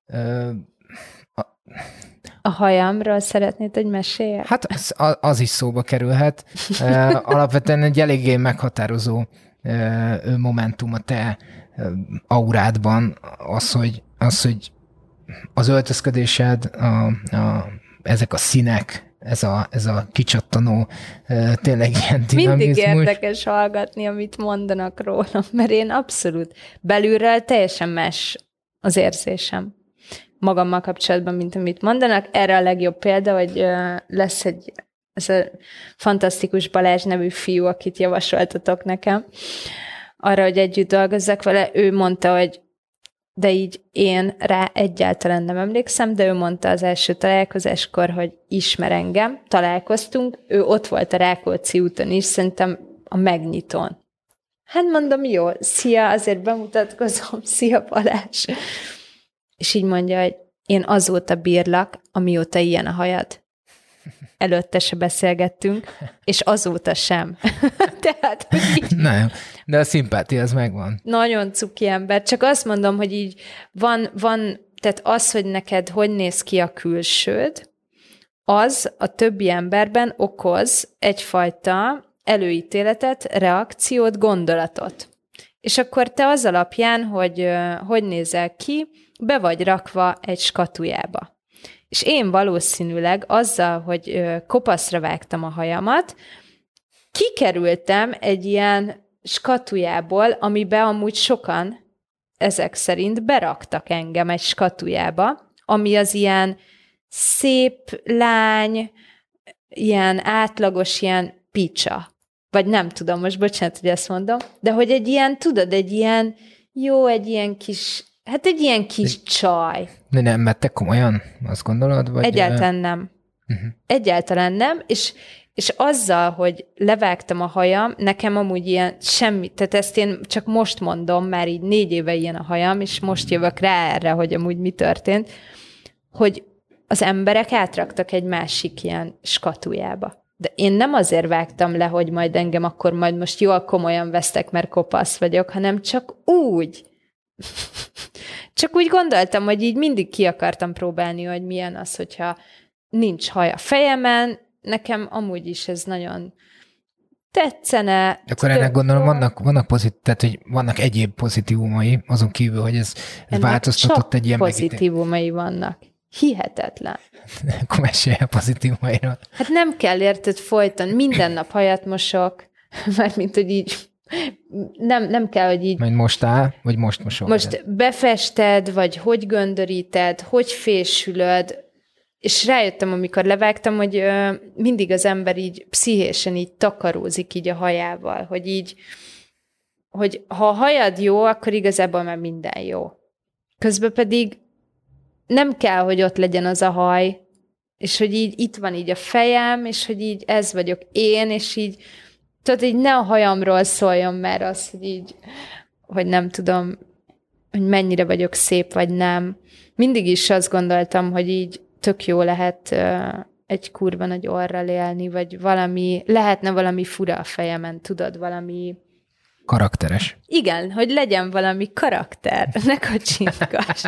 A hajamról szeretnéd, hogy meséljek? Hát az is szóba kerülhet. Alapvetően egy eléggé meghatározó momentum a te aurádban az, hogy az öltözködésed, ezek a színek, ez a kicsattanó, tényleg ilyen dinamizmus. Mindig érdekes hallgatni, amit mondanak rólam, mert én abszolút belülről teljesen más az érzésem. magammal kapcsolatban, mint amit mondanak. Erre a legjobb példa, hogy lesz ez a fantasztikus Balázs nevű fiú, akit javasoltatok nekem, arra, hogy együtt dolgozzak vele. Ő mondta, hogy de így én rá egyáltalán nem emlékszem, de ő mondta az első találkozáskor, hogy ismer engem, találkoztunk, ő ott volt a Rákóczi úton is, szerintem a megnyitón. Hát mondom, jó, szia, azért bemutatkozom, szia Balázs. És így mondja, hogy én azóta bírlak, amióta ilyen a hajad. Előtte se beszélgettünk, és azóta sem. Tehát, hogy így... Nem, de a szimpátia az megvan. Nagyon cuki ember. Csak azt mondom, hogy így van, tehát az, hogy neked hogy néz ki a külsőd, az a többi emberben okoz egyfajta előítéletet, reakciót, gondolatot. És akkor te az alapján, hogy nézel ki, be vagy rakva egy skatujába. És én valószínűleg azzal, hogy kopaszra vágtam a hajamat, kikerültem egy ilyen skatujából, amiben amúgy sokan ezek szerint beraktak engem egy skatujába, ami az ilyen szép lány, ilyen átlagos, ilyen picsa. Vagy nem tudom, most bocsánat, hogy ezt mondom, de hogy egy ilyen, tudod, egy ilyen jó, egy ilyen kis csaj. De nem vettek komolyan, azt gondolod? Vagy egyáltalán nem. Egyáltalán nem, és azzal, hogy levágtam a hajam, nekem amúgy ilyen semmi, tehát ezt én csak most mondom, már így 4 éve ilyen a hajam, és most jövök rá erre, hogy amúgy mi történt, hogy az emberek átraktak egy másik ilyen skatujába. De én nem azért vágtam le, hogy majd engem akkor majd most jól komolyan vesztek, mert kopasz vagyok, hanem csak úgy. Csak úgy gondoltam, hogy így mindig ki akartam próbálni, hogy milyen az, hogyha nincs haj a fejemen. Nekem amúgy is ez nagyon tetszene. Akkor ennek gondolom vannak pozitív, tehát hogy vannak egyéb pozitívumai, azon kívül, hogy ez változtatott egy ilyen pozitívumai vannak. Hihetetlen. Akkor mesélj a pozitívumaira. Hát nem kell érted folyton, minden nap hajat mosok, mert mint hogy így nem kell, hogy így... Majd mostál, vagy most mosol? Most befested, vagy hogy göndöríted, hogy fésülöd, és rájöttem, amikor levágtam, hogy mindig az ember így pszichésen így takarózik így a hajával, hogy így, hogy ha a hajad jó, akkor igazából már minden jó. Közben pedig nem kell, hogy ott legyen az a haj, és hogy így itt van így a fejem, és hogy így ez vagyok én, és így tudod, így ne a hajamról szóljon már az, hogy így, hogy nem tudom, hogy mennyire vagyok szép, vagy nem. Mindig is azt gondoltam, hogy így tök jó lehet egy kurva nagy orrral élni, vagy lehetne valami fura a fejemen, tudod, valami... Karakteres. Igen, hogy legyen valami karakter, ne kacsingass.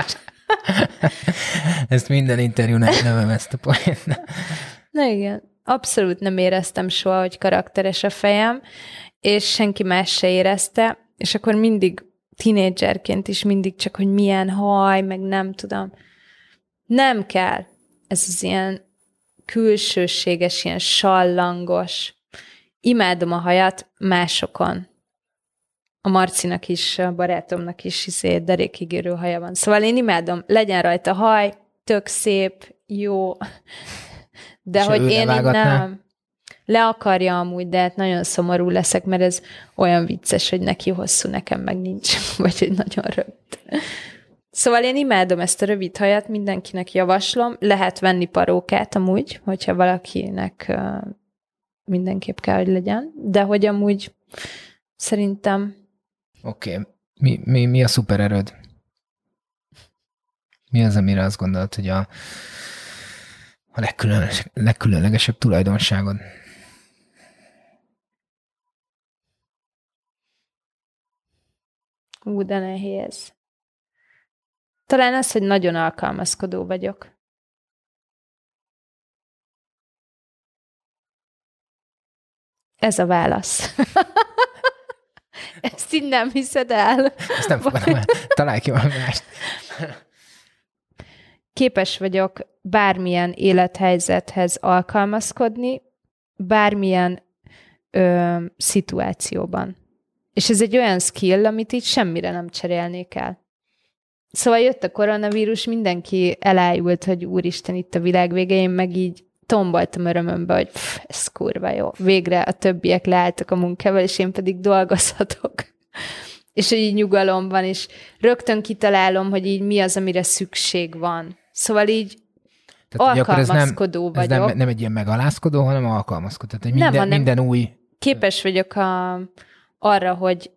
Ezt minden interjúnál nevem ezt a poént. Na igen, abszolút nem éreztem soha, hogy karakteres a fejem, és senki más se érezte, és akkor mindig tínédzserként is mindig csak, hogy milyen haj, meg nem tudom. Nem kell. Ez az ilyen külsőséges, ilyen sallangos. Imádom a hajat másokon. A Marcinak is, a barátomnak is derékigérő haja van. Szóval én imádom, legyen rajta haj, tök szép, jó, de és hogy én nem. Le akarja amúgy, de hát nagyon szomorú leszek, mert ez olyan vicces, hogy neki hosszú, nekem meg nincs, vagy hogy nagyon rövid. Szóval én imádom ezt a rövid hajat, mindenkinek javaslom. Lehet venni parókát amúgy, hogyha valakinek mindenképp kell, hogy legyen, de hogy amúgy szerintem... Oké. Mi a szupererőd? Mi az, amire azt gondolod, hogy a legkülönlegesebb tulajdonságod? De nehéz. Talán az, hogy nagyon alkalmazkodó vagyok. Ez a válasz. Ezt így nem hiszed el. Ezt nem fogadom el. Találj ki valami mást. Képes vagyok bármilyen élethelyzethez alkalmazkodni, bármilyen szituációban. És ez egy olyan skill, amit így semmire nem cserélnék el. Szóval jött a koronavírus, mindenki elájult, hogy úristen, itt a világ vége, én meg így tomboltam örömömbe, hogy ez kurva jó. Végre a többiek leálltak a munkával, és én pedig dolgozhatok. És így nyugalom van, és rögtön kitalálom, hogy így mi az, amire szükség van. Szóval így tehát, alkalmazkodó vagyok. Ez nem egy ilyen megalázkodó, hanem alkalmazkodó. Tehát minden új... Képes vagyok arra, hogy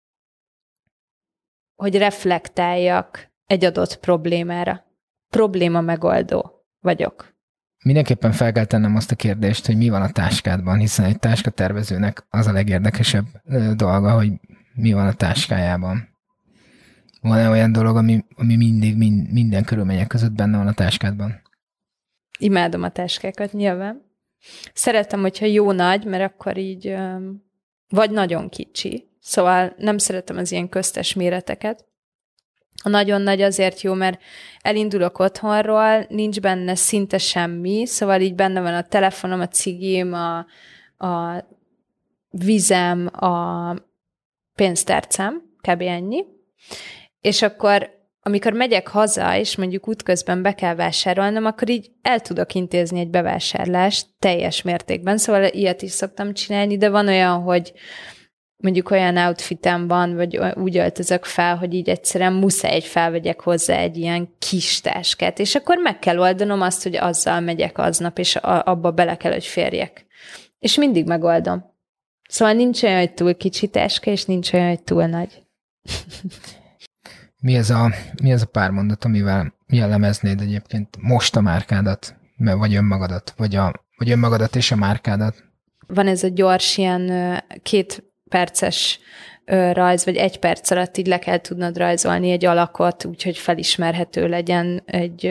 reflektáljak egy adott problémára. Probléma megoldó vagyok. Mindenképpen fel kell tennem azt a kérdést, hogy mi van a táskádban, hiszen egy táskatervezőnek az a legérdekesebb dolga, hogy mi van a táskájában. Van-e olyan dolog, ami mindig minden körülmények között benne van a táskádban? Imádom a táskákat, nyilván. Szeretem, hogyha jó nagy, mert akkor így, vagy nagyon kicsi. Szóval nem szeretem az ilyen köztes méreteket. A nagyon nagy azért jó, mert elindulok otthonról, nincs benne szinte semmi, szóval így benne van a telefonom, a cigim, a vizem, a pénztárcám, kb. Ennyi. És akkor, amikor megyek haza, és mondjuk útközben be kell vásárolnom, akkor így el tudok intézni egy bevásárlást teljes mértékben, szóval ilyet is szoktam csinálni, de van olyan, hogy mondjuk olyan outfitem van, vagy úgy öltözök fel, hogy így egyszerűen muszáj felvegyek hozzá egy ilyen kis táskát, és akkor meg kell oldanom azt, hogy azzal megyek aznap, és abba bele kell, hogy férjek. És mindig megoldom. Szóval nincs olyan, hogy túl kicsi táska, és nincs olyan, hogy túl nagy. Mi ez a pár mondat, amivel jellemeznéd egyébként most a márkádat, vagy önmagadat, vagy önmagadat és a márkádat? Van ez a gyors ilyen 2 perces rajz, vagy 1 perc alatt így le kell tudnod rajzolni egy alakot, úgyhogy felismerhető legyen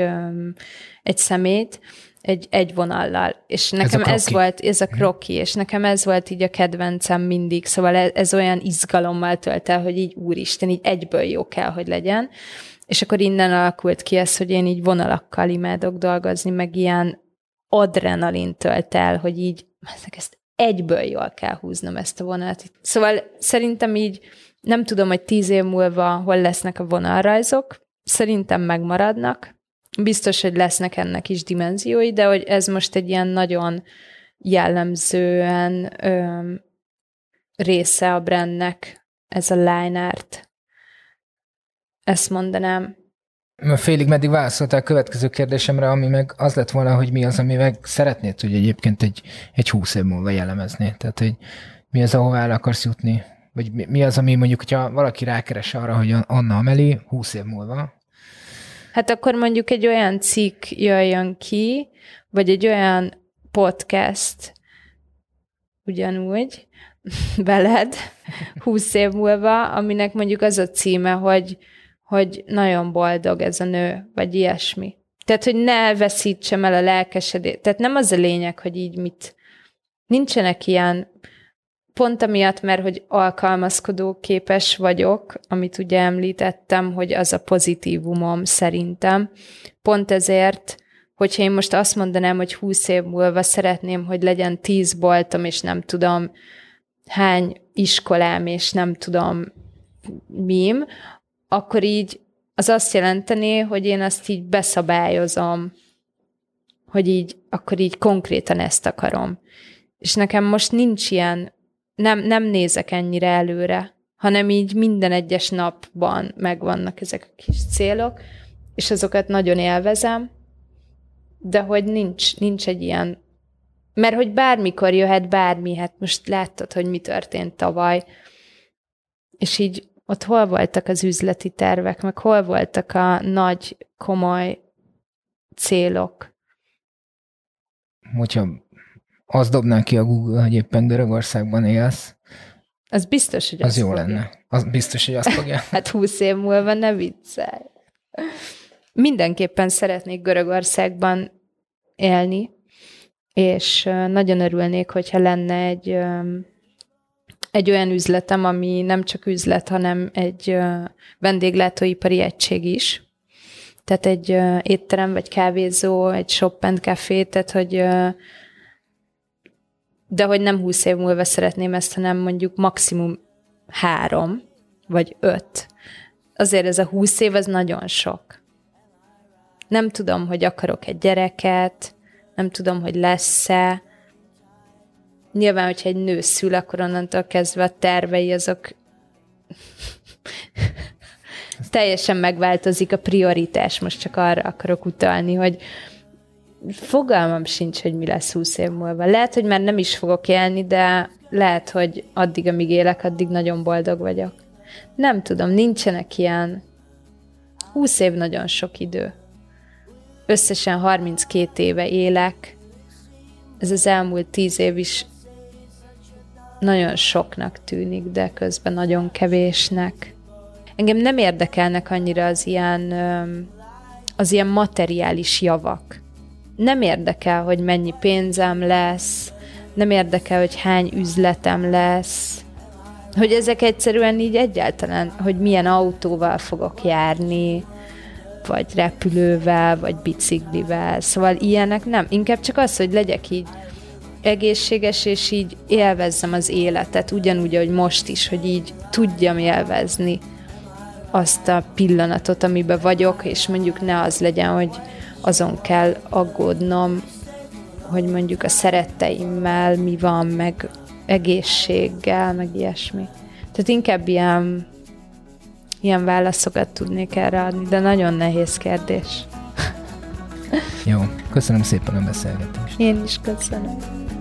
egy szemét, egy vonallal. És nekem ez volt, ez a kroki, és nekem ez volt így a kedvencem mindig, szóval ez olyan izgalommal tölt el, hogy így úristen, így egyből jó kell, hogy legyen. És akkor innen alakult ki ez, hogy én így vonalakkal imádok dolgozni, meg ilyen adrenalin tölt el, hogy így ezt egyből jól kell húznom ezt a vonalat. Szóval szerintem így nem tudom, hogy 10 év múlva hol lesznek a vonalrajzok, szerintem megmaradnak. Biztos, hogy lesznek ennek is dimenziói, de hogy ez most egy ilyen nagyon jellemzően része a brandnek, ez a line art. Ezt mondanám. Félig meddig válaszoltál a következő kérdésemre, ami meg az lett volna, hogy mi az, ami meg szeretnéd, hogy egyébként egy 20 év múlva jellemezni. Tehát, hogy mi az, ahová el akarsz jutni? Vagy mi az, ami mondjuk, hogyha valaki rákeres arra, hogy Anna Amélie 20 év múlva. Hát akkor mondjuk egy olyan cikk jöjjön ki, vagy egy olyan podcast, ugyanúgy, veled 20 év múlva, aminek mondjuk az a címe, hogy nagyon boldog ez a nő, vagy ilyesmi. Tehát, hogy ne veszítsem el a lelkesedést. Tehát nem az a lényeg, hogy így mit. Nincsenek ilyen, pont amiatt, mert hogy alkalmazkodó képes vagyok, amit ugye említettem, hogy az a pozitívumom szerintem. Pont ezért, hogyha én most azt mondanám, hogy 20 év múlva szeretném, hogy legyen 10 boltom, és nem tudom hány iskolám, és nem tudom mim, akkor így az azt jelentené, hogy én azt így beszabályozom, hogy így, akkor így konkrétan ezt akarom. És nekem most nincs ilyen, nem nézek ennyire előre, hanem így minden egyes napban megvannak ezek a kis célok, és azokat nagyon élvezem, de hogy nincs egy ilyen, mert hogy bármikor jöhet bármi, hát most láttad, hogy mi történt tavaly, és így ott hol voltak az üzleti tervek, meg hol voltak a nagy, komoly célok. Hogyha azt dobnánk ki a Google, hogy éppen Görögországban élsz, az biztos, hogy az jó fogja. Lenne. Az biztos, hogy azt fogja. Hát 20 év múlva ne viccelj. Mindenképpen szeretnék Görögországban élni, és nagyon örülnék, hogyha lenne egy olyan üzletem, ami nem csak üzlet, hanem egy vendéglátóipari egység is. Tehát egy étterem, vagy kávézó, egy shop and café, tehát hogy de hogy nem 20 év múlva szeretném ezt, hanem mondjuk maximum 3 vagy 5. azért ez a 20 év az nagyon sok. Nem tudom, hogy akarok egy gyereket, nem tudom, hogy lesz-e. Nyilván, hogyha egy nő szül, akkor onnantól kezdve a tervei azok teljesen megváltozik a prioritás. Most csak arra akarok utalni, hogy fogalmam sincs, hogy mi lesz 20 év múlva. Lehet, hogy már nem is fogok élni, de lehet, hogy addig, amíg élek, addig nagyon boldog vagyok. Nem tudom, nincsenek ilyen. 20 év nagyon sok idő. Összesen 32 éve élek. Ez az elmúlt 10 év is nagyon soknak tűnik, de közben nagyon kevésnek. Engem nem érdekelnek annyira az ilyen materiális javak. Nem érdekel, hogy mennyi pénzem lesz, nem érdekel, hogy hány üzletem lesz, hogy ezek egyszerűen így egyáltalán, hogy milyen autóval fogok járni, vagy repülővel, vagy biciklivel. Szóval ilyenek nem. Inkább csak az, hogy legyek így egészséges, és így élvezzem az életet, ugyanúgy, ahogy most is, hogy így tudjam élvezni azt a pillanatot, amiben vagyok, és mondjuk ne az legyen, hogy azon kell aggódnom, hogy mondjuk a szeretteimmel mi van, meg egészséggel, meg ilyesmi. Tehát inkább ilyen válaszokat tudnék erre adni, de nagyon nehéz kérdés. Jó, köszönöm szépen a beszélgetést. Én is köszönöm.